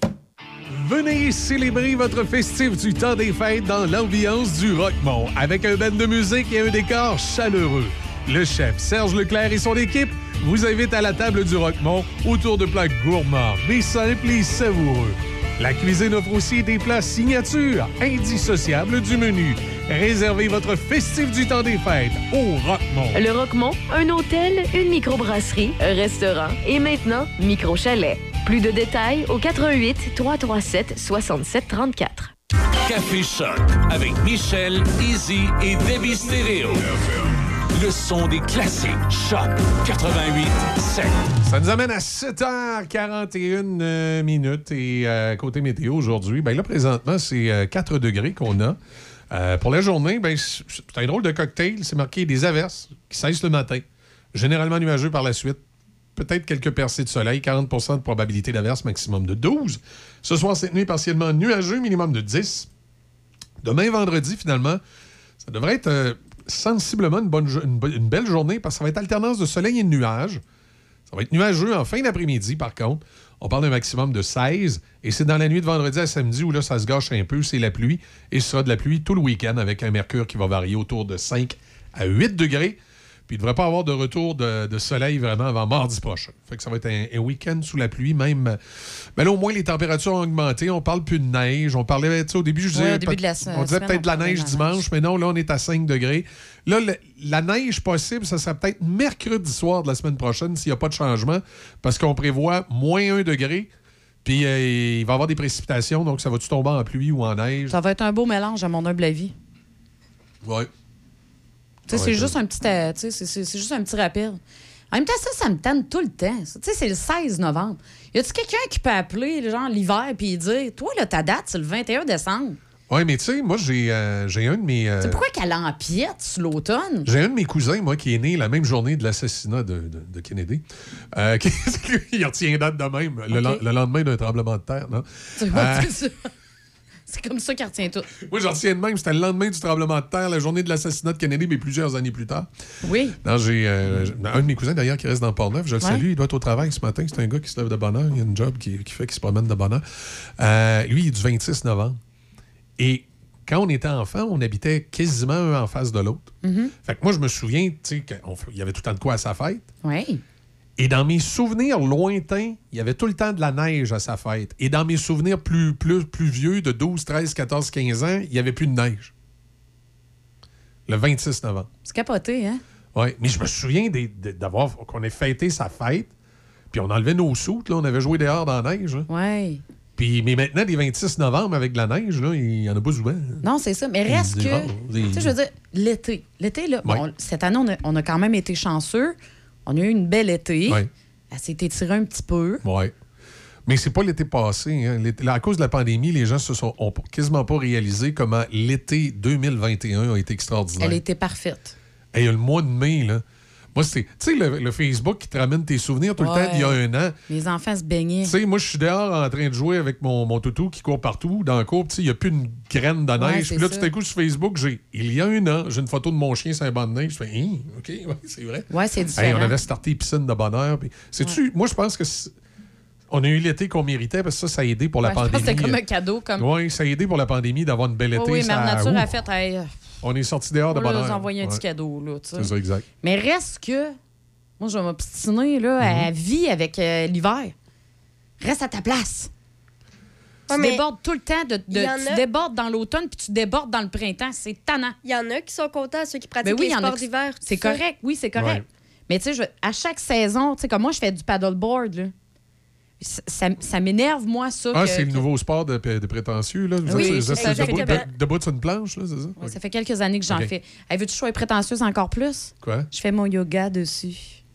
Venez célébrer votre festif du temps des fêtes dans l'ambiance du Roquemont avec un band de musique et un décor chaleureux. Le chef Serge Leclerc et son équipe vous invitent à la table du Roquemont autour de plats gourmands, mais simples et savoureux. La cuisine offre aussi des plats signatures, indissociables du menu. Réservez votre festif du temps des fêtes au Roquemont. Le Roquemont, un hôtel, une microbrasserie, un restaurant et maintenant micro-chalet. Plus de détails au quatre-vingt-huit trois cent trente-sept soixante-sept trente-quatre. Café Choc avec Michel, Izzy et Déby Stéréo. Le son des classiques. Choc quatre-vingt-huit sept. Ça nous amène à sept heures quarante et une euh, minutes. Et euh, côté météo aujourd'hui, ben là, présentement, c'est euh, quatre degrés qu'on a. Euh, pour la journée, ben, c'est un drôle de cocktail. C'est marqué des averses qui cessent le matin. Généralement nuageux par la suite. Peut-être quelques percées de soleil. quarante pour cent de probabilité d'averse, maximum de douze. Ce soir, cette nuit, partiellement nuageux, minimum de dix. Demain, vendredi, finalement, ça devrait être euh, sensiblement une, bonne, une, une belle journée parce que ça va être alternance de soleil et de nuages. Ça va être nuageux en fin d'après-midi, par contre. On parle d'un maximum de seize. Et c'est dans la nuit de vendredi à samedi où là, ça se gâche un peu. C'est la pluie. Et ce sera de la pluie tout le week-end avec un mercure qui va varier autour de cinq à huit degrés. Puis il ne devrait pas avoir de retour de, de soleil vraiment avant mardi prochain. Fait que ça va être un, un week-end sous la pluie. Même, ben là, au moins, les températures ont augmenté. On parle plus de neige. On parlait, tu sais, au début, je disais, ouais, au début de la on disait peut-être de la neige dimanche, neige. mais non, là, on est à cinq degrés. Là, le, la neige possible, ça serait peut-être mercredi soir de la semaine prochaine s'il n'y a pas de changement, parce qu'on prévoit moins un degré. Puis euh, il va y avoir des précipitations, donc ça va-tu tomber en pluie ou en neige? Ça va être un beau mélange, à mon humble avis. Oui. Tu sais, c'est juste un petit, euh, tu sais, c'est, c'est, c'est juste un petit rappel. En même temps, ça, ça me tente tout le temps. Tu sais, c'est le seize novembre. Y a-tu quelqu'un qui peut appeler, genre, l'hiver, puis dire, toi, là, ta date, c'est le vingt et un décembre? Oui, mais tu sais, moi, j'ai euh, j'ai un de mes... Euh, c'est pourquoi qu'elle empiète sur l'automne? J'ai un de mes cousins, moi, qui est né la même journée de l'assassinat de, de, de Kennedy. Euh, qui, il retient date de même, okay. le, le lendemain d'un tremblement de terre, non? C'est euh, ça. C'est comme ça qu'il retient tout. Moi, j'en retiens de même. C'était le lendemain du tremblement de terre, la journée de l'assassinat de Kennedy, mais plusieurs années plus tard. Oui. Non, j'ai euh, un de mes cousins, d'ailleurs, qui reste dans Port-Neuf. Je le ouais. salue. Il doit être au travail ce matin. C'est un gars qui se lève de bonne heure. Il a une job qui, qui fait qu'il se promène de bonne heure. Euh, lui, il est du vingt-six novembre. Et quand on était enfant, on habitait quasiment un en face de l'autre. Mm-hmm. Fait que moi, je me souviens, tu sais, qu'il y avait tout le temps de quoi à sa fête. Oui. Et dans mes souvenirs lointains, il y avait tout le temps de la neige à sa fête. Et dans mes souvenirs plus, plus, plus vieux, de douze, treize, quatorze, quinze ans, il n'y avait plus de neige. Le vingt-six novembre. C'est capoté, hein? Oui, mais je me souviens des, des, d'avoir qu'on ait fêté sa fête, puis on enlevait nos soutes, là, on avait joué dehors dans la neige. Oui. Puis, mais maintenant, les vingt-six novembre avec de la neige, là, il n'y en a pas souvent. Non, c'est ça. Mais reste des que... des... Tu sais, je veux dire, l'été. L'été, là, ouais. bon, cette année, on a, on a quand même été chanceux. On a eu une belle été. Ouais. Elle s'est étirée un petit peu. Oui. Mais c'est pas l'été passé. Hein. L'été, à cause de la pandémie, les gens se sont ont quasiment pas réalisé comment l'été deux mille vingt et un a été extraordinaire. Elle était parfaite. Et le mois de mai, là. Moi, c'est. Tu sais, le, le Facebook qui te ramène tes souvenirs tout ouais. le temps d'il y a un an. Les enfants se baignaient. Tu sais, moi, je suis dehors en train de jouer avec mon, mon toutou qui court partout dans le cours. Tu sais, il n'y a plus une graine de neige. Puis là, ça. Tout à coup, sur Facebook, j'ai. Il y a un an, j'ai une photo de mon chien sur un banc de neige. Je fais, hein, OK, ouais, c'est vrai. Ouais, c'est différent. Hey, on avait starté piscine de bonheur. Puis, sais-tu, ouais. moi, je pense que. On a eu l'été qu'on méritait parce que ça, ça a aidé pour la ouais, pandémie. C'était comme un cadeau. Comme... Oui, ça a aidé pour la pandémie d'avoir une belle été. Oh, oui, ça... Mère Nature a fait. Hey, on est sorti dehors de bonne heure. On nous a envoyé un ouais. petit cadeau. Là, c'est ça, exact. Mais reste que. Moi, je vais m'obstiner là, mm-hmm. à vie avec euh, l'hiver. Reste à ta place. Ouais, tu débordes tout le temps. De, de, tu a... débordes dans l'automne puis tu débordes dans le printemps. C'est tannant. Il y en a qui sont contents, ceux qui pratiquent oui, les sports qui... d'hiver. C'est correct. Oui, c'est correct. Ouais. Mais tu sais, je... à chaque saison, tu sais, comme moi, je fais du paddleboard. Là. Ça, ça, ça m'énerve, moi, ça. Ah, que, c'est que... le nouveau sport de, de prétentieux, là. Vous oui, êtes, c'est ça, debout, de, debout sur une planche, là, c'est ça? Oui, okay. Ça fait quelques années que j'en okay. fais. Hey, veux-tu que je sois prétentieuse encore plus? Quoi? Je fais mon yoga dessus.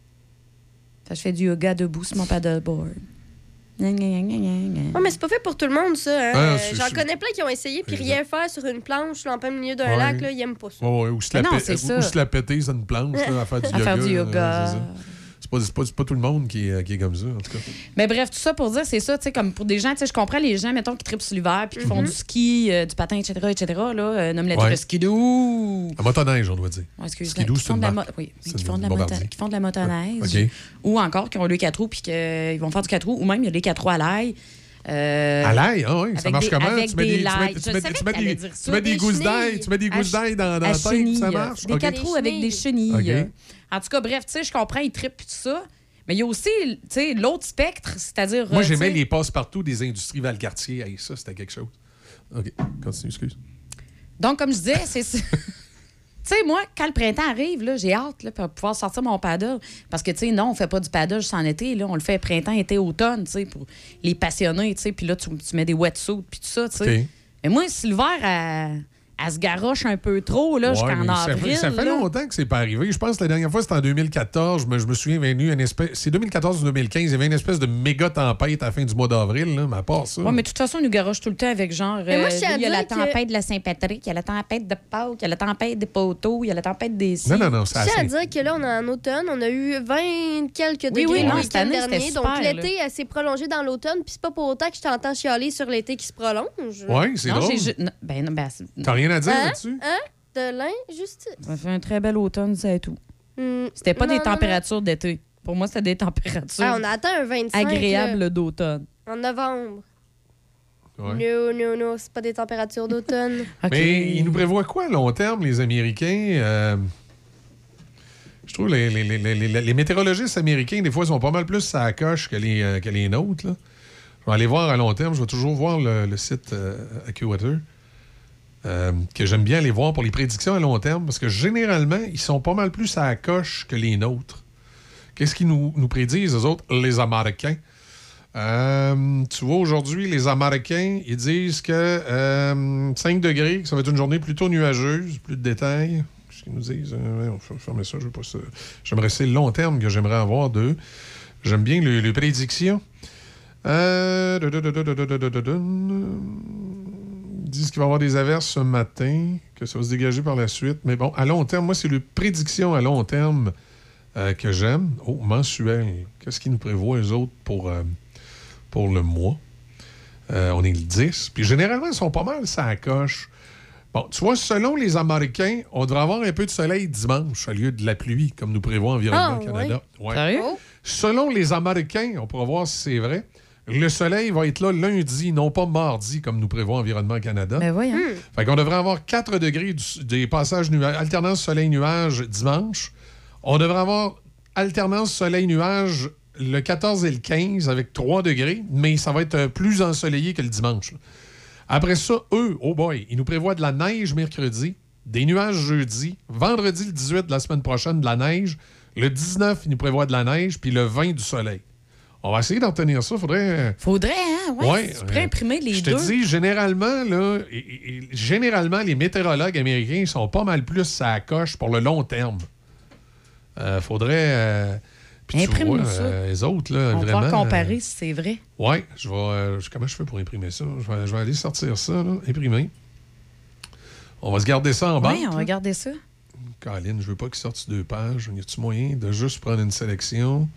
Fait, je fais du yoga debout sur mon paddleboard. Oui, mais c'est pas fait pour tout le monde, ça. Hein? Ah, J'en sûr. connais plein qui ont essayé, puis rien faire sur une planche, là, en plein milieu d'un ouais. lac, là, ils aiment pas ça. Ouais, ouais, ou se la, non, pé- ou se la péter sur une planche, là, à faire du à yoga. Faire du yoga. Euh, c'est, pas, c'est, pas, c'est pas tout le monde qui est, qui est comme ça, en tout cas. Mais bref, tout ça pour dire, c'est ça, tu sais, comme pour des gens, tu sais, je comprends les gens, mettons, qui trippent sur l'hiver, puis qui mm-hmm. font du ski, euh, du patin, et cetera, et cetera, là, euh, nomme-le ouais. le skidoo. La motoneige, on doit dire. Ouais, skidoo, c'est une marque. Oui, qui font, de la moto- qui font de la motoneige. Okay. Ou encore, qui ont le quatre roues, puis qu'ils vont faire du quatre roues, ou même, il y a les quatre roues à l'ail. Euh, à l'ail, ah oui, ça marche des, comment? Avec tu mets des, des tu mets, tu mets, tu mets des, tu mets des gousses d'ail, tu mets des gousses d'ail dans, dans la tête, ça marche? Des okay. quatre roues avec des chenilles. Okay. En tout cas, bref, tu sais, je comprends, ils trippent tout ça. Mais il y a aussi, tu sais, l'autre spectre, c'est-à-dire... Moi, j'aimais t'sais... les passe-partout des industries Valcartier. Hey, ça, c'était quelque chose. OK, continue, excuse. Donc, comme je disais, c'est ça. Tu sais, moi, quand le printemps arrive, là, j'ai hâte là, pour pouvoir sortir mon paddle. Parce que, tu sais, non, on fait pas du paddle juste en été. Là, on le fait printemps, été, automne, tu sais, pour les passionnés, tu sais. Puis là, tu, tu mets des wetsuits, puis tout ça, tu sais. Okay. Mais moi, si l'hiver, elle, elle se garoche un peu trop, là, ouais, jusqu'en avril. Ça fait, ça fait là. longtemps que c'est pas arrivé. Je pense que la dernière fois, c'était en deux mille quatorze. Je me, je me souviens, il y avait une espèce... C'est deux mille quatorze ou deux mille quinze. Il y avait une espèce de méga tempête à la fin du mois d'avril, là, mais à part ça... Oui, mais de toute façon, on nous garoche tout le temps avec genre... Mais moi, euh, il y a la que... tempête de la Saint-Patrick, il y a la tempête de Pâques, il y a la tempête des poteaux, il y a la tempête des... Non, non, non, c'est assez... Je tiens à dire que là, on est en automne, on a eu vingt quelques degrés oui, oui, le non, week-end dernier. Super, donc, l'été, elle s'est prolongée dans l'automne, puis c'est pas pour autant que je t'entends chialer sur l'été qui se prolonge. Oui, c'est non, drôle. J'ai... Non, ben, non, ben, t'as rien à dire hein? là-dessus? Hein? De l'injustice. Ça fait un très bel automne, c'est tout. Mm. C'était pas non, des non, températures non. d'été. Pour moi, c'était des températures ah, on a atteint un vingt-cinq agréables là, d'automne. En novembre. Ouais. Non, non, non, c'est pas des températures d'automne. Okay. Mais ils nous prévoient quoi à long terme, les Américains? Euh... Je trouve les, les, les, les, les météorologistes américains, des fois, ils sont pas mal plus à la coche que les, euh, que les nôtres. Là. Je vais aller voir à long terme. Je vais toujours voir le, le site euh, AccuWeather. Euh, que j'aime bien aller voir pour les prédictions à long terme, parce que généralement, ils sont pas mal plus à la coche que les nôtres. Qu'est-ce qu'ils nous, nous prédisent, eux autres, les Américains? Euh, tu vois, aujourd'hui, les Américains, ils disent que euh, cinq degrés, que ça va être une journée plutôt nuageuse, plus de détails. qu'ils nous disent. Euh, on va fermer ça, je veux pas ça. J'aimerais c'est le long terme que j'aimerais avoir d'eux. J'aime bien les, les prédictions. Euh... Ils disent qu'il va y avoir des averses ce matin, que ça va se dégager par la suite. Mais bon, à long terme, moi, c'est les prédictions à long terme euh, que j'aime. Oh, mensuel. Qu'est-ce qu'ils nous prévoient, eux autres, pour, euh, pour le mois? Euh, on est le dix. Puis généralement, ils sont pas mal, ça coche. Bon, tu vois, selon les Américains, on devrait avoir un peu de soleil dimanche au lieu de la pluie, comme nous prévoit Environnement ah, Canada. Oui. Ouais. Sérieux? Selon les Américains, on pourra voir si c'est vrai, le soleil va être là lundi, non pas mardi, comme nous prévoit Environnement Canada. Ben voyons. Hmm. Fait qu'on devrait avoir quatre degrés du, des passages nuages, alternance soleil-nuage dimanche. On devrait avoir alternance soleil-nuage le quatorze et le quinze avec trois degrés, mais ça va être plus ensoleillé que le dimanche. Là. Après ça, eux, oh boy, ils nous prévoient de la neige mercredi, des nuages jeudi, vendredi le dix-huit de la semaine prochaine, de la neige, le dix-neuf, ils nous prévoient de la neige, puis le vingt du soleil. On va essayer d'en tenir ça. Faudrait. Faudrait, hein? Ouais. ouais tu pourrais euh, imprimer les je deux. Je te dis, généralement, là, et, et, généralement, les météorologues américains sont pas mal plus à la coche pour le long terme. Euh, faudrait. Euh, imprime ça. Euh, les autres, là, on vraiment. va comparer euh, si c'est vrai. Oui, je vais. Euh, comment je fais pour imprimer ça? Je vais, je vais aller sortir ça, là, imprimer. On va se garder ça en bas. Oui, on va garder ça. Caroline, je veux pas qu'il sorte sur deux pages. Y a-tu moyen de juste prendre une sélection?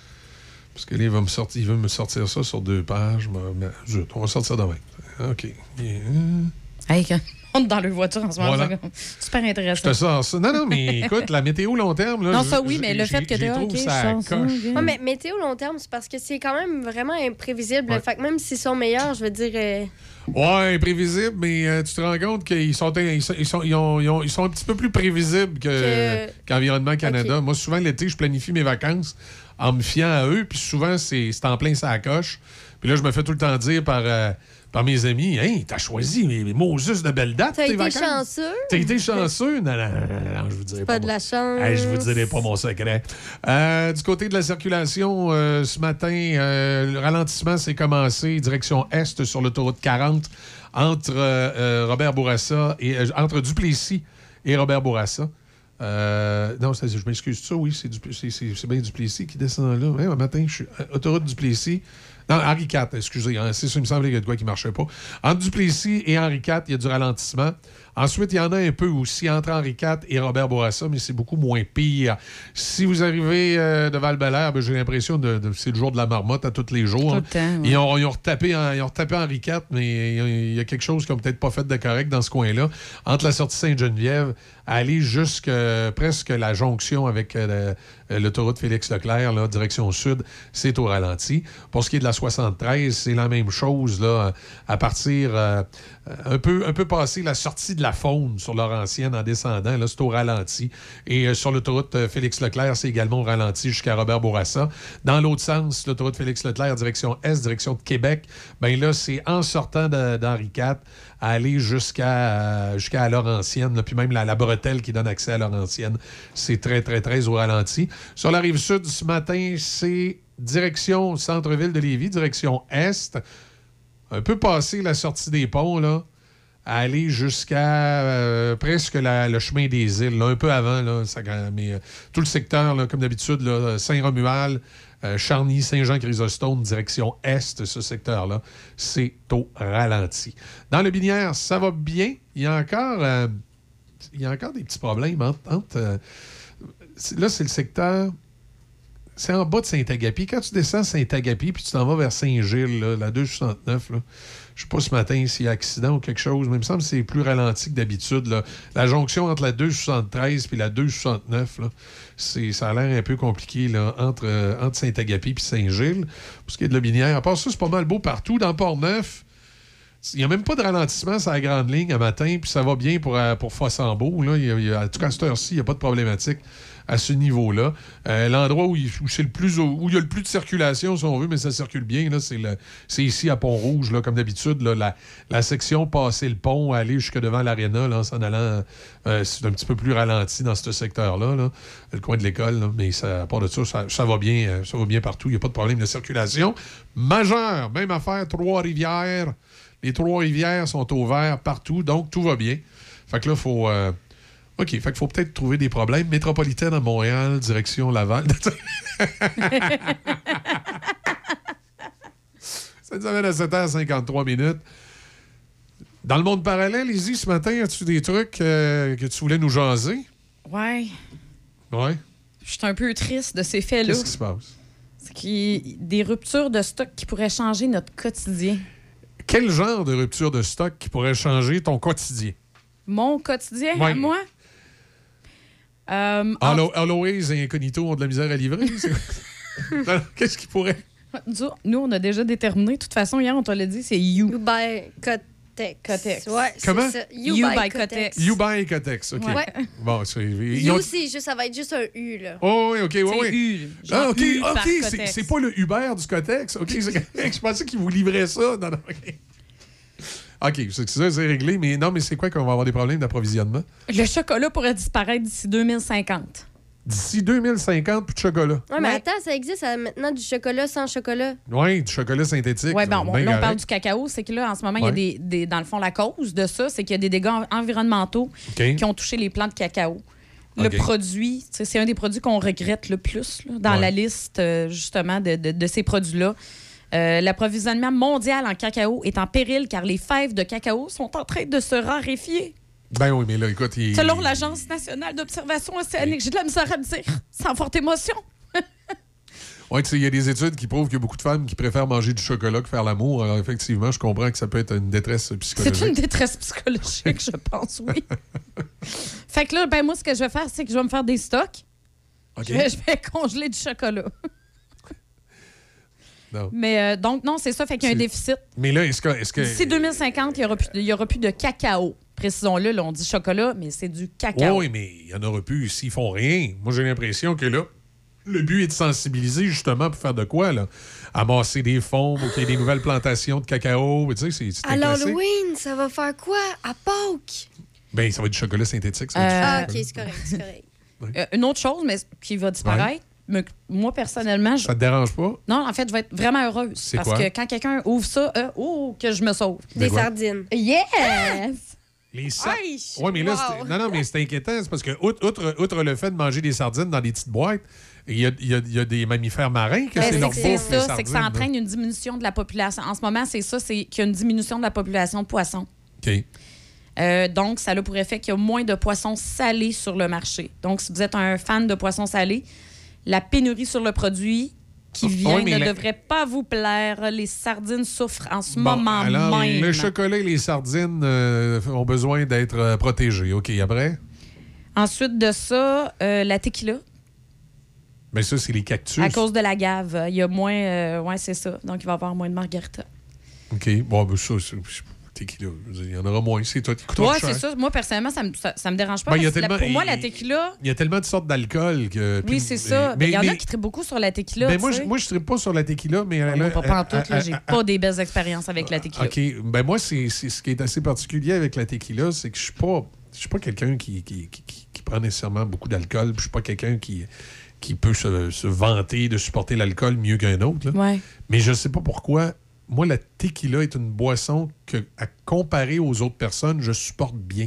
Parce que là, il, va me sortir, il veut me sortir ça sur deux pages. Mais, zut, on va sortir demain. OK. Yeah. Hey, quand on est dans leur voiture en ce moment, voilà. C'est super intéressant. Je te sors ça. Non, non, mais écoute, la météo long terme... Là, non, ça oui, mais le fait que tu as... OK, ça coche. Ouais, mais météo long terme, c'est parce que c'est quand même vraiment imprévisible. Ouais. Fait que même s'ils sont meilleurs, je veux dire... Euh... Ouais, imprévisible, mais euh, tu te rends compte qu'ils sont, ils sont, ils sont, ils ont, ils ont, ils sont un petit peu plus prévisibles que, que... qu'Environnement Canada. Okay. Moi, souvent, l'été, je planifie mes vacances en me fiant à eux, puis souvent, c'est, c'est en plein ça coche. Puis là, je me fais tout le temps dire par, euh, par mes amis, « Hey, t'as choisi mes, mes Moses de belles dates, t'as tes été vacances. chanceux? T'as été chanceux? » Non, non, non, non, non, je vous dirai pas. pas de mon... la chance. Hey, je vous dirai pas mon secret. Euh, du côté de la circulation, euh, ce matin, euh, le ralentissement s'est commencé direction est sur l'autoroute quarante entre euh, euh, Robert Bourassa et euh, entre Duplessis et Robert Bourassa. Euh, non, c'est, je m'excuse ça, oui, c'est, du, c'est, c'est, c'est bien Duplessis qui descend là. Ouais, un matin, je suis euh, autoroute Duplessis. Non, Henri quatre, excusez, hein, c'est ça, il me semblait qu'il y a de quoi qui ne marchait pas. Entre Duplessis et Henri quatre, il y a du ralentissement. Ensuite, il y en a un peu aussi entre Henri quatre et Robert Bourassa, mais c'est beaucoup moins pire. Si vous arrivez euh, de Val-Bélair, ben, j'ai l'impression de, de c'est le jour de la marmotte à tous les jours. Tout le temps, ouais. Ils ont, ils ont retapé, ils ont retapé Henri quatre, mais il y a quelque chose qu'ils n'ont peut-être pas fait de correct dans ce coin-là. Entre la sortie Sainte-Geneviève, aller jusqu'à presque la jonction avec euh, l'autoroute Félix-Leclerc, là, direction sud, c'est au ralenti. Pour ce qui est de la soixante-treize, c'est la même chose là, à partir euh, un peu, un peu passé la sortie de la Faune sur Laurentienne en descendant, là, c'est au ralenti. Et euh, sur l'autoroute euh, Félix-Leclerc, c'est également au ralenti jusqu'à Robert-Bourassa. Dans l'autre sens, l'autoroute Félix-Leclerc, direction est, direction de Québec, bien là, c'est en sortant de, d'Henri quatre à aller jusqu'à, euh, jusqu'à Laurentienne, là, puis même la, la bretelle qui donne accès à Laurentienne, c'est très, très, très au ralenti. Sur la rive sud, ce matin, c'est direction centre-ville de Lévis, direction est, un peu passé la sortie des ponts, là, à aller jusqu'à euh, presque la, le chemin des îles, là, un peu avant, là, ça, mais euh, tout le secteur, là, comme d'habitude, là, Saint-Romuald, euh, Charny, Saint-Jean-Chrysostome, direction est, ce secteur-là, c'est au ralenti. Dans le Binière, ça va bien. Il y a encore, euh, il y a encore des petits problèmes entre... entre euh, là, c'est le secteur... C'est en bas de Saint-Agapi. Quand tu descends Saint-Agapi puis tu t'en vas vers Saint-Gilles, là, la deux cent soixante-neuf, là, je ne sais pas ce matin s'il y a accident ou quelque chose, mais il me semble que c'est plus ralenti que d'habitude. Là. La jonction entre la deux soixante-treize et la deux soixante-neuf, là, c'est, ça a l'air un peu compliqué là, entre, euh, entre Saint-Agapi et Saint-Gilles. Pour ce qui est de la Binière, à part ça, c'est pas mal beau partout. Dans Port-Neuf, il n'y a même pas de ralentissement sur la grande ligne à matin, puis ça va bien pour, pour Fossambeau. Là. Il y a, il y a, en tout cas, à cette heure-ci, il n'y a pas de problématique à ce niveau-là. Euh, l'endroit où il, où, c'est le plus, où il y a le plus de circulation, si on veut, mais ça circule bien, là, c'est, le, c'est ici à Pont-Rouge, là, comme d'habitude. Là, la, la section passer le pont, aller jusque devant l'aréna, là, en s'en allant, euh, c'est un petit peu plus ralenti dans ce secteur-là, là, le coin de l'école. Là, mais ça, à part de ça, ça, ça va bien, ça va bien partout. Il n'y a pas de problème de circulation majeur. Même affaire, Trois-Rivières. Les Trois-Rivières sont au vert partout, donc tout va bien. Fait que là, il faut... Euh, OK, fait qu'il faut peut-être trouver des problèmes. Métropolitaine à Montréal, direction Laval. Ça nous amène à sept heures cinquante-trois minutes. Dans le monde parallèle, Izzy, ce matin, as-tu des trucs euh, que tu voulais nous jaser? Ouais. Ouais. Je suis un peu triste de ces faits-là. Qu'est-ce qui se passe? C'est qu'il y a des ruptures de stock qui pourraient changer notre quotidien. Quel genre de rupture de stock qui pourrait changer ton quotidien? Mon quotidien, Ouais. à moi? Euh, Allo- Always et Incognito ont de la misère à livrer? Non, qu'est-ce qui pourrait? Nous, nous, on a déjà déterminé. De toute façon, hier, on te l'a dit, c'est You. You by Cotex. Cotex. Ouais, c'est Comment? ça. You by Cotex. You buy Cotex, OK. Ouais. Bon, c'est... ils You ont- aussi, juste, ça va être juste un U, là. Oh, oui, OK, oui, C'est oui. U, Ah, genre OK, U OK, par c'est, Cotex. c'est pas le Uber du Cotex. OK, c'est- je pensais qu'ils vous livraient ça. Non, non, OK. OK, c'est ça, c'est réglé. Mais non, mais c'est quoi qu'on va avoir des problèmes d'approvisionnement? Le chocolat pourrait disparaître d'ici deux mille cinquante. D'ici deux mille cinquante, plus de chocolat. Ouais, mais attends, ça existe ça, maintenant du chocolat sans chocolat. Oui, du chocolat synthétique. Oui, bon, c'est bon, bien là, on parle correct. du cacao. C'est que là, en ce moment, il y Ouais. a des, des- Dans le fond, la cause de ça, c'est qu'il y a des dégâts en- environnementaux OK. qui ont touché les plants de cacao. Le OK. produit, tu sais, c'est un des produits qu'on regrette le plus là, dans Ouais. la liste, euh, justement, de, de- de ces produits-là. Euh, L'approvisionnement mondial en cacao est en péril car les fèves de cacao sont en train de se raréfier. Ben oui, mais là, écoute... Il... Selon l'Agence nationale d'observation océanique, j'ai de la misère à le dire, sans forte émotion. Oui, tu sais, il y a des études qui prouvent qu'il y a beaucoup de femmes qui préfèrent manger du chocolat que faire l'amour. Alors, effectivement, je comprends que ça peut être une détresse psychologique. C'est une détresse psychologique, je pense, oui. Fait que là, ben moi, ce que je vais faire, c'est que je vais me faire des stocks. OK. Je, vais, je vais congeler du chocolat. Non. Mais euh, donc, non, c'est ça, fait qu'il y a un C'est- déficit. Mais là, est-ce que... Est-ce que... D'ici deux mille cinquante, il n'y aura, plus- il y aura plus de cacao. Précisons-le, là, on dit chocolat, mais c'est du cacao. Oui, mais il y en aura plus s'ils font rien. Moi, j'ai l'impression que là, le but est de sensibiliser justement pour faire de quoi, là? Amasser des fonds pour qu'il y ait des nouvelles plantations de cacao. Tu sais, c'est, c'est À un classique. l'Halloween, ça va faire quoi? À Pâques? Ben, ça va être du chocolat synthétique. Ça va être Euh, du Ah, chocolat. OK, c'est correct, c'est correct. Euh, une autre chose, mais qui va disparaître, mais moi, personnellement, je... Ça te dérange pas? non, en fait, je vais être vraiment heureuse. C'est parce quoi? que quand quelqu'un ouvre ça, euh, oh, que je me sauve. Des quoi? sardines. Yes! Les sardines. Aïe! Oui, mais là, Wow. c'est- non, non, mais c'est inquiétant. C'est parce que, outre, outre, outre le fait de manger des sardines dans des petites boîtes, il y a, il y a- il y a des mammifères marins que Ben, c'est c'est leur que bouffe, c'est les ça, sardines. c'est que ça là. entraîne une diminution de la population. En ce moment, c'est ça, c'est qu'il y a une diminution de la population de poissons. OK. Euh, donc, ça a pour effet qu'il y a moins de poissons salés sur le marché. Donc, si vous êtes un fan de poissons salés, la pénurie sur le produit qui vient Oui, mais ne la- devrait pas vous plaire. Les sardines souffrent en ce Bon, moment alors, même. le chocolat et les sardines euh, ont besoin d'être euh, protégés. OK, après? Ensuite de ça, euh, la tequila. Mais ça, c'est les cactus. À cause de la gave, il y a moins... euh, ouais, c'est ça. Donc, il va y avoir moins de margarita. OK. Bon, ben ça, c'est... Tequila, je veux dire, il y en aura moins. C'est toi qui coûtera Ouais, cher. c'est ça. Moi, personnellement, ça me, ça, ça me dérange pas. Ben, il y a parce que la- tellement- pour moi, la il- tequila... Il y a tellement de sortes d'alcool que... Oui, puis- c'est ça. mais- Il y en a mais- qui trippent beaucoup sur la tequila. ben, tu moi, sais. je, moi, je ne pas sur la tequila, mais... elle Moi, a- pas, pas en tout, là, elle- j'ai elle- pas des belles expériences avec la tequila. OK. Ben moi, c'est c'est ce qui est assez particulier avec la tequila, c'est que je suis pas... Je suis pas quelqu'un qui, qui, qui, qui- qui prend nécessairement beaucoup d'alcool. puis Je suis pas quelqu'un qui, qui peut se, se vanter de supporter l'alcool mieux qu'un autre. là. Ouais. Mais je sais pas pourquoi. Moi, la tequila est une boisson que, à comparer aux autres personnes, je supporte bien.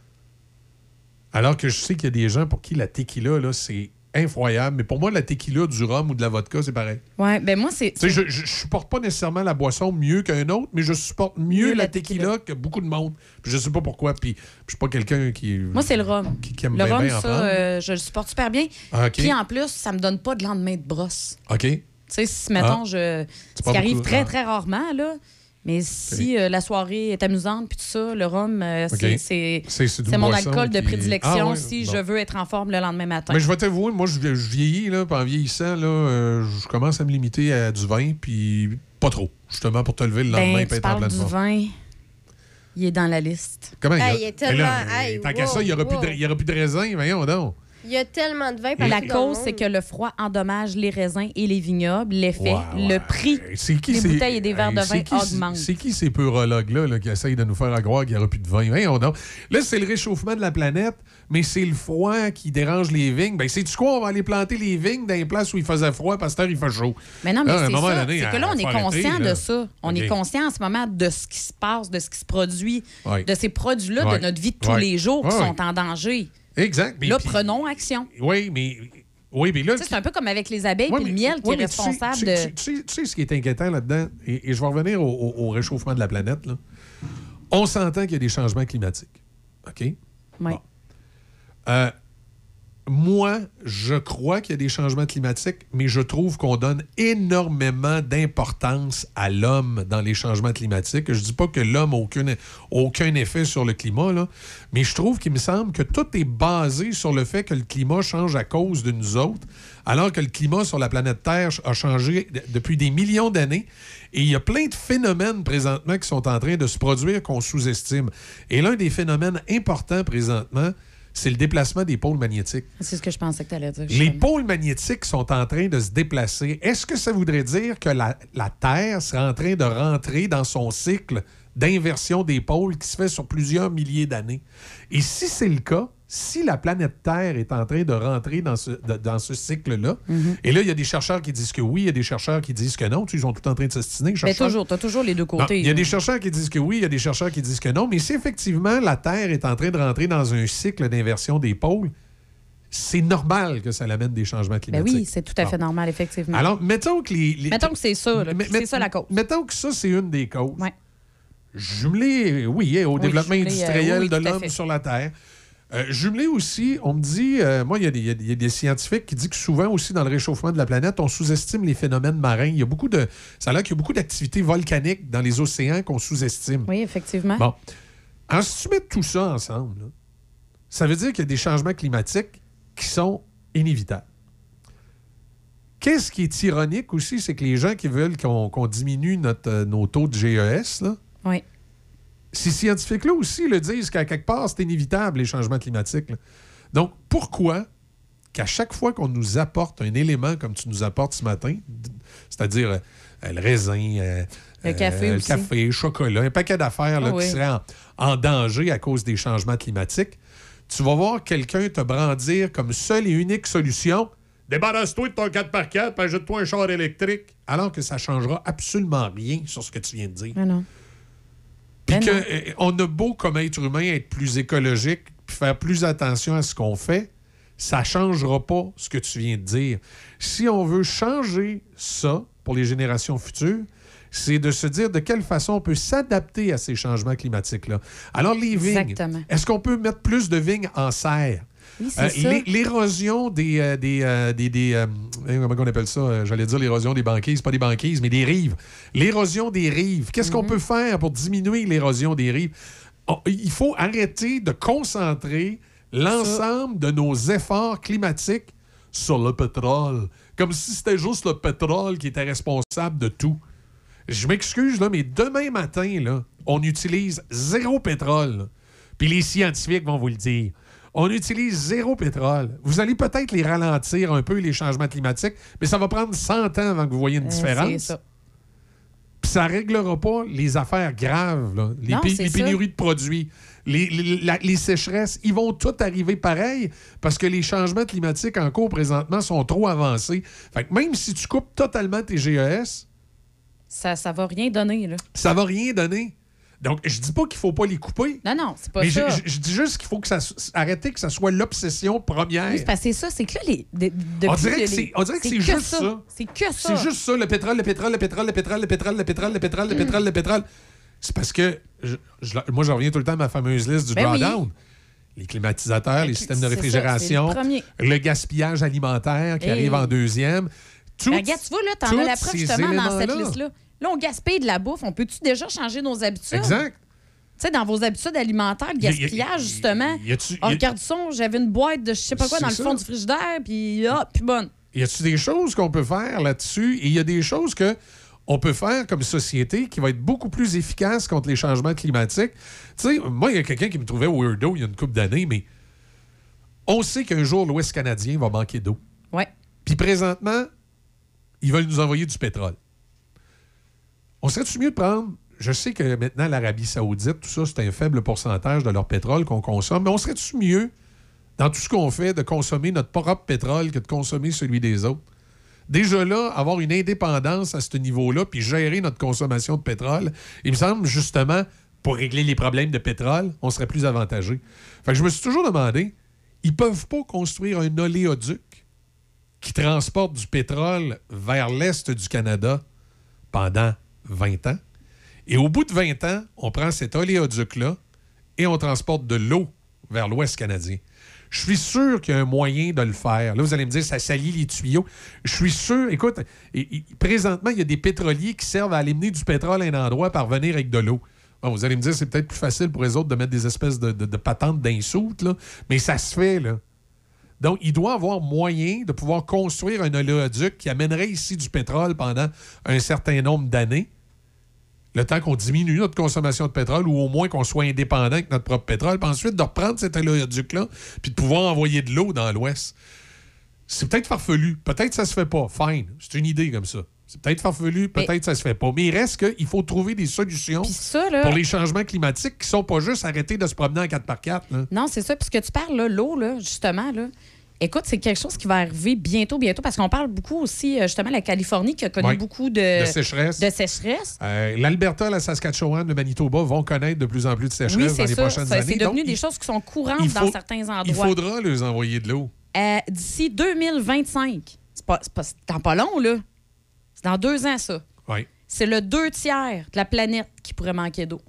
Alors que je sais qu'il y a des gens pour qui la tequila, là, c'est incroyable. Mais pour moi, la tequila, du rhum ou de la vodka, c'est pareil. Ouais, ben moi, c'est. Tu sais, je, je, je supporte pas nécessairement la boisson mieux qu'un autre, mais je supporte mieux, Mieux la la tequila, que beaucoup de monde. Puis je sais pas pourquoi. Puis je suis pas quelqu'un qui. Moi, c'est le rhum. Qui, qui aime Le bien, rhum, bien en ça, prendre. euh, je le supporte super bien. Ah, OK. Puis en plus, ça me donne pas de lendemain de brosse. OK. Tu sais, si, mettons, Ah. je. C'est Ce pas qui arrive beaucoup, très, ah. très rarement, là. Mais si euh, la soirée est amusante, puis tout ça, le rhum, euh, OK. c'est- c'est C'est- c'est une c'est mon boisson alcool de qui- prédilection Ah, ouais, si bon. je veux être en forme le lendemain matin. Mais je vais t'avouer, moi, je, je vieillis, là, puis en vieillissant, là, euh, je commence à me limiter à du vin, puis pas trop, justement, pour te lever le lendemain Ben, et tu être en parles pleine du forme. vin, il est dans la liste. Comment Hey, il y a... il est tellement- Mais là, hey, tant qu'à wow, ça, il n'y aura, plus de- wow. il y aura plus de raisin, voyons donc. Il y a tellement de vin La partout dans le cause, monde. c'est que le froid endommage les raisins et les vignobles. L'effet, Ouais, ouais. le prix C'est qui, des c'est- bouteilles et des verres de Hey, vin c'est qui, augmente. C'est qui ces peurologues-là là, qui essayent de nous faire croire qu'il n'y aura plus de vin? Voyons donc. Là, c'est le réchauffement de la planète, mais c'est le froid qui dérange les vignes. Ben, sais-tu quoi? On va aller planter les vignes dans les places où il faisait froid parce que il fait chaud. Mais non, mais Là, à un c'est moment ça. donné, C'est que là, on faut est arrêter, conscient là. de ça. On OK. est conscient en ce moment de ce qui se passe, de ce qui se produit, Ouais. de ces produits-là Ouais. de notre vie de tous Ouais. les jours qui Ouais. sont en danger. Exact. Mais là, puis, prenons action. Oui, mais... Oui, mais là... Tu sais, c'est un peu comme avec les abeilles Ouais, et le mais- miel qui ouais, est mais tu sais- responsable tu de... sais- Tu sais, tu sais ce qui est inquiétant là-dedans, et, et je vais revenir au, au- au réchauffement de la planète, là. On s'entend qu'il y a des changements climatiques. OK? Oui. Bon. Euh, moi, je crois qu'il y a des changements climatiques, mais je trouve qu'on donne énormément d'importance à l'homme dans les changements climatiques. Je dis pas que l'homme n'a aucun, aucun effet sur le climat, là, mais je trouve qu'il me semble que tout est basé sur le fait que le climat change à cause de nous autres, alors que le climat sur la planète Terre a changé d- depuis des millions d'années. Et il y a plein de phénomènes présentement qui sont en train de se produire qu'on sous-estime. Et l'un des phénomènes importants présentement, c'est le déplacement des pôles magnétiques. C'est ce que je pensais que tu allais dire. Les pôles magnétiques sont en train de se déplacer. Est-ce que ça voudrait dire que la, la Terre serait en train de rentrer dans son cycle d'inversion des pôles qui se fait sur plusieurs milliers d'années? Et si c'est le cas, si la planète Terre est en train de rentrer dans ce, de- dans ce cycle-là, Mhm. et là, il y a des chercheurs qui disent que oui, il y a des chercheurs qui disent que non. Tu sais, ils sont tout en train de s'ostiner, les Mais chercheurs. toujours, tu as toujours les deux Non, côtés. il y a là. des chercheurs qui disent que oui, il y a des chercheurs qui disent que non, mais si effectivement la Terre est en train de rentrer dans un cycle d'inversion des pôles, c'est normal que ça l'amène des changements Ben climatiques. oui, c'est tout à fait Bon. normal, effectivement. Alors, mettons que les... les- Mettons que c'est ça, là, Mais- c'est mais- ça la cause. Mettons que ça, c'est une des causes. Ouais. Jumelé, oui, au Oui, développement jumelé, euh, industriel oui, de tout à l'homme fait. sur la Terre. Euh, jumelé aussi, on me dit, euh, moi, il y, a des- il y a des- il y a des scientifiques qui disent que souvent aussi dans le réchauffement de la planète, on sous-estime les phénomènes marins. Il y a beaucoup de, ça a l'air qu'il y a beaucoup d'activités volcaniques dans les océans qu'on sous-estime. Oui, effectivement. Bon. Alors, si tu mets tout ça ensemble, là, ça veut dire qu'il y a des changements climatiques qui sont inévitables. Qu'est-ce qui est ironique aussi, c'est que les gens qui veulent qu'on qu'on diminue notre, euh, nos taux de G E S, là, Oui. ces scientifiques-là aussi le disent qu'à quelque part, c'est inévitable, les changements climatiques. là. Donc, pourquoi qu'à chaque fois qu'on nous apporte un élément comme tu nous apportes ce matin, d- c'est-à-dire euh, le raisin, euh, Le café le aussi. café, le chocolat, un paquet d'affaires là, Ah oui. qui seraient en, en danger à cause des changements climatiques, tu vas voir quelqu'un te brandir comme seule et unique solution « Débarrasse-toi de ton quatre par quatre, puis ajoute-toi un char électrique. » Alors que ça ne changera absolument rien sur ce que tu viens de dire. Mais non. Puis Ben qu'on a beau, comme être humain, être plus écologique, puis faire plus attention à ce qu'on fait, ça ne changera pas ce que tu viens de dire. Si on veut changer ça pour les générations futures, c'est de se dire de quelle façon on peut s'adapter à ces changements climatiques-là. Alors, les vignes, Exactement. est-ce qu'on peut mettre plus de vignes en serre? Oui, c'est Euh, ça. l'é- L'érosion des... euh, des, euh, des, des, euh, comment on appelle ça? Euh, J'allais dire l'érosion des banquises, pas des banquises, mais des rives. L'érosion des rives. Qu'est-ce qu'on peut faire pour diminuer l'érosion des rives? On- il faut arrêter de concentrer l'ensemble de nos efforts climatiques sur le pétrole. Comme si c'était juste le pétrole qui était responsable de tout. Je m'excuse, là, mais demain matin, là, on utilise zéro pétrole. là. Puis les scientifiques vont vous le dire. On utilise zéro pétrole. Vous allez peut-être les ralentir un peu, les changements climatiques, mais ça va prendre cent ans avant que vous voyez une Euh, différence. c'est ça. Puis ça ne réglera pas les affaires graves, là. Les, Non, pé- c'est les ça. pénuries de produits, les, les- la- les sécheresses. Ils vont tous arriver pareil parce que les changements climatiques en cours présentement sont trop avancés. Fait que même si tu coupes totalement tes G E S, Ça ça va rien donner, là. ça va rien donner. Donc, je dis pas qu'il faut pas les couper. Non, non, c'est pas Mais je, ça. je- je dis juste qu'il faut que ça s- arrêter que ça soit l'obsession première. Oui, c'est parce que c'est ça, c'est que là, les, de- depuis On dirait que le- c'est- les- on dirait que c'est que juste ça. C'est que ça. C'est juste ça, le pétrole, le pétrole, le pétrole, le pétrole, le pétrole, le pétrole, le pétrole, le pétrole, le pétrole. C'est parce que, je- je- moi, je reviens tout le temps à ma fameuse liste du Ben oui. drawdown. Les climatisateurs, les systèmes de c'est ça, réfrigération, c'est le premier. le gaspillage alimentaire qui Hey. arrive en deuxième. Tout- Ben, regarde, tu vois, là, t'en tous as la preuve ces justement dans cette éléments-là. liste-là. Là, on gaspille de la bouffe. On peut-tu déjà changer nos habitudes? Exact. Tu sais, dans vos habitudes alimentaires, le Y a- y a- gaspillage, justement. y a-tu- Oh, y a- regarde ça, j'avais une boîte de je sais pas quoi dans le C'est fond ça. du frigidaire, puis ah, puis bonne. Y a-t-il des choses qu'on peut faire là-dessus? Et il y a des choses que on peut faire comme société qui va être beaucoup plus efficace contre les changements climatiques. Tu sais, moi, il y a quelqu'un qui me trouvait weirdo il y a une couple d'années, mais on sait qu'un jour, l'Ouest canadien va manquer d'eau. Ouais. Puis présentement, ils veulent nous envoyer du pétrole. On serait-tu mieux de prendre... Je sais que maintenant, l'Arabie saoudite, tout ça, c'est un faible pourcentage de leur pétrole qu'on consomme, mais on serait-tu mieux, dans tout ce qu'on fait, de consommer notre propre pétrole que de consommer celui des autres? Déjà là, avoir une indépendance à ce niveau-là, puis gérer notre consommation de pétrole, il me semble, justement, pour régler les problèmes de pétrole, on serait plus avantagé. Fait que je me suis toujours demandé, Ils ne peuvent pas construire un oléoduc qui transporte du pétrole vers l'est du Canada pendant vingt ans. Et au bout de vingt ans, on prend cet oléoduc-là et on transporte de l'eau vers l'ouest canadien. Je suis sûr qu'il y a un moyen de le faire. Là, vous allez me dire, ça salit les tuyaux. Je suis sûr, écoute, et, et, présentement, il y a des pétroliers qui servent à aller mener du pétrole à un endroit par venir avec de l'eau. Bon, vous allez me dire, c'est peut-être plus facile pour les autres de mettre des espèces de, de, de patentes d'insoutes, là, mais ça se fait, là. Donc, il doit avoir moyen de pouvoir construire un oléoduc qui amènerait ici du pétrole pendant un certain nombre d'années, le temps qu'on diminue notre consommation de pétrole ou au moins qu'on soit indépendant avec notre propre pétrole, puis ensuite de reprendre cet oléoduc-là puis de pouvoir envoyer de l'eau dans l'Ouest. C'est peut-être farfelu. Peut-être que ça se fait pas. Fine. C'est une idée comme ça. C'est peut-être farfelu, peut-être que ça se fait pas. Mais il reste qu'il faut trouver des solutions ça, là, pour les changements climatiques qui sont pas juste arrêter de se promener en quatre par quatre. Là. Non, c'est ça. Puis ce que tu parles, là, l'eau, là, justement, là, écoute, c'est quelque chose qui va arriver bientôt, bientôt, parce qu'on parle beaucoup aussi, justement, la Californie qui a connu oui. beaucoup de, de sécheresse. De sécheresse. Euh, L'Alberta, la Saskatchewan, le Manitoba vont connaître de plus en plus de sécheresse oui, dans les ça. prochaines ça, années. C'est devenu Donc, des choses qui sont courantes il faut, dans certains endroits. Il faudra leur envoyer de l'eau. Euh, D'ici deux mille vingt-cinq. C'est pas, pas, dans pas long, là. C'est dans deux ans, ça. Oui. C'est le deux tiers de la planète qui pourrait manquer d'eau.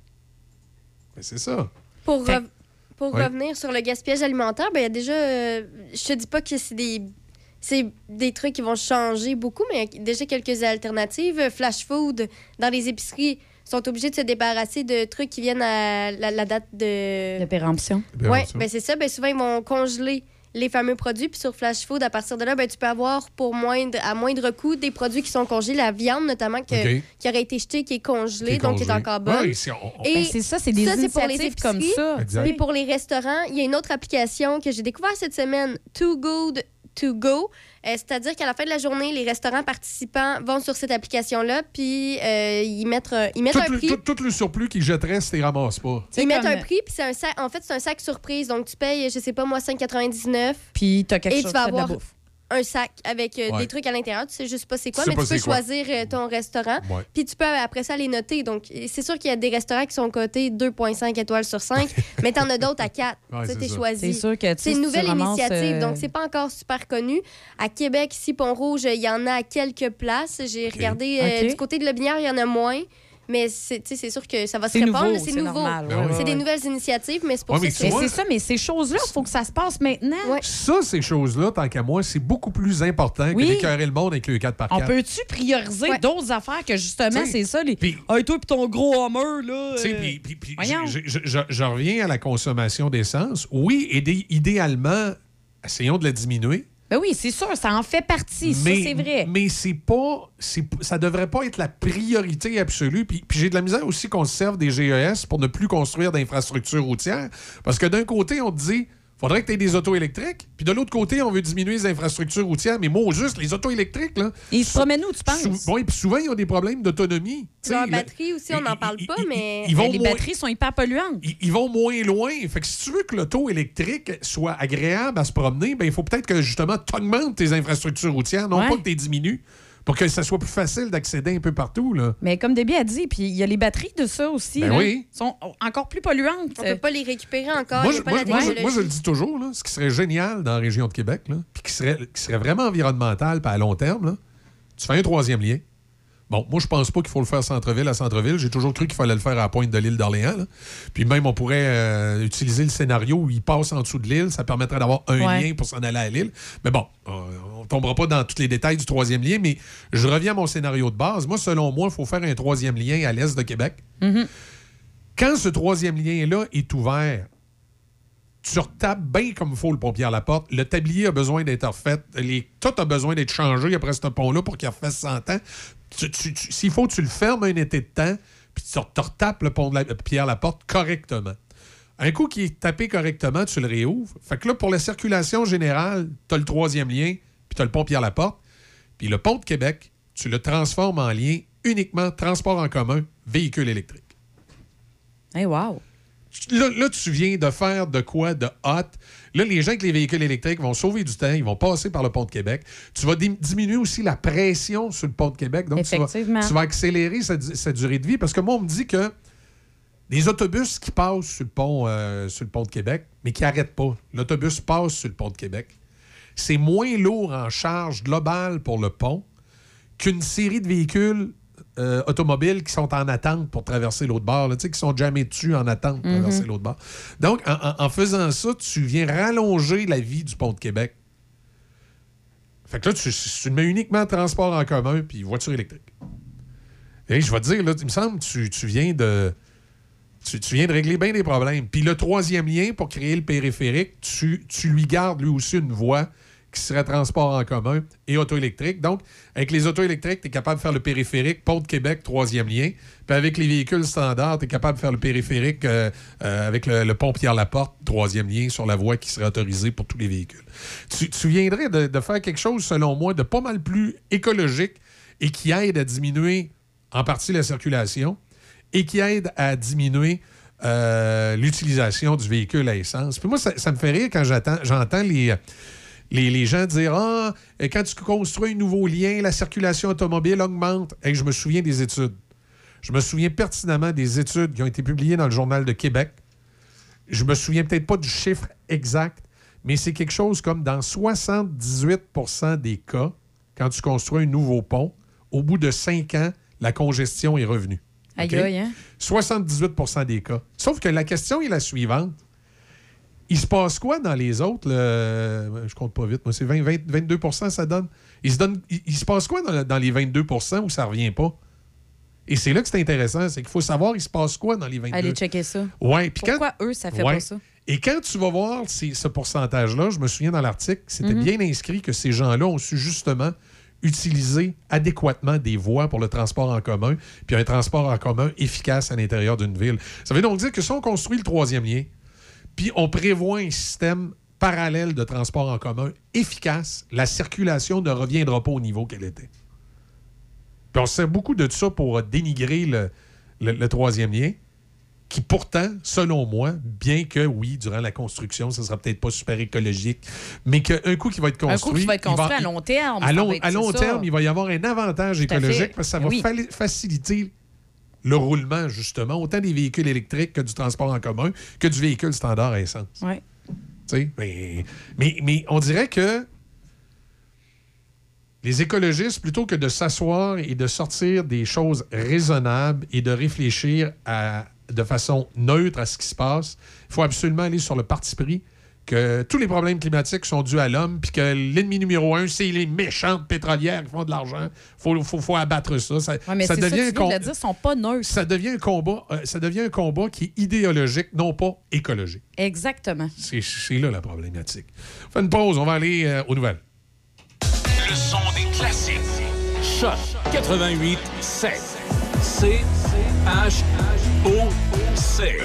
Ben, c'est ça. Pour, Fait... re pour oui. revenir sur le gaspillage alimentaire, ben, il y a déjà... Euh, je te dis pas que c'est des... C'est des trucs qui vont changer beaucoup, mais il y a déjà quelques alternatives. Flash Food, dans les épiceries, sont obligés de se débarrasser de trucs qui viennent à la, la date de... De péremption. Oui, ben c'est ça. Ben souvent, ils vont congeler les fameux produits. Puis sur Flash Food, à partir de là, ben, tu peux avoir pour moindre, à moindre coût des produits qui sont congelés. La viande, notamment, que, okay. qui aurait été jetée, qui est congelée, qui est donc congelé. qui est encore bonne. Ouais, c'est on, on... Et ben, c'est ça, c'est des ça, initiatives pour les comme ça. Puis pour les restaurants, il y a une autre application que j'ai découvert cette semaine, Too Good To Go. Euh, C'est-à-dire qu'à la fin de la journée, les restaurants participants vont sur cette application-là, puis euh, ils mettent, euh, ils mettent tout un le, prix. Tout, tout le surplus qu'ils jetteraient, c'était ramasse pas. Ils comme... mettent un prix, puis c'est un sac. En fait, c'est un sac surprise. Donc, tu payes, je sais pas moi, cinq quatre-vingt-dix-neuf. Puis t'as quelque et chose tu vas de la avoir bouffe. un sac avec euh, ouais. des trucs à l'intérieur. Tu sais juste pas c'est quoi, tu mais pas tu peux quoi. choisir euh, ton restaurant. Ouais. Puis tu peux après ça les noter. Donc, c'est sûr qu'il y a des restaurants qui sont cotés deux virgule cinq étoiles sur cinq, mais t'en as d'autres à quatre. Ouais, ça, t'es ça. choisi. C'est sûr que c'est une nouvelle initiative, euh... donc c'est pas encore super connu. À Québec, ici, Pont-Rouge, il y en a à quelques places. J'ai okay. regardé euh, okay. du côté de Lobinière, il y en a moins. Mais c'est sûr que ça va se répandre. C'est nouveau. Normal, ouais, ouais. C'est des nouvelles initiatives, mais c'est pour ouais, ça que... C'est ça, mais ces choses-là, il faut que ça se passe maintenant. Ouais. Ça, ces choses-là, tant qu'à moi, c'est beaucoup plus important oui. que d'écœurer le monde avec le quatre par quatre. On peut-tu prioriser ouais. d'autres affaires que, justement, c'est ça, les... Pis... Hey, toi pis ton gros Hummer, là... Tu sais, puis puis puis je, je, je, je reviens à la consommation d'essence. Oui, et idéalement, essayons de la diminuer. Ben oui, c'est sûr, ça en fait partie, mais, ça, c'est vrai. Mais c'est pas, ça devrait pas être la priorité absolue. Puis, puis j'ai de la misère aussi qu'on se serve des G E S pour ne plus construire d'infrastructures routières. Parce que d'un côté, on te dit, faudrait que tu aies des autos électriques. Puis de l'autre côté, on veut diminuer les infrastructures routières. Mais moi, juste, les autos électriques, là... Ils se promènent où, tu penses? Sou oui, puis souvent, ils ont des problèmes d'autonomie. Leur batterie aussi, on n'en parle pas, mais... Ils vont les moins... batteries sont hyper polluantes. Ils, ils vont moins loin. Fait que si tu veux que l'auto électrique soit agréable à se promener, ben il faut peut-être que, justement, tu augmentes tes infrastructures routières, non ouais. pas que tu les diminues, pour que ça soit plus facile d'accéder un peu partout, là. Mais comme Debbie a dit, puis il y a les batteries de ça aussi, ben là, oui. sont encore plus polluantes. On peut pas les récupérer encore. Moi, il y a je, pas moi, la moi, technologie. moi, je le dis toujours, là, ce qui serait génial dans la région de Québec, là, puis qui serait, qui serait vraiment environnemental, puis à long terme, là, tu fais un troisième lien. Bon, moi, je pense pas qu'il faut le faire centre-ville à centre-ville. J'ai toujours cru qu'il fallait le faire à la pointe de l'île d'Orléans. Là. Puis même, on pourrait euh, utiliser le scénario où il passe en dessous de l'île. Ça permettrait d'avoir un ouais. lien pour s'en aller à l'île. Mais bon, on ne tombera pas dans tous les détails du troisième lien, mais je reviens à mon scénario de base. Moi, selon moi, il faut faire un troisième lien à l'est de Québec. Mm-hmm. Quand ce troisième lien-là est ouvert, tu retapes bien comme il faut le pompier à la porte. Le tablier a besoin d'être refait. Les... Tout a besoin d'être changé après ce pont-là pour qu'il refasse cent ans. Tu, tu, tu, s'il faut, tu le fermes un été de temps, puis tu te retapes le pont de la pierre à la porte correctement. Un coup qui est tapé correctement, tu le réouvres. Fait que là, pour la circulation générale, tu as le troisième lien, puis tu as le pont pierre à la porte. Puis le pont de Québec, tu le transformes en lien uniquement transport en commun, véhicule électrique. Hey, wow! Là, là, tu viens de faire de quoi de hot. Là, les gens avec les véhicules électriques vont sauver du temps. Ils vont passer par le pont de Québec. Tu vas diminuer aussi la pression sur le pont de Québec. Donc, tu vas, tu vas accélérer sa, sa durée de vie. Parce que moi, on me dit que des autobus qui passent sur le pont, euh, sur le pont de Québec, mais qui n'arrêtent pas. L'autobus passe sur le pont de Québec. C'est moins lourd en charge globale pour le pont qu'une série de véhicules euh, automobiles qui sont en attente pour traverser l'autre bord, là, qui sont jamais dessus en attente pour mm-hmm. traverser l'autre bord. Donc, en, en, en faisant ça, tu viens rallonger la vie du pont de Québec. Fait que là, tu, tu mets uniquement transport en commun puis voiture électrique. Et je vais te dire, là, il me semble que tu, tu viens de... Tu, tu viens de régler bien des problèmes. Puis le troisième lien, pour créer le périphérique, tu, tu lui gardes lui aussi une voie qui serait transport en commun et auto électrique. Donc, avec les autos électriques, tu es capable de faire le périphérique, pont de Québec, troisième lien. Puis avec les véhicules standards, tu es capable de faire le périphérique euh, euh, avec le, le pont Pierre-Laporte, troisième lien, sur la voie qui serait autorisée pour tous les véhicules. Tu, tu viendrais de, de faire quelque chose, selon moi, de pas mal plus écologique et qui aide à diminuer en partie la circulation et qui aide à diminuer euh, l'utilisation du véhicule à essence. Puis moi, ça, ça me fait rire quand j'attends, j'entends les... Les, les gens dire « Ah, quand tu construis un nouveau lien, la circulation automobile augmente. » Et je me souviens des études. Je me souviens pertinemment des études qui ont été publiées dans le Journal de Québec. Je me souviens peut-être pas du chiffre exact, mais c'est quelque chose comme dans soixante-dix-huit pour cent des cas, quand tu construis un nouveau pont, au bout de cinq ans, la congestion est revenue. Aïe, aïe, hein? soixante-dix-huit pour cent des cas. Sauf que la question est la suivante. Il se passe quoi dans les autres? Le... Je compte pas vite. Moi, c'est vingt, vingt, vingt-deux pour cent ça donne. Il se, donne... il, il se passe quoi dans, dans les vingt-deux pour cent où ça revient pas? Et c'est là que c'est intéressant. C'est qu'il faut savoir il se passe quoi dans les vingt-deux pour cent. Allez checker ça. Ouais, Pourquoi quand... eux, ça fait ouais. pas ça? Et quand tu vas voir ces, ce pourcentage-là, je me souviens dans l'article, c'était Mm-hmm. bien inscrit que ces gens-là ont su justement utiliser adéquatement des voies pour le transport en commun, puis un transport en commun efficace à l'intérieur d'une ville. Ça veut donc dire que si on construit le troisième lien, puis on prévoit un système parallèle de transport en commun efficace, la circulation ne reviendra pas au niveau qu'elle était. Puis on sait beaucoup de ça pour dénigrer le, le, le troisième lien, qui pourtant, selon moi, bien que, oui, durant la construction, ça ne sera peut-être pas super écologique, mais qu'un coup qui va être construit... Un coup qui va être construit va, à long terme. À long, être, à long terme, ça. il va y avoir un avantage Tout écologique parce que ça va oui. fa- faciliter le roulement, justement, autant des véhicules électriques que du transport en commun, que du véhicule standard à essence. Oui. Mais, mais, mais on dirait que les écologistes, plutôt que de s'asseoir et de sortir des choses raisonnables et de réfléchir à, de façon neutre à ce qui se passe, il faut absolument aller sur le parti pris que tous les problèmes climatiques sont dus à l'homme, puis que l'ennemi numéro un, c'est les méchantes pétrolières qui font de l'argent. Il faut, faut, faut abattre ça. Ça, ouais, mais ça c'est devient ça, tu un viens de le dire, sont pas neutres. Ça devient un combat, euh, ça devient un combat qui est idéologique, non pas écologique. Exactement. C'est, c'est là la problématique. On fait une pause, on va aller euh, aux nouvelles. Le son des classiques. Choc quatre-vingt-huit sept. C H O C.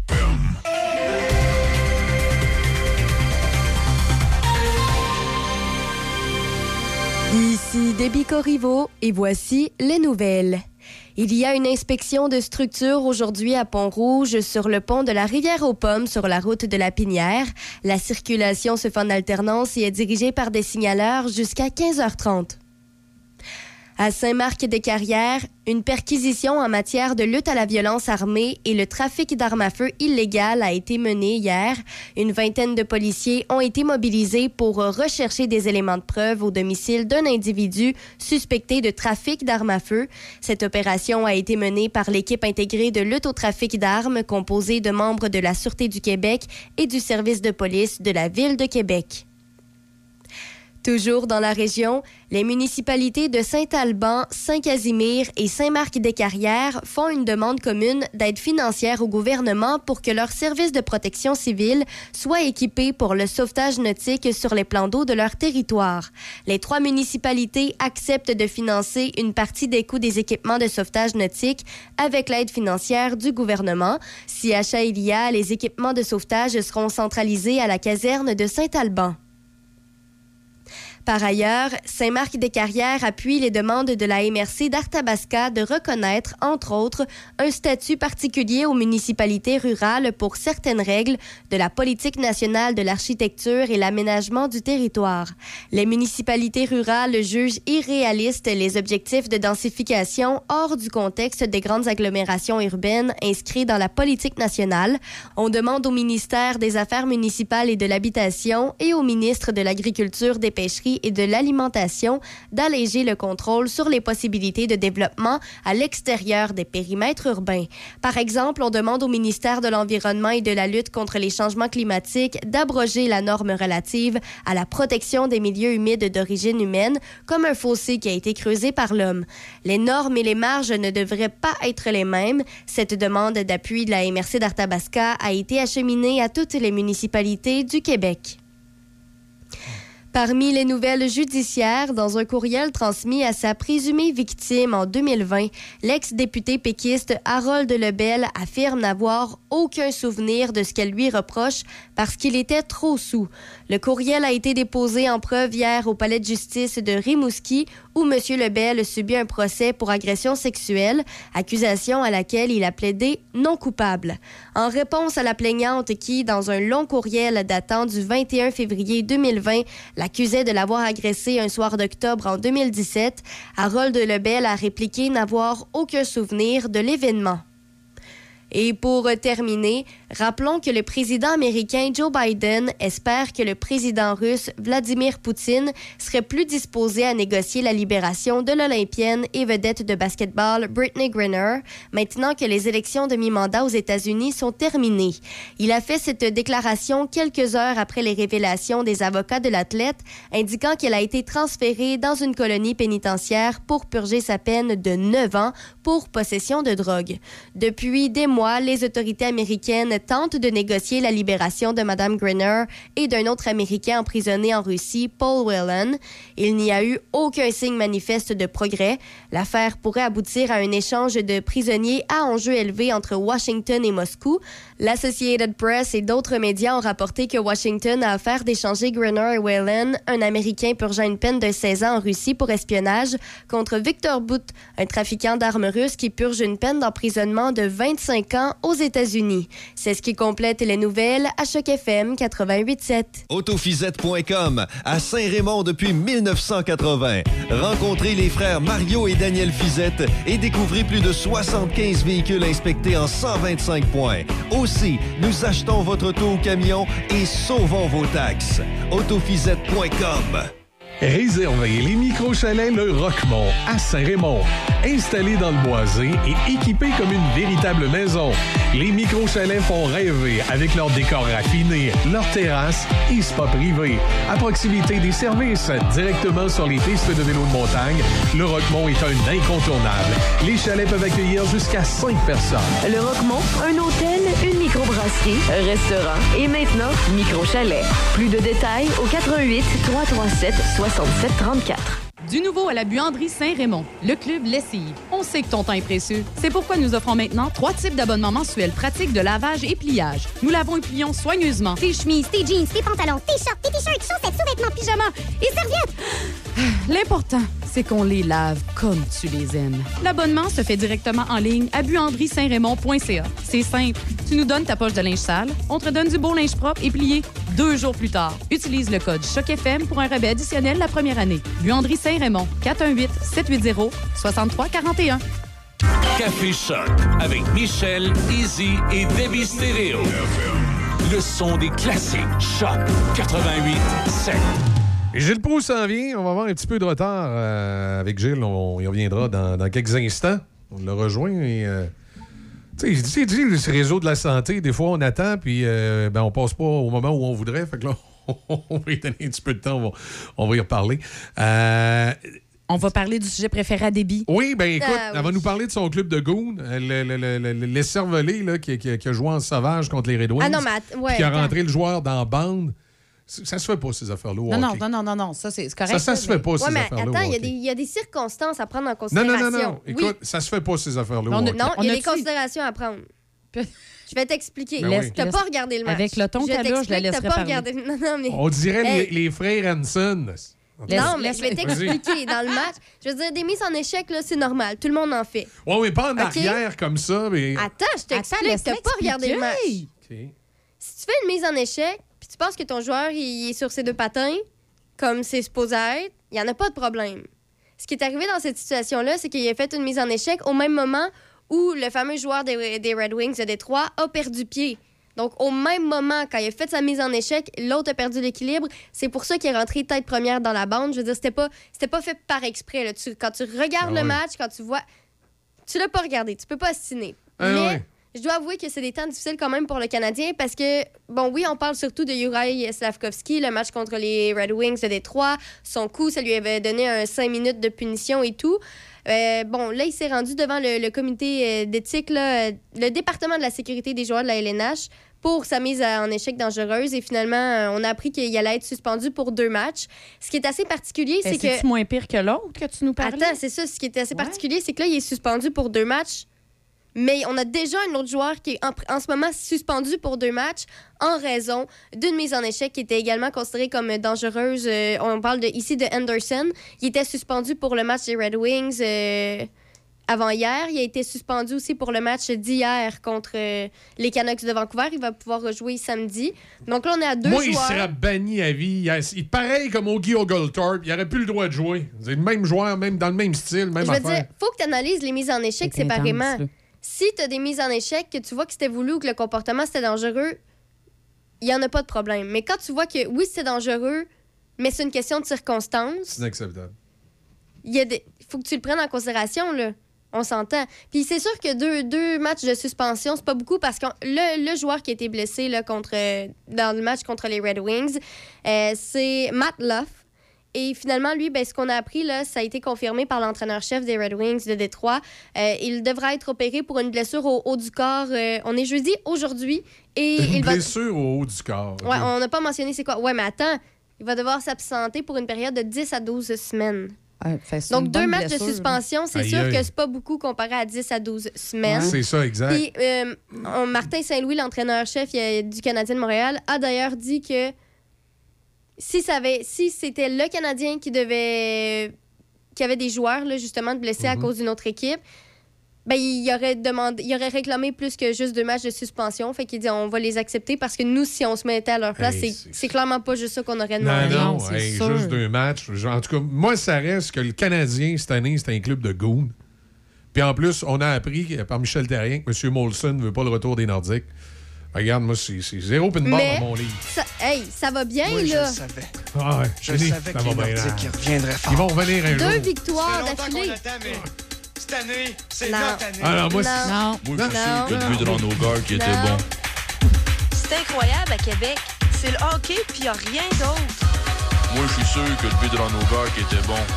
Ici Déby Corriveau et voici les nouvelles. Il y a une inspection de structure aujourd'hui à Pont-Rouge sur le pont de la Rivière-aux-Pommes sur la route de la Pinière. La circulation se fait en alternance et est dirigée par des signaleurs jusqu'à quinze heures trente. À Saint-Marc-des-Carrières, une perquisition en matière de lutte à la violence armée et le trafic d'armes à feu illégal a été menée hier. Une vingtaine de policiers ont été mobilisés pour rechercher des éléments de preuve au domicile d'un individu suspecté de trafic d'armes à feu. Cette opération a été menée par l'équipe intégrée de lutte au trafic d'armes composée de membres de la Sûreté du Québec et du service de police de la Ville de Québec. Toujours dans la région, les municipalités de Saint-Alban, Saint-Casimir et Saint-Marc-des-Carrières font une demande commune d'aide financière au gouvernement pour que leurs services de protection civile soient équipés pour le sauvetage nautique sur les plans d'eau de leur territoire. Les trois municipalités acceptent de financer une partie des coûts des équipements de sauvetage nautique avec l'aide financière du gouvernement. Si achat il y a, les équipements de sauvetage seront centralisés à la caserne de Saint-Alban. Par ailleurs, Saint-Marc-des-Carrières appuie les demandes de la M R C d'Arthabasca de reconnaître, entre autres, un statut particulier aux municipalités rurales pour certaines règles de la politique nationale de l'architecture et l'aménagement du territoire. Les municipalités rurales jugent irréalistes les objectifs de densification hors du contexte des grandes agglomérations urbaines inscrits dans la politique nationale. On demande au ministère des Affaires municipales et de l'Habitation et au ministre de l'Agriculture, des Pêcheries et de l'alimentation d'alléger le contrôle sur les possibilités de développement à l'extérieur des périmètres urbains. Par exemple, on demande au ministère de l'Environnement et de la lutte contre les changements climatiques d'abroger la norme relative à la protection des milieux humides d'origine humaine, comme un fossé qui a été creusé par l'homme. Les normes et les marges ne devraient pas être les mêmes. Cette demande d'appui de la M R C d'Arthabasca a été acheminée à toutes les municipalités du Québec. Parmi les nouvelles judiciaires, dans un courriel transmis à sa présumée victime en deux mille vingt, l'ex-député péquiste Harold Lebel affirme n'avoir aucun souvenir de ce qu'elle lui reproche parce qu'il était trop saoul. Le courriel a été déposé en preuve hier au palais de justice de Rimouski où M. Lebel subit un procès pour agression sexuelle, accusation à laquelle il a plaidé non coupable. En réponse à la plaignante qui, dans un long courriel datant du vingt et un février deux mille vingt, l'accusait de l'avoir agressé un soir d'octobre en deux mille dix-sept, Harold Lebel a répliqué n'avoir aucun souvenir de l'événement. Et pour terminer, rappelons que le président américain Joe Biden espère que le président russe Vladimir Poutine serait plus disposé à négocier la libération de l'Olympienne et vedette de basketball Brittney Griner, maintenant que les élections de mi-mandat aux États-Unis sont terminées. Il a fait cette déclaration quelques heures après les révélations des avocats de l'athlète, indiquant qu'elle a été transférée dans une colonie pénitentiaire pour purger sa peine de neuf ans pour possession de drogue. Depuis des mois, les autorités américaines tentent de négocier la libération de Mme Griner et d'un autre Américain emprisonné en Russie, Paul Whelan. Il n'y a eu aucun signe manifeste de progrès. L'affaire pourrait aboutir à un échange de prisonniers à enjeu élevé entre Washington et Moscou. L'Associated Press et d'autres médias ont rapporté que Washington a offert d'échanger Griner et Whelan, un Américain purgeant une peine de seize ans en Russie pour espionnage, contre Victor Bout, un trafiquant d'armes russe qui purge une peine d'emprisonnement de vingt-cinq ans aux États-Unis. C'est ce qui complète les nouvelles à Choc F M quatre-vingt-huit sept. Autofisette point com, à Saint-Raymond depuis mille neuf cent quatre-vingts. Rencontrez les frères Mario et Daniel Fizette et découvrez plus de soixante-quinze véhicules inspectés en cent vingt-cinq points. Aussi, nous achetons votre auto ou camion et sauvons vos taxes. Autofisette point com. Réservez les micro-chalets Le Roquemont à Saint-Raymond. Installés dans le boisé et équipés comme une véritable maison, les micro-chalets font rêver avec leurs décors raffinés, leurs terrasses et spa privés. À proximité des services, directement sur les pistes de vélo de montagne, Le Roquemont est un incontournable. Les chalets peuvent accueillir jusqu'à cinq personnes. Le Roquemont, un hôtel, une microbrasserie, un restaurant et maintenant micro-chalet. Plus de détails au quatre-vingt-huit trois cent trente-sept soixante-sept trente-quatre. Du nouveau à la buanderie Saint-Raymond, le club lessive. On sait que ton temps est précieux. C'est pourquoi nous offrons maintenant trois types d'abonnements mensuels pratiques de lavage et pliage. Nous lavons et plions soigneusement tes chemises, tes jeans, tes pantalons, tes shorts, tes t-shirts, chaussettes, sous-vêtements, pyjamas et serviettes. L'important, c'est qu'on les lave comme tu les aimes. L'abonnement se fait directement en ligne à buanderie saint raymond point c a. C'est simple. Tu nous donnes ta poche de linge sale, on te donne du beau linge propre et plié deux jours plus tard. Utilise le code Choc F M pour un rabais additionnel la première année. Buanderie Saint-Raymond, quatre un huit sept huit zéro six trois quatre un. Café Choc avec Michel, Izzy et Debbie Stéréo. Le son des classiques. Choc quatre-vingt-huit sept. Gilles Proulx s'en vient. On va avoir un petit peu de retard euh, avec Gilles. On y reviendra dans, dans quelques instants. On l'a rejoint et... Euh, tu sais, le réseau de la santé, des fois, on attend, puis euh, ben, on passe pas au moment où on voudrait. Fait que là, on va y donner un petit peu de temps. On va, on va y reparler. Euh... On va parler du sujet préféré à Déby. Oui, ben écoute, ah, elle oui. va nous parler de son club de goon, le, le, le, le, le cervelé là, qui, qui, qui a joué en sauvage contre les Red Wings. Ah non, mais att- ouais, qui a attends. rentré le joueur dans la bande. Ça se fait pas, ces affaires-là. au Non, non, hockey. non, non, non, non, ça, c'est c'est correct. Ça, ça se fait pas, Ouais, ces mais affaires-là. attends, au il y, a hockey. des- il y a des circonstances à prendre en Non, considération. non, non, non. Écoute, Oui. ça se fait pas, ces affaires-là. On au a- hockey. Non, On il y a a-tu- des considérations à prendre. Je vais t'expliquer. Ben oui. Tu n'as pas regardé le match. Avec le ton je qu'elle a, je la t'explique, t'as laisserai pas parler. regardé. Non, non, mais... On dirait Hey. les, les frères Hanson. Laisse- non, mais laisse- je vais t'expliquer. Dans le match, je veux dire, des mises en échec, là, c'est normal. Tout le monde en fait. Ouais, mais pas en OK? arrière comme ça, mais. Attends, je t'explique. laisse-le T'as pas regardé le match. expliquer. OK. Si tu fais une mise en échec, puis tu penses que ton joueur il est sur ses deux patins, comme c'est supposé être, il n'y en a pas de problème. Ce qui est arrivé dans cette situation-là, c'est qu'il a fait une mise en échec au même moment où le fameux joueur des, des Red Wings de Détroit a perdu pied. Donc, au même moment, quand il a fait sa mise en échec, l'autre a perdu l'équilibre. C'est pour ça qu'il est rentré tête première dans la bande. Je veux dire, c'était pas, c'était pas fait par exprès. Là. Tu, quand tu regardes Ah ouais. le match, quand tu vois... Tu l'as pas regardé. Tu peux pas assiner. Ah Mais... ouais. Je dois avouer que c'est des temps difficiles quand même pour le Canadien parce que, bon, oui, on parle surtout de Juraj Slafkovský, le match contre les Red Wings de Détroit. Son coup, ça lui avait donné un cinq minutes de punition et tout. Euh, bon, là, il s'est rendu devant le, le comité euh, d'éthique, là, euh, le département de la sécurité des joueurs de la L N H pour sa mise en échec dangereuse. Et finalement, euh, on a appris qu'il allait être suspendu pour deux matchs. Ce qui est assez particulier, Ben, c'est c'est-tu que... moins pire que l'autre que tu nous parlais? Attends, c'est ça. Ce qui est assez particulier, c'est que là, il est suspendu pour deux matchs. Mais on a déjà un autre joueur qui est en, en ce moment suspendu pour deux matchs en raison d'une mise en échec qui était également considérée comme dangereuse. Euh, on parle de, ici de Anderson. Il était suspendu pour le match des Red Wings euh, avant-hier. Il a été suspendu aussi pour le match d'hier contre euh, les Canucks de Vancouver. Il va pouvoir rejouer samedi. Donc là, on est à deux Moi, joueurs. il serait banni à vie. Il, a- il- pareil comme Ogie Oglethorpe, il n'aurait plus le droit de jouer. C'est le même joueur, même dans le même style, même Je veux affaire. dire, faut que tu analyses les mises en échec C'est séparément. intense, là. Si tu as des mises en échec, que tu vois que c'était voulu ou que le comportement c'était dangereux, il n'y en a pas de problème. Mais quand tu vois que oui, c'est dangereux, mais c'est une question de circonstance, C'est inacceptable. il y a des... faut que tu le prennes en considération, là. On s'entend. Puis c'est sûr que deux, deux matchs de suspension, c'est pas beaucoup parce que le, le joueur qui a été blessé là, contre, dans le match contre les Red Wings, euh, c'est Matt Luff. Et finalement, lui, ben, ce qu'on a appris, là, ça a été confirmé par l'entraîneur-chef des Red Wings de Détroit. Euh, il devra être opéré pour une blessure au haut du corps. Euh, on est jeudi aujourd'hui. Et Une il va... blessure au haut du corps. Ouais, on n'a pas mentionné c'est quoi. Ouais, mais attends, il va devoir s'absenter pour une période de dix à douze semaines. Donc, deux matchs de suspension, c'est Aïe, sûr aïe. que c'est pas beaucoup comparé à dix à douze semaines. Ouais. C'est ça, exact. Puis, euh, on- Martin Saint-Louis, l'entraîneur-chef euh, du Canadien de Montréal, a d'ailleurs dit que si, ça avait, si c'était le Canadien qui devait qui avait des joueurs, là, justement, de blessés à Mhm. cause d'une autre équipe, ben, il aurait demandé, il aurait réclamé plus que juste deux matchs de suspension. Fait qu'il dit on va les accepter parce que nous, si on se mettait à leur place, Hey, c'est c'est clairement pas juste ça qu'on aurait Non, demandé. non, hey, juste deux matchs. En tout cas, moi, ça reste que le Canadien, cette année, c'est un club de goons. Puis en plus, on a appris par Michel Therrien que M. Molson ne veut pas le retour des Nordiques. Regarde, moi, c'est c'est zéro pin barre Mais dans mon livre. ça, hey, ça va bien, Oui, je là. le savais. Ah ouais, Je dis, savais ça que va les bien, Nordiques là. reviendraient fort. Ils vont revenir un Deux jour. victoires Ça fait longtemps qu'on d'affilée. attend, mais cette année, c'est Non. notre année. Ah non, moi, Non. c'est- Non. Moi, je suis Non. sûr que le but de Ronogard qui était Non. bon. C'est incroyable à Québec. C'est le hockey, puis il n'y a rien d'autre. Moi, je suis sûr que le but de Ronogard qui était bon.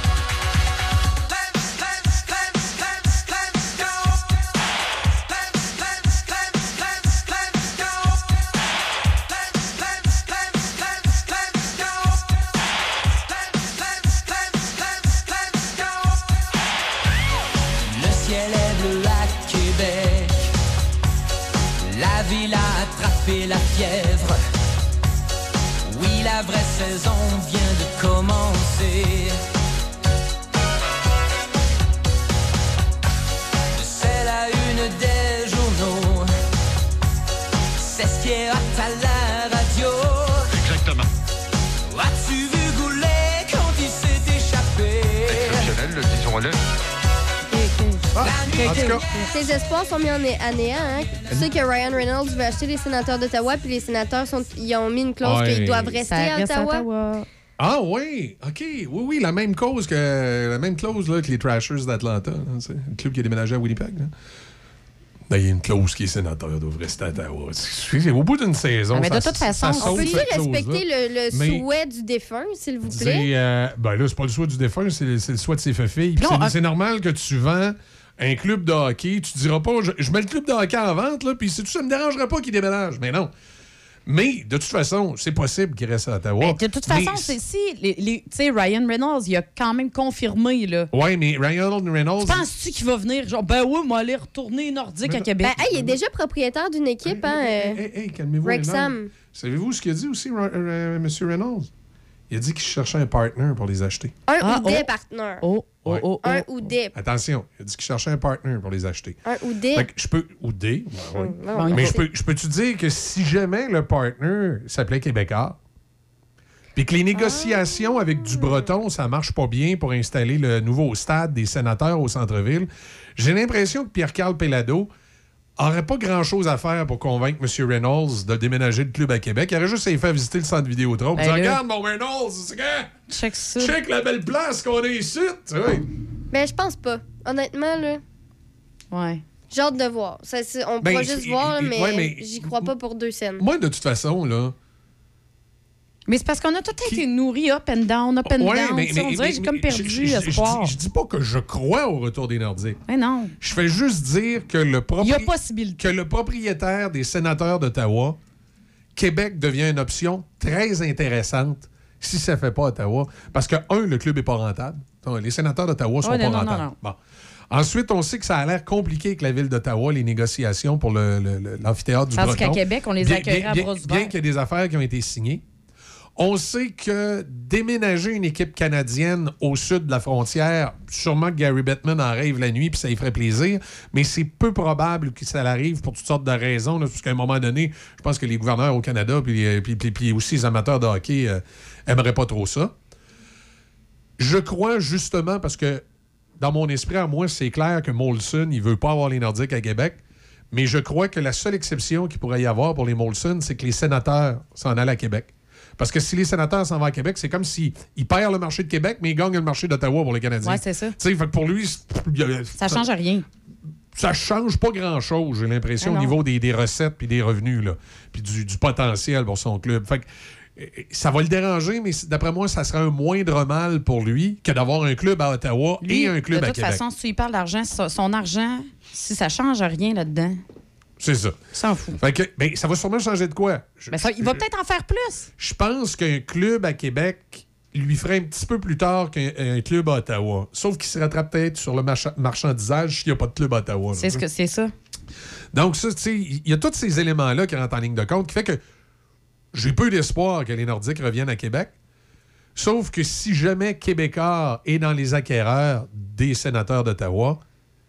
Le ciel est bleu à Québec. La ville a attrapé la fièvre. Oui, la vraie saison vient de commencer. C'est la une des journaux. C'est ce qui est hot à la radio. Exactement. As-tu vu Goulet quand il s'est échappé? Exceptionnel, disons-le. Ah, en tout cas, Ses espoirs sont mis en é- à néant. Hein? Tu sais que Ryan Reynolds veut acheter les sénateurs d'Ottawa, puis les sénateurs sont, ils ont mis une clause Ouais. qu'ils doivent rester Ça à reste à Ottawa. Ottawa. ah oui, OK. Oui, oui, la même cause que la même clause là, que les Trashers d'Atlanta. Hein, c'est le club qui a déménagé à Winnipeg. Là. Ben, il y a une clause qui est sénateur doivent rester à Ottawa. C'est au bout d'une saison. Ah, mais de ça- toute façon, ça On saute, peut-tu cette respecter clause-là. le, le Mais- souhait du défunt, s'il vous plaît? C'est, euh, ben là, c'est pas le souhait du défunt, c'est c'est le souhait de ses filles. Puis Non, c'est ah- c'est normal que tu vends un club de hockey. Tu diras pas, je, je mets le club de hockey en vente, là, puis c'est tout ça me dérangerait pas qu'il déménage. Mais non. Mais, de toute façon, c'est possible qu'il reste à Ottawa. Ben, de toute Mais façon, c'est si. les- les- Tu sais, Ryan Reynolds, il a quand même confirmé, là. Ouais, mais Ryan Reynolds. Penses-tu qu'il va venir, genre, ben oui, moi, aller retourner nordique à Québec? Ben, hey, il est déjà propriétaire d'une équipe, hein? euh, Hey, hey, calmez-vous. les Wrexham. nerfs. Savez-vous ce qu'il a dit aussi, Ra- euh, M. Reynolds? Il a dit qu'il cherchait un partner pour les acheter. Un Ah, ou des oh. partenaires. Oh, oh, Ouais. oh, oh. Un ou des. Attention, il a dit qu'il cherchait un partner pour les acheter. Un ou des. Fait que je peux... Ou des. ouais, ouais. Hum, non, Mais non. je peux, je peux-tu dire que si jamais le partner s'appelait Québécois, puis que les négociations avec du Breton, ça marche pas bien pour installer le nouveau stade des sénateurs au centre-ville, j'ai l'impression que Pierre-Carl Pellado aurait pas grand-chose à faire pour convaincre M. Reynolds de déménager le club à Québec. Il aurait juste à lui faire visiter le centre Vidéotron. Ben Ben là. regarde, mon Reynolds, c'est quoi? Check ça. Check la belle place qu'on a ici. Tu sais. Mais je pense pas. Honnêtement, là, Ouais. j'ai hâte de voir. Ça, c'est- on Ben, pourra juste c'est- voir, là, mais, ouais, mais- j'y crois pas pour deux scènes. Moi, de toute façon, là... Mais c'est parce qu'on a tout été nourris up and down, up and Ouais, down. mais- tu sais, on mais- dirait que j'ai mais- comme je- perdu je- je- espoir. Je, je dis pas que je crois au retour des Nordiques. Mais non. Je fais juste dire que le, propri- Il y a possibilité. que le propriétaire des sénateurs d'Ottawa, Québec devient une option très intéressante si ça ne fait pas Ottawa. Parce que, un, le club n'est pas rentable. Les sénateurs d'Ottawa sont Ouais, pas non, non, rentables. non, non. Bon. Ensuite, on sait que ça a l'air compliqué avec la ville d'Ottawa, les négociations pour le- le- le- l'amphithéâtre du Parce Breton. qu'à Québec, on les Bien- accueillerait bien- à bien- bras Bien ouverts. qu'il y ait des affaires qui ont été signées. On sait que déménager une équipe canadienne au sud de la frontière, sûrement que Gary Bettman en rêve la nuit puis ça lui ferait plaisir, mais c'est peu probable que ça l'arrive pour toutes sortes de raisons, là, parce qu'à un moment donné, je pense que les gouverneurs au Canada puis, euh, puis, puis- puis aussi les amateurs de hockey euh, aimeraient pas trop ça. Je crois justement parce que dans mon esprit, à moi, c'est clair que Molson, il veut pas avoir les Nordiques à Québec, mais je crois que la seule exception qu'il pourrait y avoir pour les Molson, c'est que les sénateurs s'en allent à Québec. Parce que si les sénateurs s'en vont à Québec, c'est comme s'il perd le marché de Québec, mais il gagne le marché d'Ottawa pour les Canadiens. Ouais, c'est ça. Tu sais, fait que pour lui, c'est- il y a- Ça change rien. ça change pas grand-chose, j'ai l'impression, Ah au non. niveau des, des recettes puis des revenus, là, puis du, du potentiel pour son club. Fait que, euh, ça va le déranger, mais c- d'après moi, ça serait un moindre mal pour lui que d'avoir un club à Ottawa Lui, et un club de à toute Québec. façon, si tu lui parles d'argent, son son argent, si ça change rien là-dedans, C'est ça. s'en fout. Fait que, ben, ça va sûrement changer de quoi? Je, Ben, ça- il va peut-être en faire plus. je pense qu'un club à Québec lui ferait un petit peu plus tard qu'un un club à Ottawa. Sauf qu'il se rattrape peut-être sur le marcha- marchandisage s'il n'y a pas de club à Ottawa. là. C'est ce que c'est ça. Donc, ça, tu sais, il y a tous ces éléments-là qui rentrent en ligne de compte qui fait que j'ai peu d'espoir que les Nordiques reviennent à Québec. Sauf que si jamais Québécois est dans les acquéreurs des sénateurs d'Ottawa,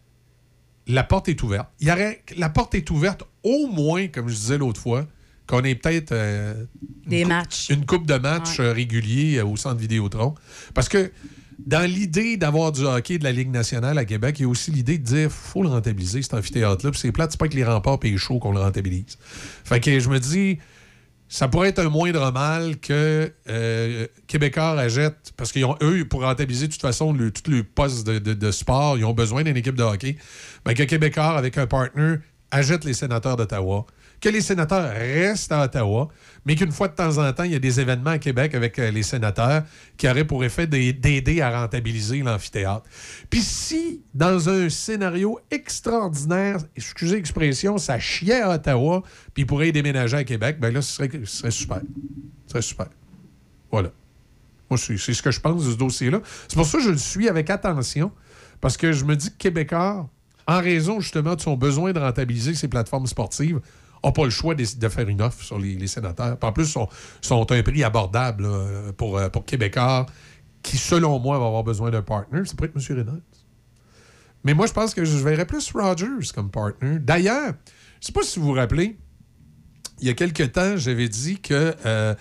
la porte est ouverte. Il y aurait, la porte est ouverte au moins, comme je disais l'autre fois, qu'on ait peut-être euh, Des une coupe- matchs. une coupe de matchs Ouais. euh, réguliers euh, au centre Vidéotron. Parce que dans l'idée d'avoir du hockey de la Ligue nationale à Québec, il y a aussi l'idée de dire faut le rentabiliser, cet amphithéâtre-là. Puis c'est plate, c'est pas avec les remparts et les shows qu'on le rentabilise. Fait que je me dis, ça pourrait être un moindre mal que euh, Québécois achètent, parce qu'ils ont, eux, pour rentabiliser de toute façon le, tous les postes de, de- de sport, ils ont besoin d'une équipe de hockey. Mais que Québécois, avec un partner, achète les sénateurs d'Ottawa. Que les sénateurs restent à Ottawa, mais qu'une fois de temps en temps, il y a des événements à Québec avec euh, les sénateurs qui auraient pour effet d'ai- d'aider à rentabiliser l'amphithéâtre. Puis si, dans un scénario extraordinaire, excusez l'expression, ça chiait à Ottawa, puis ils pourraient déménager à Québec, ben là, ce serait, ce serait super. Ce serait super. Voilà. Moi, c'est c'est ce que je pense de ce dossier-là. C'est pour ça que je le suis avec attention, parce que je me dis que Québécois, en raison justement de son besoin de rentabiliser ses plateformes sportives, n'a pas le choix de, de faire une offre sur les, les sénateurs. Puis en plus, sont, sont à un prix abordable là, pour, euh, pour Québécois, qui, selon moi, va avoir besoin d'un partner. Ça pourrait être M. Reynolds. Mais moi, je pense que je verrais plus Rogers comme partner. D'ailleurs, je ne sais pas si vous vous rappelez, il y a quelque temps, j'avais dit que euh,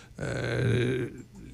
euh,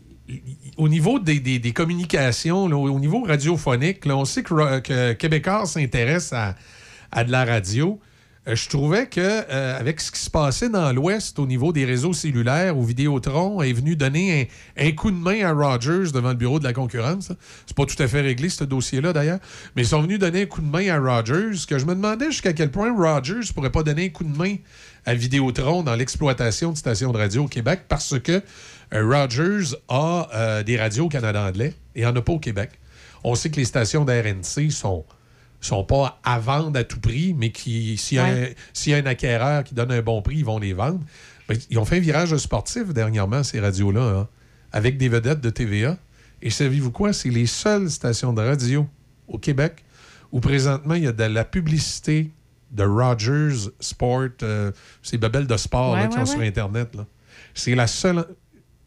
au niveau des, des- des communications, là, au niveau radiophonique, là, on sait que, que Québécois s'intéresse à, à de la radio. Euh, je trouvais que euh, avec ce qui se passait dans l'Ouest au niveau des réseaux cellulaires, où Vidéotron est venu donner un, un coup de main à Rogers devant le bureau de la concurrence. Là. C'est pas tout à fait réglé, ce dossier-là, d'ailleurs. Mais ils sont venus donner un coup de main à Rogers, que je me demandais jusqu'à quel point Rogers pourrait pas donner un coup de main à Vidéotron dans l'exploitation de stations de radio au Québec, parce que euh, Rogers a euh, des radios au Canada anglais et il n'y en a pas au Québec. On sait que les stations d'R N C sont sont pas à vendre à tout prix, mais qui s'il y, a Ouais. un- s'il y a un acquéreur qui donne un bon prix, ils vont les vendre. Ben, ils ont fait un virage sportif dernièrement, ces radios-là, hein, avec des vedettes de T V A. Et savez-vous quoi? C'est les seules stations de radio au Québec où présentement il y a de la publicité de Rogers Sport, euh, ces babelles de sport Ouais, là, qui ouais, sont sur ouais. Internet. Là. C'est la seule...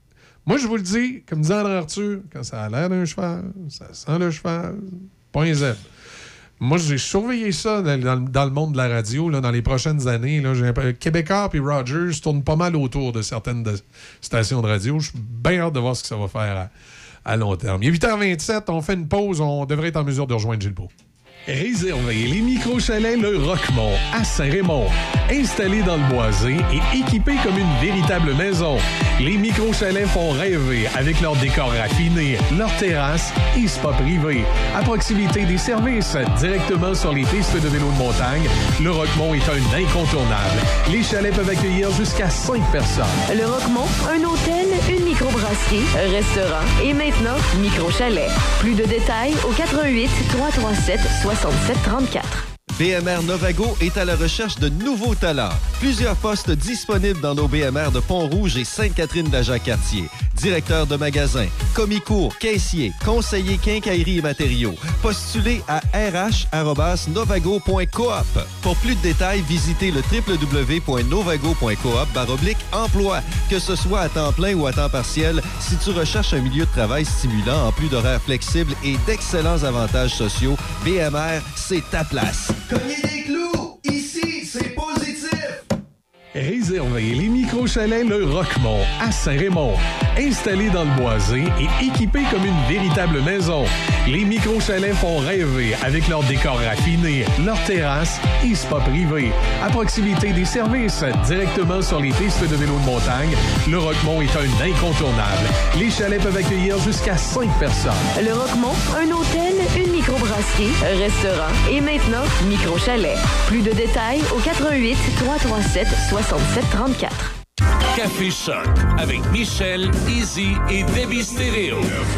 Moi, je vous le dis, comme disait André Arthur, quand ça a l'air d'un cheval, ça sent le cheval, point Z. Moi, j'ai surveillé ça dans, dans, dans le monde de la radio là, dans les prochaines années. Là, j'ai, Québécois et Rogers tournent pas mal autour de certaines de, stations de radio. Je suis bien hâte de voir ce que ça va faire à, à long terme. Il est huit heures vingt-sept, on fait une pause, on devrait être en mesure de rejoindre Gilles Proulx. Réservez les micro-chalets Le Roquemont à Saint-Raymond. Installés dans le boisé et équipés comme une véritable maison, les micro-chalets font rêver avec leur décor raffiné, leur terrasse et spa privé. À proximité des services, directement sur les pistes de vélo de montagne, Le Roquemont est un incontournable. Les chalets peuvent accueillir jusqu'à cinq personnes. Le Roquemont, un hôtel, une microbrasserie, un restaurant et maintenant micro-chalet. Plus de détails au quatre un huit, trois trois sept, soixante-sept trente-quatre. B M R Novago est à la recherche de nouveaux talents. Plusieurs postes disponibles dans nos B M R de Pont-Rouge et Sainte-Catherine-de-la-Jacques-Cartier. Directeur de magasin, commis-cours, caissier, conseiller quincaillerie et matériaux. Postulez à r h arobase novago point coop. Pour plus de détails, visitez le w w w point novago point coop baroblique emploi. Que ce soit à temps plein ou à temps partiel, si tu recherches un milieu de travail stimulant en plus d'horaires flexibles et d'excellents avantages sociaux, B M R, c'est ta place. Cognez des clous! Ici, c'est positif! Réservez les micro-chalets Le Roquemont à Saint-Raymond. Installés dans le boisé et équipés comme une véritable maison, les micro-chalets font rêver avec leur décor raffiné, leur terrasse et spa privé. À proximité des services, directement sur les pistes de vélo de montagne, Le Roquemont est un incontournable. Les chalets peuvent accueillir jusqu'à cinq personnes. Le Roquemont, un hôtel, une microbrasserie, un restaurant et maintenant micro-chalet. Plus de détails au quatre un huit, trois trois sept, soixante-sept trente-quatre. Café Choc avec Michel, Izzy et Debbie Stéréo.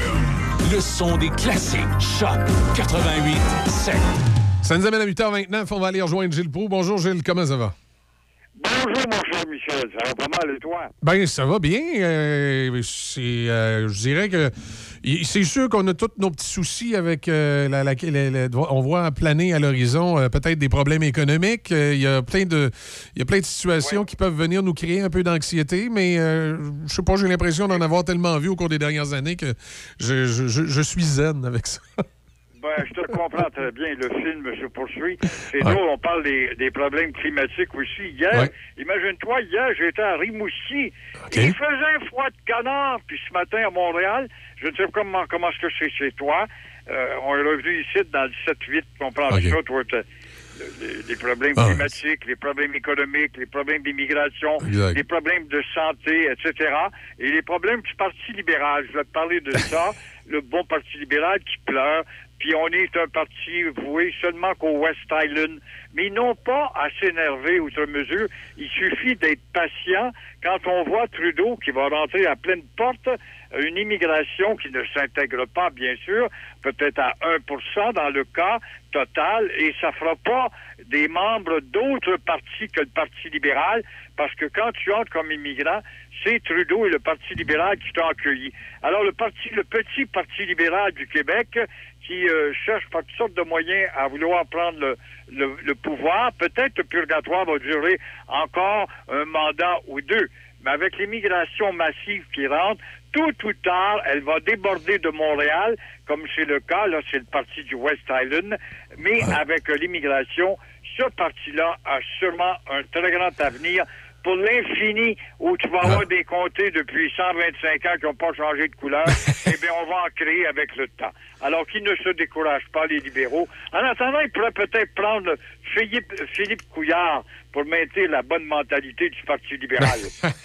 Le son des classiques. Choc quatre-vingt-huit sept. Ça nous amène à huit heures vingt-neuf. On va aller rejoindre Gilles Proulx. Bonjour Gilles, comment ça va? Bonjour mon cher Michel, ça va pas mal et toi? Ben ça va bien. Euh, c'est, euh, je dirais que c'est sûr qu'on a tous nos petits soucis avec euh, la, la, la, la, on voit planer à l'horizon euh, peut-être des problèmes économiques. Il euh, y a plein de il y a plein de situations ouais. qui peuvent venir nous créer un peu d'anxiété, mais euh, je sais pas, j'ai l'impression d'en avoir tellement vu au cours des dernières années que je, je, je, je suis zen avec ça. Ben, je te comprends très bien. Le film se poursuit. Et ouais. nous, on parle des, des problèmes climatiques aussi. Hier, ouais. imagine-toi, hier, j'étais à Rimouski. Okay. Il faisait un froid de canard. Puis ce matin, à Montréal, je ne sais pas comment, comment est-ce que c'est chez toi. Euh, on est revenu ici dans le sept huit. On prend okay. ça, toi, les, les problèmes ah, climatiques, ouais. les problèmes économiques, les problèmes d'immigration, exact. les problèmes de santé, et cetera. Et les problèmes du Parti libéral. Je vais te parler de ça. Le bon Parti libéral qui pleure. Puis on est un parti voué seulement qu'au West Island. Mais ils n'ont pas à s'énerver outre mesure. Il suffit d'être patient quand on voit Trudeau qui va rentrer à pleine porte une immigration qui ne s'intègre pas, bien sûr, peut-être à un pour cent dans le cas total, et ça fera pas des membres d'autres partis que le Parti libéral, parce que quand tu entres comme immigrant, c'est Trudeau et le Parti libéral qui t'ont accueilli. Alors le parti, le petit Parti libéral du Québec, qui euh, cherche par toutes sortes de moyens à vouloir prendre le, le, le pouvoir, peut-être le purgatoire va durer encore un mandat ou deux. Mais avec l'immigration massive qui rentre, tôt ou tard, elle va déborder de Montréal, comme c'est le cas, là, c'est le parti du West Island, mais ouais. avec euh, l'immigration, ce parti-là a sûrement un très grand avenir pour l'infini, où tu vas avoir ah. des comtés depuis cent vingt-cinq ans qui n'ont pas changé de couleur, eh bien, on va en créer avec le temps. Alors qu'ils ne se découragent pas, les libéraux. En attendant, ils pourraient peut-être prendre Philippe, Philippe Couillard pour maintenir la bonne mentalité du Parti libéral.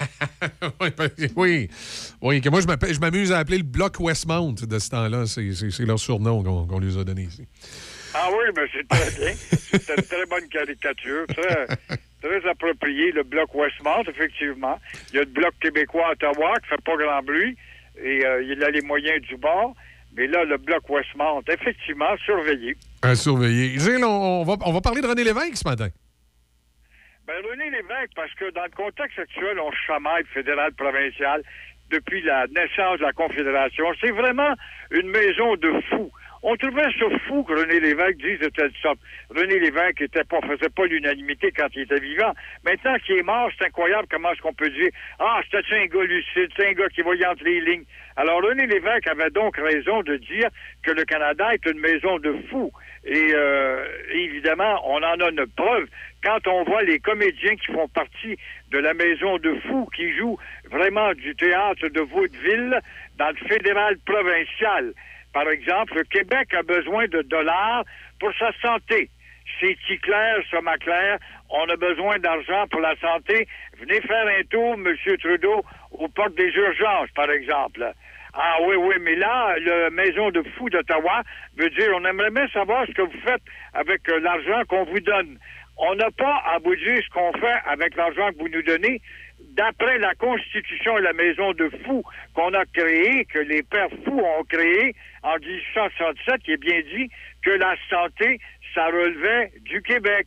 oui, oui, que moi, je m'amuse à appeler le Bloc Westmount de ce temps-là. C'est, c'est, c'est leur surnom qu'on, qu'on lui a donné ici. Ah oui, mais c'est très bien. C'est une très bonne caricature. Très... Très approprié, le Bloc Westmount, effectivement. Il y a le Bloc québécois à Ottawa qui fait pas grand bruit et euh, il a les moyens du bord. Mais là, le Bloc Westmount, effectivement, surveillé. À surveiller. Gilles, on, on, va, on va parler de René Lévesque ce matin. Ben, René Lévesque, parce que dans le contexte actuel, on chamaille fédéral-provincial depuis la naissance de la Confédération. C'est vraiment une maison de fous. On trouvait ça fou que René Lévesque dise de telle sorte. René Lévesque était pas, faisait pas l'unanimité quand il était vivant. Maintenant qu'il est mort, c'est incroyable comment est-ce qu'on peut dire « Ah, c'était un gars lucide, c'est un gars qui voyait entre les lignes. » Alors, René Lévesque avait donc raison de dire que le Canada est une maison de fous. Et euh, évidemment, on en a une preuve quand on voit les comédiens qui font partie de la maison de fous, qui jouent vraiment du théâtre de vaudeville dans le fédéral provincial. Par exemple, le Québec a besoin de dollars pour sa santé. C'est-tu clair, ça, ma Claire? On a besoin d'argent pour la santé. Venez faire un tour, M. Trudeau, aux portes des urgences, par exemple. Ah oui, oui, mais là, la Maison de fous d'Ottawa veut dire, on aimerait bien savoir ce que vous faites avec euh, l'argent qu'on vous donne. On n'a pas à vous dire ce qu'on fait avec l'argent que vous nous donnez. D'après la Constitution et la Maison de fous qu'on a créée, que les pères fous ont créé en dix-huit cent soixante-sept, il est bien dit que la santé, ça relevait du Québec.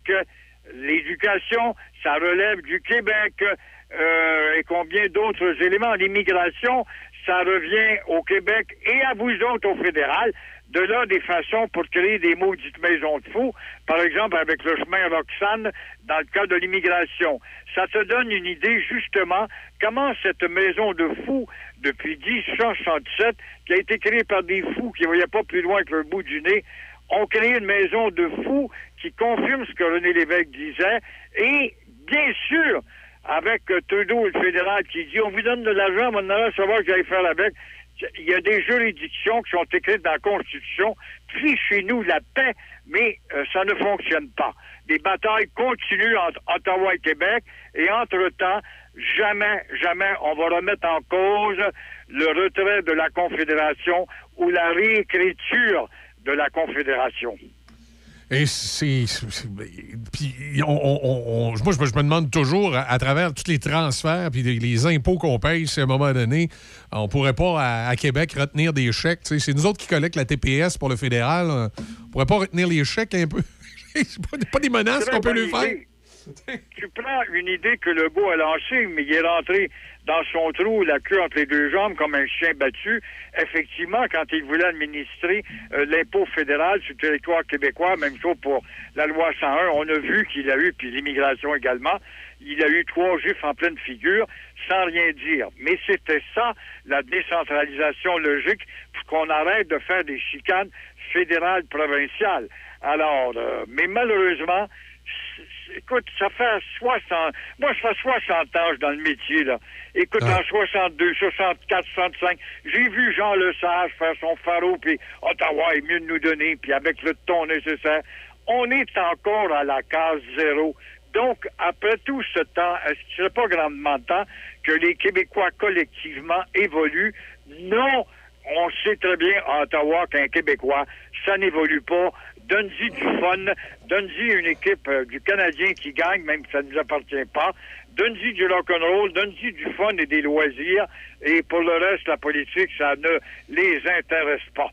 L'éducation, ça relève du Québec. Euh, et combien d'autres éléments. L'immigration, ça revient au Québec et à vous autres au fédéral. De là, des façons pour créer des maudites maisons de fous, par exemple avec le chemin Roxane, dans le cas de l'immigration. Ça te donne une idée, justement, comment cette maison de fous, depuis dix-huit cent soixante-sept, qui a été créée par des fous qui ne voyaient pas plus loin que le bout du nez, ont créé une maison de fous qui confirme ce que René Lévesque disait, et, bien sûr, avec euh, Trudeau et le fédéral qui dit « On vous donne de l'argent, on va savoir ce que vous allez faire avec ». Il y a des juridictions qui sont écrites dans la Constitution, puis chez nous, la paix, mais euh, ça ne fonctionne pas. Les batailles continuent entre Ottawa et Québec, et entre-temps, jamais, jamais on va remettre en cause le retrait de la Confédération ou la réécriture de la Confédération. Et c'est. Puis, on, on, on, moi, je, je me demande toujours, à, à travers tous les transferts puis les, les impôts qu'on paye, si à un moment donné, on pourrait pas, à, à Québec, retenir des chèques. T'sais, c'est nous autres qui collectent la T P S pour le fédéral. On pourrait pas retenir les chèques un peu. C'est pas, pas des menaces qu'on peut lui faire. Tu prends une idée que Legault a lancée, mais il est rentré dans son trou, la queue entre les deux jambes, comme un chien battu. Effectivement, quand il voulait administrer euh, l'impôt fédéral sur le territoire québécois, même chose pour la loi cent un, on a vu qu'il a eu, puis l'immigration également, il a eu trois gifs en pleine figure, sans rien dire. Mais c'était ça, la décentralisation logique, pour qu'on arrête de faire des chicanes fédérales, provinciales. Alors, euh, mais malheureusement, écoute, ça fait soixante... Moi, ça fait soixante ans que je suis dans le métier, là. Écoute, ah. en soixante-deux, soixante-quatre, soixante-cinq, j'ai vu Jean Lesage faire son pharo, puis Ottawa est mieux de nous donner, puis avec le ton nécessaire. On est encore à la case zéro. Donc, après tout ce temps, est-ce qu'il ne serait pas grandement temps que les Québécois collectivement évoluent? Non! On sait très bien à Ottawa qu'un Québécois, ça n'évolue pas. Donne-y du fun, donne-y une équipe euh, du Canadien qui gagne, même si ça ne nous appartient pas. Donne-y du rock'n'roll, donne-y du fun et des loisirs. Et pour le reste, la politique, ça ne les intéresse pas.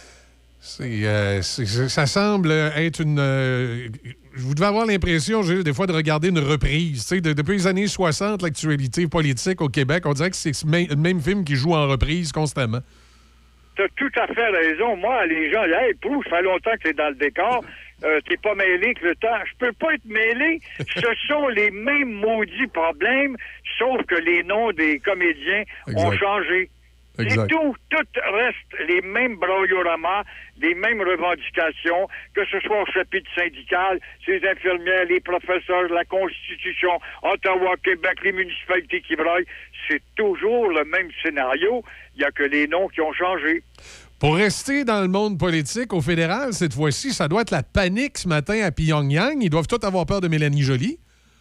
C'est, euh, c'est, ça semble être une... Euh, vous devez avoir l'impression, Gilles, des fois, de regarder une reprise. Tu sais, de, depuis les années soixante, l'actualité politique au Québec, on dirait que c'est le même film qui joue en reprise constamment. T'as tout à fait raison. Moi, les gens, hey, Proulx, ça fait longtemps que t'es dans le décor. Euh, t'es pas mêlé que le temps. Je peux pas être mêlé. Ce sont les mêmes maudits problèmes, sauf que les noms des comédiens exact. ont changé. Exact. Et tout, tout reste les mêmes broyoramas, les mêmes revendications, que ce soit au chapitre syndical, ces infirmières, les professeurs, la Constitution, Ottawa, Québec, les municipalités qui broyent. C'est toujours le même scénario. Il n'y a que les noms qui ont changé. Pour rester dans le monde politique, au fédéral, cette fois-ci, ça doit être la panique ce matin à Pyongyang. Ils doivent tous avoir peur de Mélanie Joly.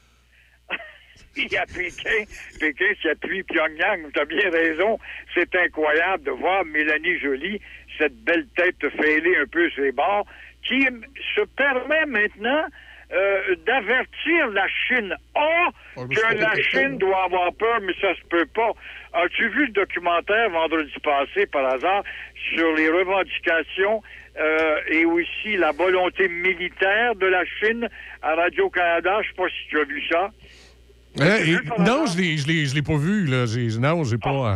Il y a Pékin, Pékin qui appuie Pyongyang. Tu as bien raison. C'est incroyable de voir Mélanie Joly, cette belle tête fêlée un peu sur les bords, qui se permet maintenant euh, d'avertir la Chine. Oh, oh que la Chine doit avoir peur, mais ça se peut pas. As-tu vu le documentaire vendredi passé, par hasard, sur les revendications euh, et aussi la volonté militaire de la Chine à Radio-Canada? Je sais pas si tu as vu ça. Euh, et, non, je l'ai, je l'ai, je l'ai pas vu. Là. J'ai, non, j'ai pas... Ah.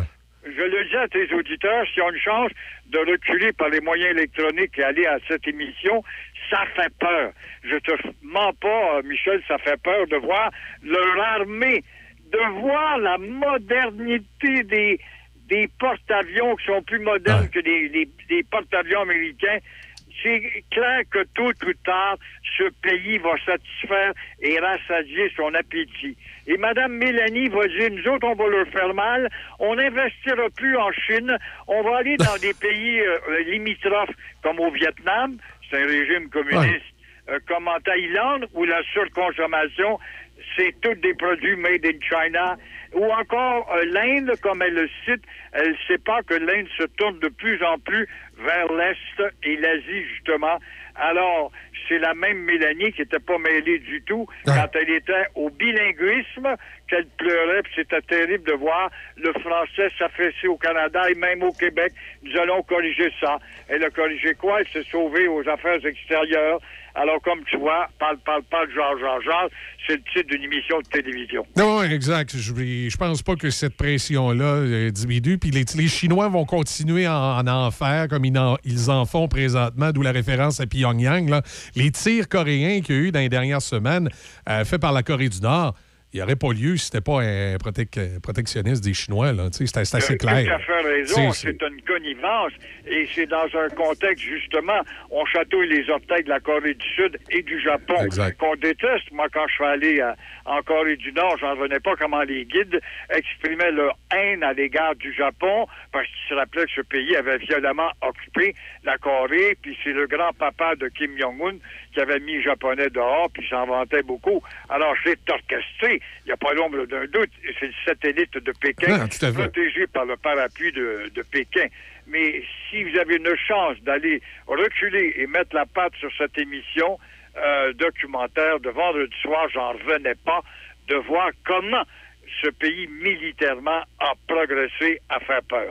je le dis à tes auditeurs, s'ils ont une chance de reculer par les moyens électroniques et aller à cette émission, ça fait peur. Je te mens pas, Michel, ça fait peur de voir leur armée, de voir la modernité des, des porte-avions qui sont plus modernes ouais. que les, les, les porte-avions américains. C'est clair que tôt ou tard, ce pays va satisfaire et rassasier son appétit. Et Mme Mélanie va dire, nous autres, on va leur faire mal, on n'investira plus en Chine, on va aller dans des pays euh, limitrophes comme au Vietnam, c'est un régime communiste, ouais. euh, comme en Thaïlande, où la surconsommation, c'est tous des produits made in China, ou encore euh, l'Inde, comme elle le cite, elle ne sait pas que l'Inde se tourne de plus en plus vers l'Est et l'Asie, justement. Alors, c'est la même Mélanie qui n'était pas mêlée du tout ah. quand elle était au bilinguisme, qu'elle pleurait, puis c'était terrible de voir le français s'affaisser au Canada et même au Québec. Nous allons corriger ça. Elle a corrigé quoi? Elle s'est sauvée aux affaires extérieures. Alors, comme tu vois, parle, parle, parle, genre, genre, genre, c'est le titre d'une émission de télévision. Non, exact. Je, je pense pas que cette pression-là euh, diminue. Puis les, les Chinois vont continuer à en, en faire comme ils en, ils en font présentement, d'où la référence à Pyongyang. Là. Les tirs coréens qu'il y a eu dans les dernières semaines, euh, faits par la Corée du Nord, il n'y aurait pas lieu si c'était pas un protec- protectionniste des Chinois. Là. C'est, c'est assez euh, clair. Tu as fait raison. C'est, c'est une connivence. Et c'est dans un contexte, justement, on chatouille les orteils de la Corée du Sud et du Japon. Exact. Qu'on déteste. Moi, quand je suis allé à, en Corée du Nord, j'en revenais pas comment les guides exprimaient leur haine à l'égard du Japon parce qu'ils se rappelaient que ce pays avait violemment occupé la Corée. Puis c'est le grand-papa de Kim Jong-un qui avait mis les Japonais dehors, puis s'en vantait beaucoup. Alors, c'est orchestré. Il n'y a pas l'ombre d'un doute. C'est le satellite de Pékin, ah, protégé par le parapluie de, de Pékin. Mais si vous avez une chance d'aller reculer et mettre la patte sur cette émission euh, documentaire de vendredi soir, j'en revenais pas, de voir comment ce pays militairement a progressé à faire peur.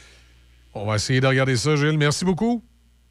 On va essayer de regarder ça, Gilles. Merci beaucoup.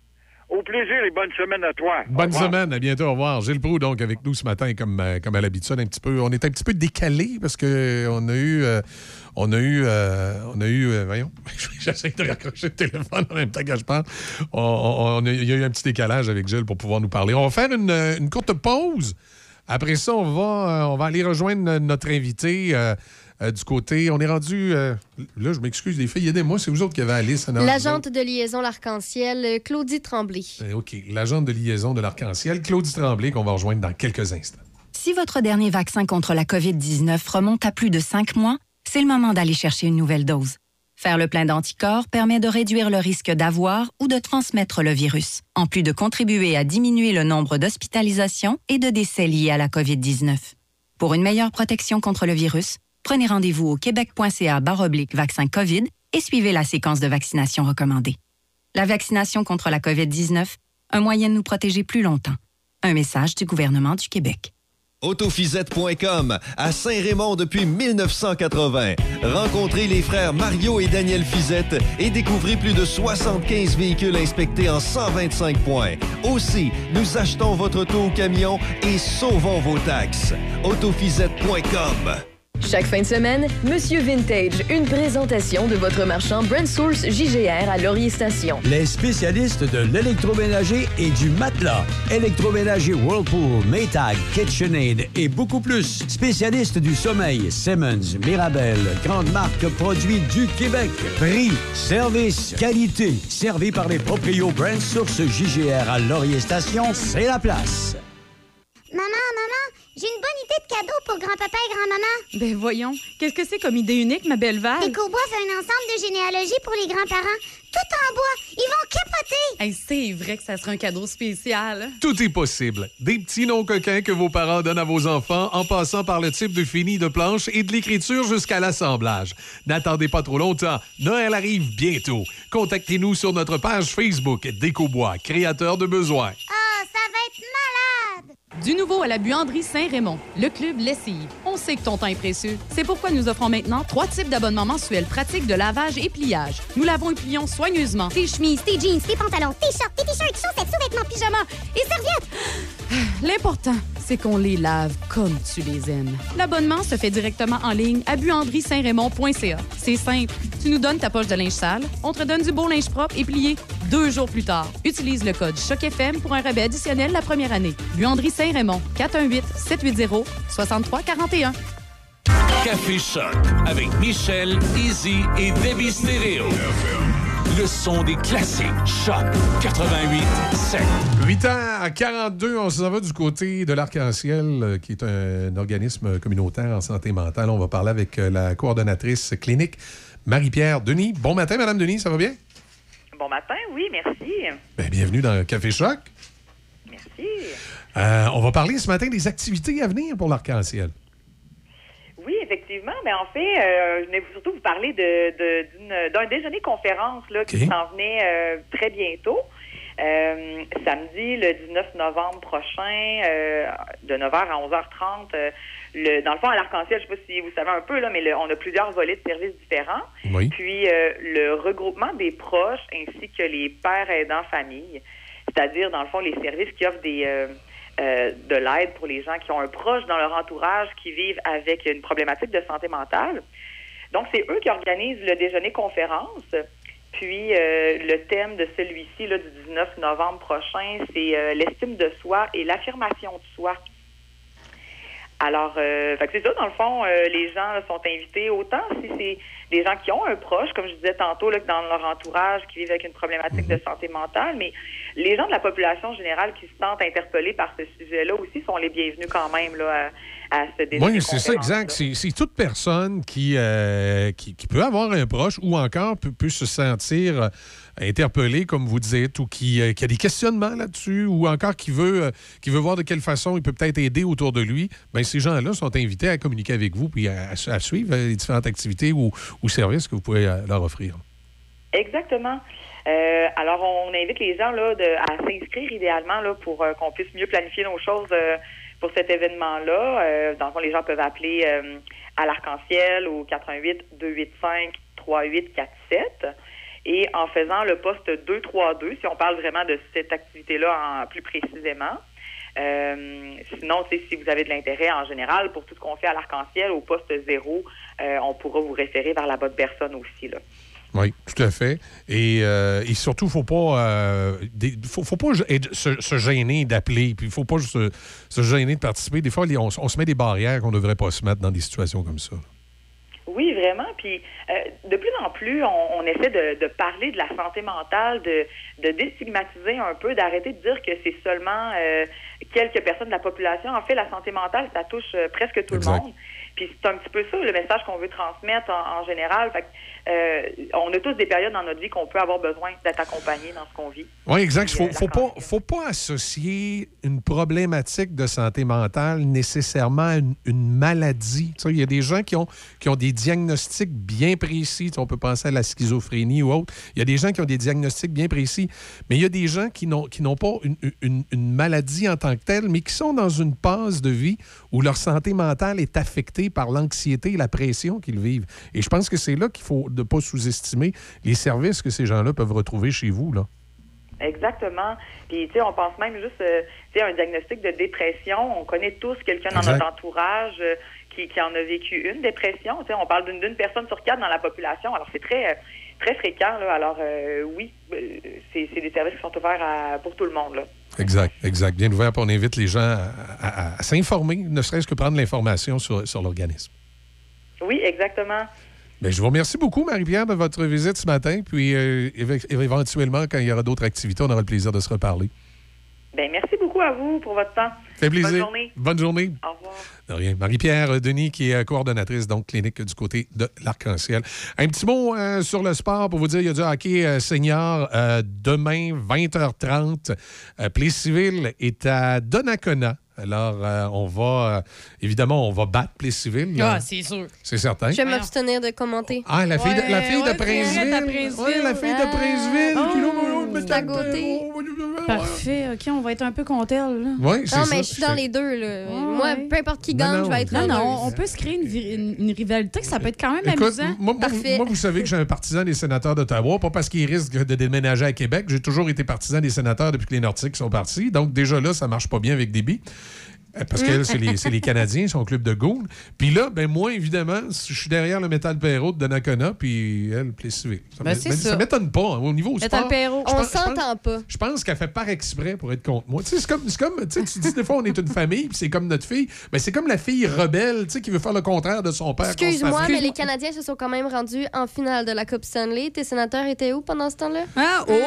Au plaisir et bonne semaine à toi. Bonne semaine, à bientôt, au revoir. Gilles Proulx, donc, avec nous ce matin, comme, euh, comme à l'habitude, un petit peu. On est un petit peu décalé parce que on a eu, euh, on a eu, euh, on a eu, euh, voyons, j'essaie de raccrocher le téléphone en même temps que je parle. On, on, on a, il y a eu un petit décalage avec Gilles pour pouvoir nous parler. On va faire une, une courte pause. Après ça, on va, on va aller rejoindre notre invité. Euh, Euh, du côté, on est rendu... Euh, là, je m'excuse, les filles, aidez-moi, c'est vous autres qui avez Alice. L'agente de liaison L'Arc-en-Ciel, Claudie Tremblay. Euh, OK, l'agente de liaison de L'Arc-en-Ciel, Claudie Tremblay, qu'on va rejoindre dans quelques instants. Si votre dernier vaccin contre la covid dix-neuf remonte à plus de cinq mois, c'est le moment d'aller chercher une nouvelle dose. Faire le plein d'anticorps permet de réduire le risque d'avoir ou de transmettre le virus, en plus de contribuer à diminuer le nombre d'hospitalisations et de décès liés à la covid dix-neuf. Pour une meilleure protection contre le virus, prenez rendez-vous au québec.ca barre oblique vaccin COVID et suivez la séquence de vaccination recommandée. La vaccination contre la covid dix-neuf, un moyen de nous protéger plus longtemps. Un message du gouvernement du Québec. Autofizette point com, à Saint-Raymond depuis dix-neuf cent quatre-vingts. Rencontrez les frères Mario et Daniel Fizette et découvrez plus de soixante-quinze véhicules inspectés en cent vingt-cinq points. Aussi, nous achetons votre auto ou camion et sauvons vos taxes. Autofizette point com. Chaque fin de semaine, Monsieur Vintage, une présentation de votre marchand Brand Source J G R à Laurier Station. Les spécialistes de l'électroménager et du matelas. Électroménager Whirlpool, Maytag, KitchenAid et beaucoup plus. Spécialistes du sommeil, Simmons, Mirabel, grande marque produits du Québec. Prix, service, qualité. Servi par les proprios Brand Source J G R à Laurier Station, c'est la place. Maman, maman, j'ai une bonne idée de cadeau pour grand-papa et grand-maman. Ben voyons, qu'est-ce que c'est comme idée unique, ma belle Val? Décobois fait un ensemble de généalogie pour les grands-parents. Tout en bois. Ils vont capoter. Hey, c'est vrai que ça serait un cadeau spécial. Tout est possible. Des petits noms coquins que vos parents donnent à vos enfants en passant par le type de fini de planche et de l'écriture jusqu'à l'assemblage. N'attendez pas trop longtemps. Noël arrive bientôt. Contactez-nous sur notre page Facebook Décobois, créateur de besoins. Ah, ça va être malade. Du nouveau à la buanderie Saint-Raymond, le club lessive. On sait que ton temps est précieux. C'est pourquoi nous offrons maintenant trois types d'abonnements mensuels pratiques de lavage et pliage. Nous lavons et plions soigneusement tes chemises, tes jeans, tes pantalons, tes shorts, tes t-shirts, chaussettes, sous-vêtements, pyjamas et serviettes. L'important, c'est qu'on les lave comme tu les aimes. L'abonnement se fait directement en ligne à buanderie saint raymond point c a. C'est simple. Tu nous donnes ta poche de linge sale, on te donne du beau linge propre et plié deux jours plus tard. Utilise le code choc F M pour un rabais additionnel la première année. Buanderie Saint-Raymond, quatre un huit, sept huit zéro, trois trois quatre un. Café Choc avec Michel, Izzy et Debbie Stéréo. Le son des classiques. Choc quatre-vingt-huit sept. huit heures quarante-deux, on s'en va du côté de l'Arc-en-Ciel, qui est un organisme communautaire en santé mentale. On va parler avec la coordonnatrice clinique, Marie-Pierre Denis. Bon matin, Madame Denis, ça va bien? Bon matin, oui, merci. Bien, bienvenue dans Café Choc. Merci. Euh, on va parler ce matin des activités à venir pour l'Arc-en-Ciel. Oui, effectivement. Mais en fait, euh, je venais surtout vous parler de, de, d'une, d'un déjeuner-conférence là, qui okay. s'en venait euh, très bientôt. Euh, samedi, le dix-neuf novembre prochain, euh, de neuf heures à onze heures trente. Euh, le, dans le fond, à l'Arc-en-Ciel, je ne sais pas si vous savez un peu, là, mais le, on a plusieurs volets de services différents. Oui. Puis, euh, le regroupement des proches ainsi que les pères aidants famille, c'est-à-dire, dans le fond, les services qui offrent des... Euh, Euh, de l'aide pour les gens qui ont un proche dans leur entourage qui vivent avec une problématique de santé mentale. Donc, c'est eux qui organisent le déjeuner-conférence. Puis, euh, le thème de celui-ci, là, du dix-neuf novembre prochain, c'est euh, l'estime de soi et l'affirmation de soi. Alors, euh, fait que c'est ça, dans le fond, euh, les gens là, sont invités autant si c'est des gens qui ont un proche, comme je disais tantôt, là, dans leur entourage, qui vivent avec une problématique de santé mentale, mais les gens de la population générale qui se sentent interpellés par ce sujet-là aussi sont les bienvenus quand même là, à, à ce déjeuner. Oui, c'est ça, exact. C'est, c'est toute personne qui, euh, qui, qui peut avoir un proche ou encore peut, peut se sentir interpellé, comme vous dites, ou qui, euh, qui a des questionnements là-dessus, ou encore qui veut, euh, qui veut voir de quelle façon il peut peut-être aider autour de lui, bien, ces gens-là sont invités à communiquer avec vous puis à, à suivre les différentes activités ou, ou services que vous pouvez leur offrir. Exactement. Euh, alors, on invite les gens là, de, à s'inscrire idéalement là, pour euh, qu'on puisse mieux planifier nos choses euh, pour cet événement-là. Euh, dans le fond, les gens peuvent appeler euh, à l'Arc-en-Ciel au quatre un huit, deux huit cinq, trois huit quatre sept. Et en faisant le poste deux trois deux, si on parle vraiment de cette activité-là en, plus précisément. Euh, sinon, si vous avez de l'intérêt en général pour tout ce qu'on fait à l'Arc-en-Ciel, au poste zéro, euh, on pourra vous référer vers la bonne personne aussi, là. Oui, tout à fait. Et, euh, et surtout, il ne faut pas, euh, des, faut, faut pas se, se gêner d'appeler, puis il ne faut pas se, se gêner de participer. Des fois, on, on se met des barrières qu'on ne devrait pas se mettre dans des situations comme ça. Oui, vraiment. Puis, euh, de plus en plus, on, on essaie de, de parler de la santé mentale, de, de déstigmatiser un peu, d'arrêter de dire que c'est seulement euh, quelques personnes de la population. En fait, la santé mentale, ça touche euh, presque tout exact. Le monde. Puis c'est un petit peu ça, le message qu'on veut transmettre en, en général. Fait que, euh, on a tous des périodes dans notre vie qu'on peut avoir besoin d'être accompagné dans ce qu'on vit. Oui, exact. Il ne faut, faut, pas, faut pas associer une problématique de santé mentale nécessairement à une, une maladie. Il y a des gens qui ont, qui ont des diagnostics bien précis. T'sais, on peut penser à la schizophrénie ou autre. Il y a des gens qui ont des diagnostics bien précis. Mais il y a des gens qui n'ont, qui n'ont pas une, une, une maladie en tant que telle, mais qui sont dans une phase de vie où leur santé mentale est affectée par l'anxiété et la pression qu'ils vivent. Et je pense que c'est là qu'il faut ne pas sous-estimer les services que ces gens-là peuvent retrouver chez vous, là. Exactement. Puis, tu sais, on pense même juste, euh, tu sais, un diagnostic de dépression. On connaît tous quelqu'un dans exact. Notre entourage euh, qui, qui en a vécu une dépression. Tu sais, on parle d'une, d'une personne sur quatre dans la population. Alors, c'est très, très fréquent, là. Alors, euh, oui, c'est, c'est des services qui sont ouverts à, pour tout le monde, là. Exact, exact. Bien ouvert, puis on invite les gens à, à, à s'informer, ne serait-ce que prendre l'information sur, sur l'organisme. Oui, exactement. Bien, je vous remercie beaucoup, Marie-Pierre, de votre visite ce matin. Puis, euh, éventuellement, quand il y aura d'autres activités, on aura le plaisir de se reparler. Bien, merci beaucoup à vous pour votre temps. Ça fait plaisir. Bonne journée. Bonne journée. Au revoir. De rien. Marie-Pierre Denis, qui est coordonnatrice donc clinique du côté de l'Arc-en-Ciel. Un petit mot euh, sur le sport pour vous dire, il y a du hockey euh, senior euh, demain, vingt heures trente. Euh, Plessisville est à Donnacona. Alors, euh, on va, euh, évidemment, on va battre Plessisville. Ah, c'est sûr. C'est certain. Je vais m'abstenir de commenter. Ah, la fille ouais, de, la fille ouais, de Princeville. Oui, la fille de Princeville. Ah, qui, oh, c'est à côté. Parfait. OK, on va être un peu contents, là. Oui, c'est non, ça. mais je suis dans les deux, là. Ouais, Moi, ouais. peu importe qui gagne, non, je vais être Non, heureuse. non, on peut se créer une, une, une rivalité, ça peut être quand même Écoute, amusant. Moi, moi, moi, vous savez que je suis un partisan des sénateurs d'Ottawa, pas parce qu'ils risquent de déménager à Québec. J'ai toujours été partisan des sénateurs depuis que les Nordiques sont partis. Donc, déjà là, ça marche pas bien avec Déby. Parce que c'est les, c'est les Canadiens, son club de goût. Puis là, ben moi, évidemment, je suis derrière le Metal Perrault de Donnacona, puis elle, Plessisville. Ça Ben, c'est ben, ça. ça m'étonne pas. Hein, au niveau Metal sport, Perrault. je On pense- je pense- s'entend pas. Je pense qu'elle fait par exprès pour être contre moi. Tu sais, c'est comme, c'est comme tu sais, tu dis des fois, on est une famille, puis c'est comme notre fille. Ben, c'est comme la fille rebelle, tu sais, qui veut faire le contraire de son père. Excuse-moi, constamment. mais les Canadiens se sont quand même rendus en finale de la Coupe Stanley. Tes sénateurs étaient où pendant ce temps-là? Ah, oh,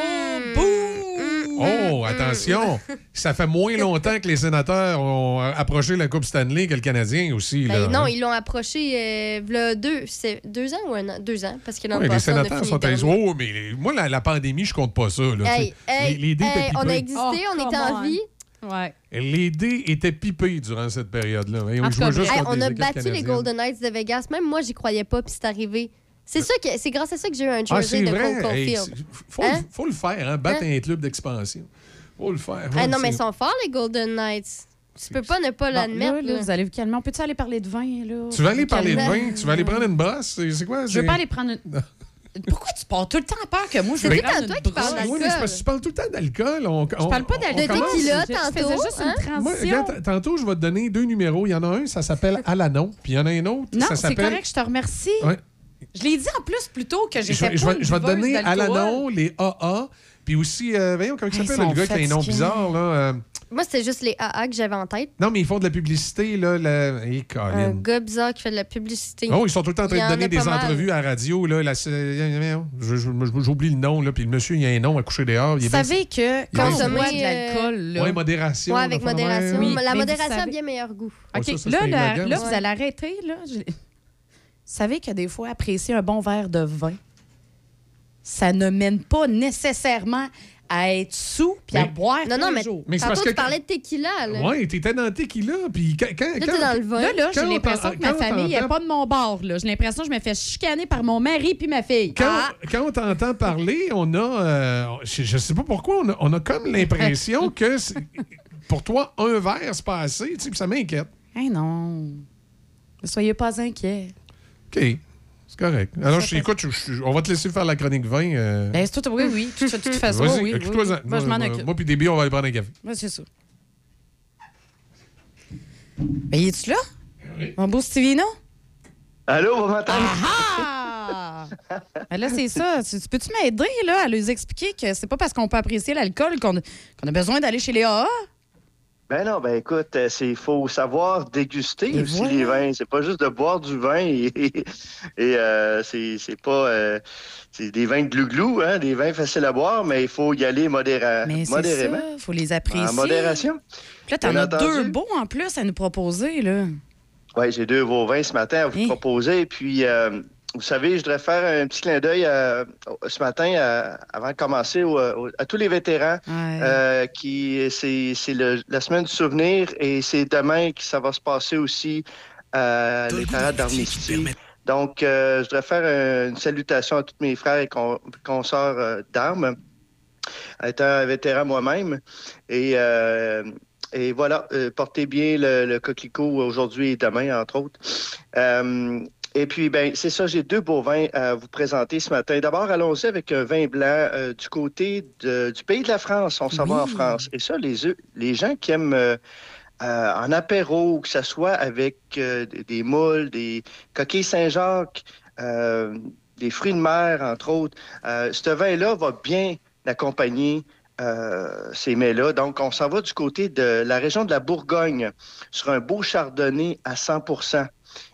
Oh, attention! Ça fait moins longtemps que les sénateurs ont approché la Coupe Stanley que le Canadien aussi. Ben là, non, hein. ils l'ont approché euh, v'là deux, c'est deux ans ou un an? Deux ans, parce que l'an Ouais, les passé, on a sénateurs fini sont dernier. Oh, mais les- moi, la, la pandémie, je compte pas ça. Là, Hey, tu sais. hey, les, les dés hey, étaient on a pipés. existé, Oh, on était come en on. vie. Ouais. Les dés étaient pipés durant cette période-là. Et on En tout cas, jouait juste hey, contre on des a équipes battu les canadiennes. Golden Knights de Vegas. Même moi, j'y croyais pas, puis c'est arrivé. C'est ça que c'est grâce à ça que j'ai eu un Ah, jersey c'est de vrai? Cole Hey, Caulfield. c'est- faut, Hein? faut le faire, hein, battre Hein? un club d'expansion. Faut le faire. Ah, non, Ouais, mais ils c'est- sont forts, les Golden Knights. Tu peux pas ne pas Bon, l'admettre. là, là, là. vous allez vous calmer. On peut-tu aller parler de vin, là? Tu vas aller Vous parler de calmer? vin? Tu vas aller prendre une brosse? C'est c'est quoi? Je veux c'est- pas aller prendre une... Pourquoi tu pars tout le temps à peur que moi, je C'est vais tout prendre le temps une toi qui parles brosse? Oui, mais c'est parce que tu parles tout le temps d'alcool. On, Je parle pas d'alcool. De tequila, Je- je tantôt, faisais juste hein? une Moi, transition. regarde, tantôt, je vais te donner deux numéros. Il y en a un, ça s'appelle Alanon. Puis il y en a un autre, Non, ça c'est s'appelle... correct, je te remercie. Ouais. Je l'ai dit en plus plus tôt que Je j'étais vais, je pas vais- une je vais te buveuse donner d'alcool. Alanon, les A A, puis aussi, euh, voyons, comment il Ils s'appelle, sont le gars qui a un nom fatigués. bizarre, là. euh, Moi, c'était juste les A A que j'avais en tête. Non, mais ils font de la publicité, là. La... Hey, Un Colin. gars bizarre qui fait de la publicité. Oh, ils sont tout le temps en Il y train en de a donner des pas mal. entrevues à la radio, là. La... je- je- je- J'oublie le nom, là. Puis le monsieur, il a un nom à coucher dehors. Il est Vous savez que quand on Consommer, boit de l'alcool, là... Oui, modération. Ouais, avec d'affaires de même. modération. Oui, la mais vous modération a savez- bien meilleur goût. Oh, OK, ça, ça, là, c'est là, une là, gamme, vous ça. allez arrêter. Là. Je- Vous savez que des fois, apprécier un bon verre de vin, ça ne mène pas nécessairement à être sous puis à Mais- boire Non, non, tous les mais jours. Mais c'est tantôt, parce que- tu parlais de tequila, là. Ouais, t'étais dans le tequila, puis quand... quand, Là, t'es quand- dans le vin. Là, là, j'ai Quand l'impression on que ma t'en- famille n'est quand pas de mon bord. là. J'ai l'impression que je me fais chicaner par mon mari puis ma fille. Quand, Ah! quand on t'entend parler, on a... euh, je, je sais pas pourquoi, on a, on a comme l'impression que c'est- pour toi, un verre, c'est pas assez, tu sais, puis ça m'inquiète. Hein, non. Ne soyez pas inquiets. OK, c'est correct. Alors, je, écoute, je- je- on va te laisser faire la chronique vin. euh. Ben, c'est tout, oui, oui. Tout, tout, tout fait ça. Vas-y, Oui, oui, occupe-toi-en. oui. Moi, je m'en Moi, occupe. Moi puis Déby, on va aller prendre un café. Ouais, c'est ça. Ben, es-tu là? Mon beau Stevino? Allô, vous m'entendez? Ah! Ben là, c'est ça. Tu, tu peux-tu m'aider là, à leur expliquer que c'est pas parce qu'on peut apprécier l'alcool qu'on qu'on a besoin d'aller chez les A A? Ben non, ben écoute, euh, c'est faut savoir déguster Et aussi voilà. les vins. C'est pas juste de boire du vin et, et euh, c'est c'est pas euh, c'est des vins de glouglou, hein, des vins faciles à boire, mais il faut y aller modéra- Mais c'est modérément. ça, faut les apprécier. En modération. Puis là, t'en Bien as entendu. deux beaux en plus à nous proposer, là. Oui, j'ai deux beaux vins ce matin à vous Hein? proposer. Puis, euh, vous savez, je voudrais faire un petit clin d'œil euh, ce matin, euh, avant de commencer, au- au- à tous les vétérans. Ouais. Euh, qui c'est c'est le- la semaine du souvenir et c'est demain que ça va se passer aussi à les parades d'Armistice. Donc, euh, je voudrais faire euh, une salutation à tous mes frères et con- consoeurs euh, d'armes, étant un vétéran moi-même. Et, euh, et voilà, euh, portez bien le, le coquelicot aujourd'hui et demain, entre autres. Euh, et puis, ben, c'est ça, j'ai deux beaux vins à vous présenter ce matin. D'abord, allons-y avec un vin blanc euh, du côté de- du pays de la France. On s'en va en France. Et ça, les, œufs- les gens qui aiment euh, euh, en apéro, que ce soit avec euh, des- des moules, des coquilles Saint-Jacques, euh, des fruits de mer, entre autres, euh, ce vin-là va bien accompagner euh, ces mets-là. Donc, on s'en va du côté de la région de la Bourgogne sur un beau chardonnay à cent pour cent.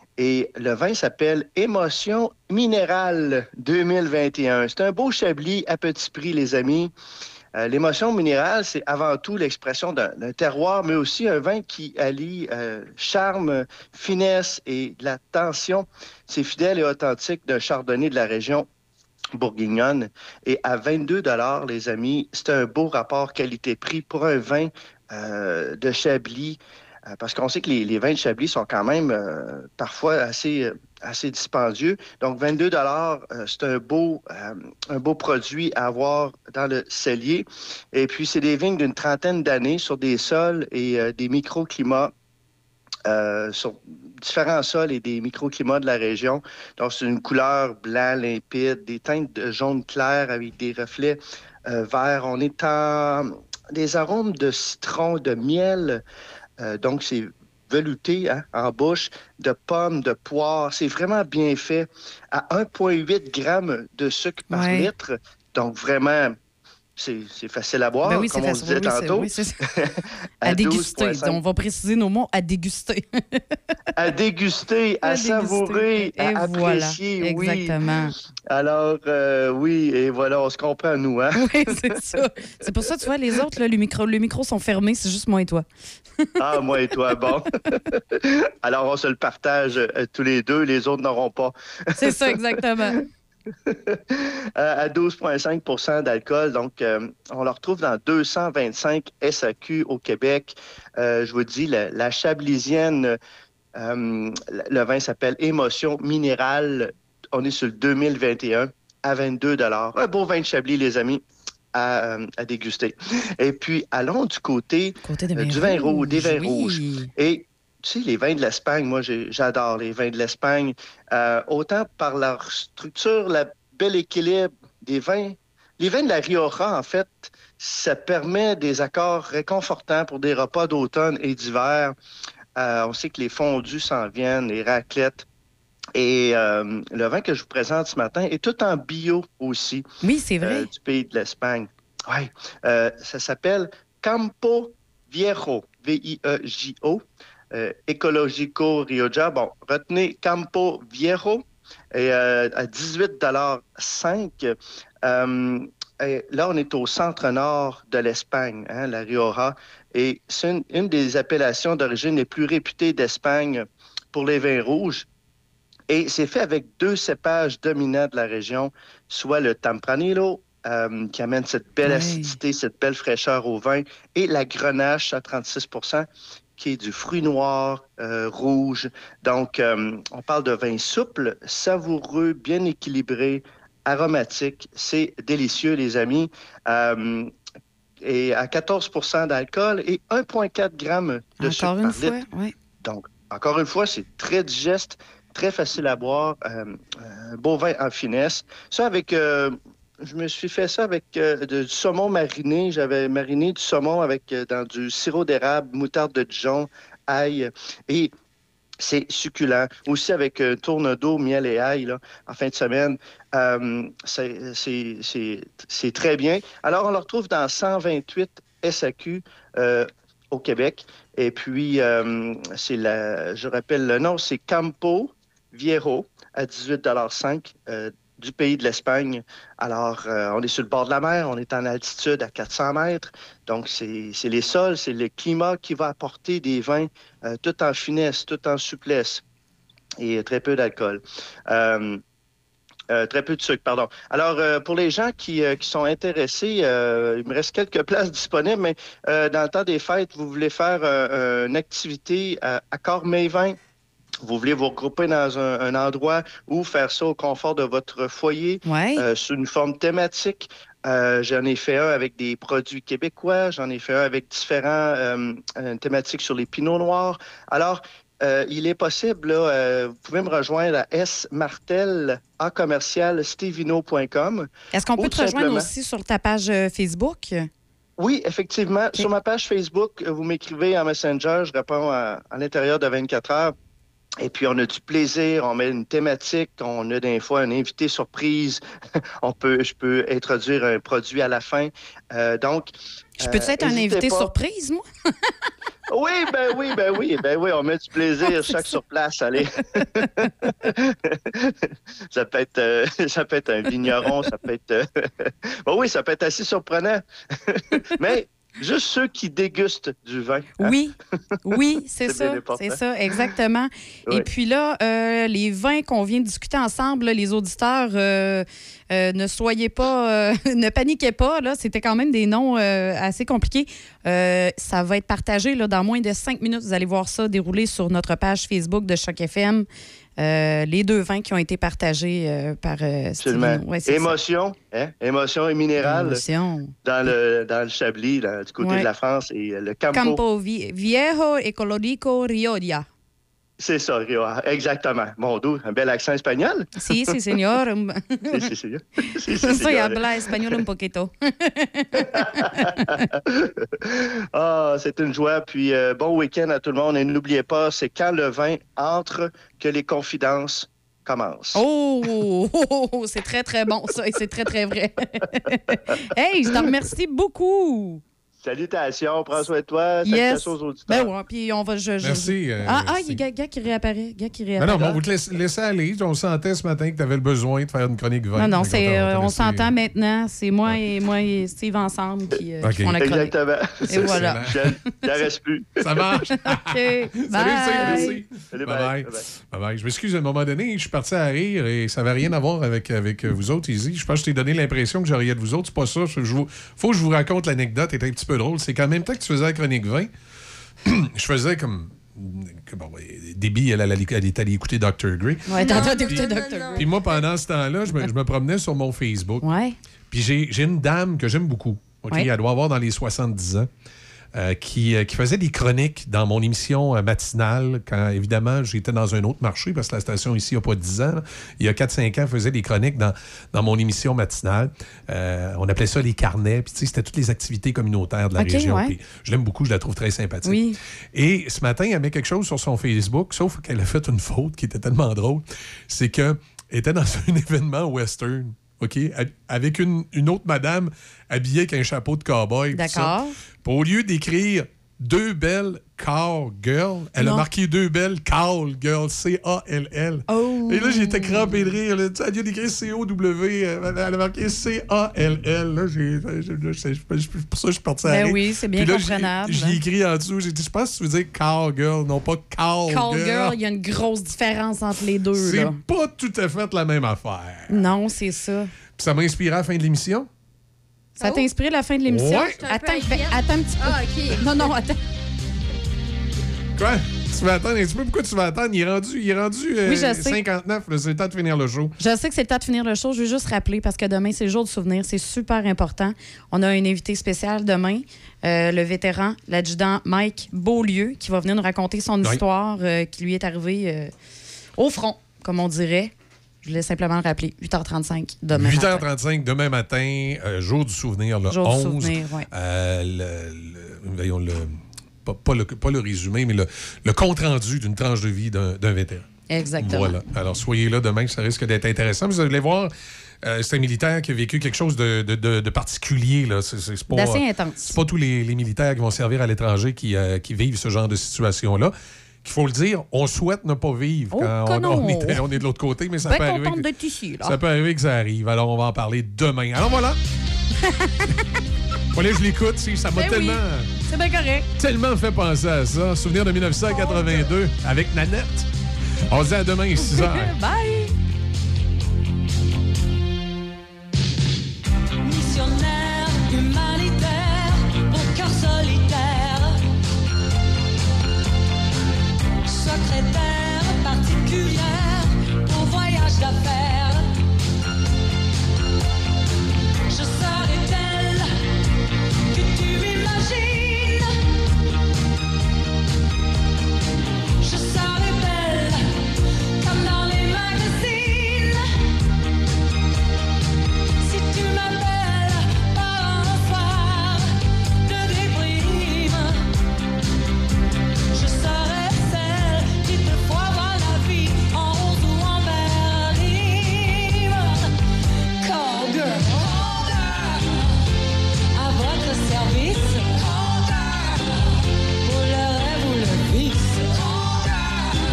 Et le vin s'appelle Émotion minérale deux mille vingt et un. C'est un beau chablis à petit prix, les amis. Euh, L'émotion minérale, c'est avant tout l'expression d'un d'un terroir, mais aussi un vin qui allie euh, charme, finesse et de la tension. C'est fidèle et authentique d'un chardonnay de la région bourguignonne. Et à vingt-deux dollars, les amis, c'est un beau rapport qualité-prix pour un vin euh, de Chablis. Euh, parce qu'on sait que les, les vins de Chablis sont quand même euh, parfois assez, euh, assez dispendieux. Donc, vingt-deux dollars, euh, c'est un beau, euh, un beau produit à avoir dans le cellier. Et puis, c'est des vignes d'une trentaine d'années sur des sols et euh, des microclimats euh, sur différents sols et des microclimats de la région. Donc, c'est une couleur blanc, limpide, des teintes de jaune clair avec des reflets euh, verts. On est en des arômes de citron, de miel, Euh, donc, c'est velouté hein, en bouche, de pommes, de poires. C'est vraiment bien fait. À un virgule huit grammes de sucre par Ouais. litre. Donc, vraiment, c'est c'est facile à boire, Ben oui, comme c'est on facile. disait Oui, c'est- tantôt. oui, c'est ça. À À déguster. douze virgule cinq. On va préciser nos mots, à déguster. À déguster, à, À déguster. savourer, Et à voilà. apprécier, oui. Exactement. Alors, euh, oui, et voilà, on se comprend, nous, hein? Oui, c'est ça. C'est pour ça, tu vois, les autres, là, les micros les micros sont fermés, c'est juste moi et toi. Ah, moi et toi, bon. Alors, on se le partage euh, tous les deux, les autres n'auront pas. C'est ça, exactement. Euh, à douze virgule cinq pour cent d'alcool. Donc, euh, on le retrouve dans deux cent vingt-cinq S A Q au Québec. Euh, je vous dis, la, la Chablisienne, euh, le vin s'appelle Émotion Minérale. On est sur le deux mille vingt et un à vingt-deux dollars. Un beau vin de Chablis, les amis. À, euh, à déguster. Et puis, allons du côté, côté euh, du vin rouge, des vins oui. rouges. Et tu sais, les vins de l'Espagne, moi, j'ai- j'adore les vins de l'Espagne. Euh, autant par leur structure, le bel équilibre des vins. Les vins de la Rioja, en fait, ça permet des accords réconfortants pour des repas d'automne et d'hiver. Euh, on sait que les fondus s'en viennent, les raclettes. Et euh, le vin que je vous présente ce matin est tout en bio aussi. Oui, c'est vrai. euh, du pays de l'Espagne. Oui. Euh, ça s'appelle Campo Viejo, V I E J O. Euh, Ecologico Rioja. Bon, retenez Campo Viejo et, euh, à dix-huit dollars cinq. Euh, et là, on est au centre-nord de l'Espagne, hein, la Rioja. Et c'est une, une des appellations d'origine les plus réputées d'Espagne pour les vins rouges. Et c'est fait avec deux cépages dominants de la région, soit le Tempranillo, euh, qui amène cette belle Oui. acidité, cette belle fraîcheur au vin, et la Grenache à trente-six pour cent, qui est du fruit noir, euh, rouge. Donc, euh, on parle de vin souple, savoureux, bien équilibré, aromatique. C'est délicieux, les amis. Euh, et à quatorze pour cent d'alcool et un virgule quatre grammes de Encore sucre une par fois, litre. oui. Donc, encore une fois, c'est très digeste, très facile à boire, euh, un beau vin en finesse. Ça avec, euh, je me suis fait ça avec euh, de- du saumon mariné. J'avais mariné du saumon avec euh, dans du sirop d'érable, moutarde de Dijon, ail et c'est succulent. Aussi avec euh, tourne d'eau, miel et ail là, en fin de semaine. Euh, c'est- c'est c'est- c'est très bien. Alors, on le retrouve dans cent vingt-huit S A Q euh, au Québec. Et puis, euh, c'est la, je rappelle le nom, c'est Campo Viejo à dix-huit dollars cinq euh, du pays de l'Espagne. Alors, euh, on est sur le bord de la mer, on est en altitude à quatre cents mètres. Donc, c'est c'est les sols, c'est le climat qui va apporter des vins euh, tout en finesse, tout en souplesse et très peu d'alcool. Euh, Euh, très peu de sucre, pardon. Alors, euh, pour les gens qui, euh, qui sont intéressés, euh, il me reste quelques places disponibles, mais euh, dans le temps des fêtes, vous voulez faire euh, une activité à, à Cormeil-Vin, vous voulez vous regrouper dans un, un endroit ou faire ça au confort de votre foyer, Ouais. euh, sous une forme thématique. Euh, j'en ai fait un avec des produits québécois, j'en ai fait un avec différents euh, euh, thématiques sur les pinots noirs. Alors, euh, il est possible, là, euh, vous pouvez me rejoindre à S Martel en commercial stevino point com. Est-ce qu'on Ou peut tout te rejoindre simplement- aussi sur ta page euh, Facebook? Oui, effectivement. Sur ma page Facebook, vous m'écrivez en Messenger, je réponds à, à l'intérieur de vingt-quatre heures. Et puis, on a du plaisir, on met une thématique, on a des fois un invité surprise, on peut, je peux introduire un produit à la fin. Euh, donc, Je peux-tu euh, être un hésitez invité pas. surprise, moi? Oui, ben oui, ben oui, ben oui, on met du plaisir chaque sur place, allez. ça peut être, euh, ça peut être un vigneron, ça peut être, euh, bon oui, ça peut être assez surprenant. Mais juste ceux qui dégustent du vin. hein. Oui, oui, c'est C'est bien ça, important. c'est ça, exactement. Oui. Et puis là, euh, les vins qu'on vient de discuter ensemble, là, les auditeurs, euh, euh, ne soyez pas, euh, ne paniquez pas, là, c'était quand même des noms euh, assez compliqués. Euh, ça va être partagé là, dans moins de cinq minutes. Vous allez voir ça dérouler sur notre page Facebook de Choc F M. Euh, les deux vins qui ont été partagés euh, par euh, Absolument. Stevino. Ouais, c'est ça. Émotion, hein? Émotion et minéral. Émotion. Dans le, dans le Chablis, là, du côté Ouais. de la France, et euh, le Campo. Campo Vi- Viejo Ecologico Rioja. C'est ça, Rioja, exactement. Mon dos, un bel accent espagnol. Si, si, señor. Si, si, señor. Si, si, Soy habla espagnol un poquito. Ah, c'est une joie. Puis euh, bon week-end à tout le monde. Et n'oubliez pas, c'est quand le vin entre que les confidences commencent. Oh, oh, oh, oh, c'est très, très bon, ça. Et c'est très, très vrai. Hey, je te remercie beaucoup. Salutations, prends soin de toi. Yes. Salutations aux auditeurs. Ben ouais, puis on va... Je, je... Merci. Euh, ah, ah, il y a gars, gars qui réapparaît. Gars qui réapparaît. Non, non, on vous te laisse, laisser aller. On sentait ce matin que tu avais le besoin de faire une chronique vin. Non, non, Fait c'est, qu'on euh, t'a on laissé- s'entend maintenant. C'est moi et moi et Steve ensemble qui, euh, qui OK. font la chronique. Exactement. Et voilà. Je ne reste plus. Ça marche. OK. Salut, Bye. merci. Salut, Bye bye. bye. Bye. Bye bye. Je m'excuse, à un moment donné, je suis parti à rire et ça n'avait rien à voir avec, avec vous autres, Izzy. Je pense que je t'ai donné l'impression que je riais de vous autres. C'est pas ça. Il faut que je vous raconte l'anecdote. Elle est un petit peu drôle. C'est qu'en même temps que tu faisais la chronique vin, je faisais comme. que, Bon, Déby, elle, elle, elle est allée écouter docteur Gray. Ouais, t'as Puis- écouté docteur Gray. Puis moi, pendant ce temps-là, je me, je me promenais sur mon Facebook. Ouais. Puis j'ai, j'ai une dame que j'aime beaucoup. OK? Ouais. Elle doit avoir dans les soixante-dix ans. euh, qui, euh, qui faisait des chroniques dans mon émission euh, matinale quand, évidemment, j'étais dans un autre marché parce que la station ici, il n'y a pas dix ans. Là. Il y a quatre cinq ans, elle faisait des chroniques dans, dans mon émission matinale. Euh, on appelait ça les carnets. Puis, tu sais, c'était toutes les activités communautaires de la OK, région. ouais. Puis, je l'aime beaucoup, je la trouve très sympathique. Oui. Et ce matin, elle met quelque chose sur son Facebook, sauf qu'elle a fait une faute qui était tellement drôle. C'est qu'elle était dans un événement western. OK? Avec une, une autre madame habillée avec un chapeau de cow-boy. D'accord. Puis au lieu d'écrire deux belles cowgirls, elle Non. a marqué deux belles call-girls, C A L L. Oh. Et là, j'étais crampé de rire. Là. Tu sais, elle vient d'écrire C O W, elle a marqué C A L L. Là, j'ai, j'ai- j'ai- j'ai- pour ça, je suis parti à Ben rire. oui, c'est bien Puis là, j'ai- comprenable. J'ai écrit en dessous, j'ai dit, je pense que tu veux dire cowgirl, non pas call, Call girl. girl, il y a une grosse différence entre les deux. C'est Là. pas tout à fait la même affaire. Non, c'est ça. Puis ça m'a inspiré à la fin de l'émission. Ça t'a inspiré la fin de l'émission? Ouais. Attends, fais- attends un petit peu. Ah, OK. Non, non, attends. Quoi? Tu vas attendre un petit peu? Pourquoi tu vas attendre? Il est rendu, il est rendu euh, Oui, je sais. cinquante-neuf. Là, c'est le temps de finir le show. Je sais que c'est le temps de finir le show. Je veux juste rappeler, parce que demain, c'est le jour du souvenir. C'est super important. On a un invité spécial demain, euh, le vétéran, l'adjudant Mike Beaulieu, qui va venir nous raconter son Oui. histoire euh, qui lui est arrivée euh, au front, comme on dirait. Je voulais simplement le rappeler. huit heures trente-cinq demain huit heures matin. trente-cinq demain matin, euh, jour du souvenir, le Jour du onze. souvenir, ouais. Euh, le, le- voyons, le, pas, pas le, pas le résumé, mais le, le compte-rendu d'une tranche de vie d'un, d'un vétéran. Exactement. Voilà. Alors, soyez là demain, ça risque d'être intéressant. Vous allez voir, euh, c'est un militaire qui a vécu quelque chose de, de, de, de particulier. Là. C'est, c'est pas, D'assez intense. C'est pas tous les, les militaires qui vont servir à l'étranger qui, euh, qui vivent ce genre de situation-là. Qu'il faut le dire, on souhaite ne pas vivre Oh, quand que on, on non. est, on est de l'autre côté, mais ça Bien peut arriver. contente que- d'être ici, là. Ça peut arriver que ça arrive. Alors, on va en parler demain. Alors, voilà. Voilà, je l'écoute. si, Ça m'a Ben tellement, oui. C'est bien correct. tellement fait penser à ça. Souvenir de dix-neuf cent quatre-vingt-deux avec Nanette. On se dit à demain, six heures. Bye! Missionnaire humanitaire au cœur solitaire, secrétaire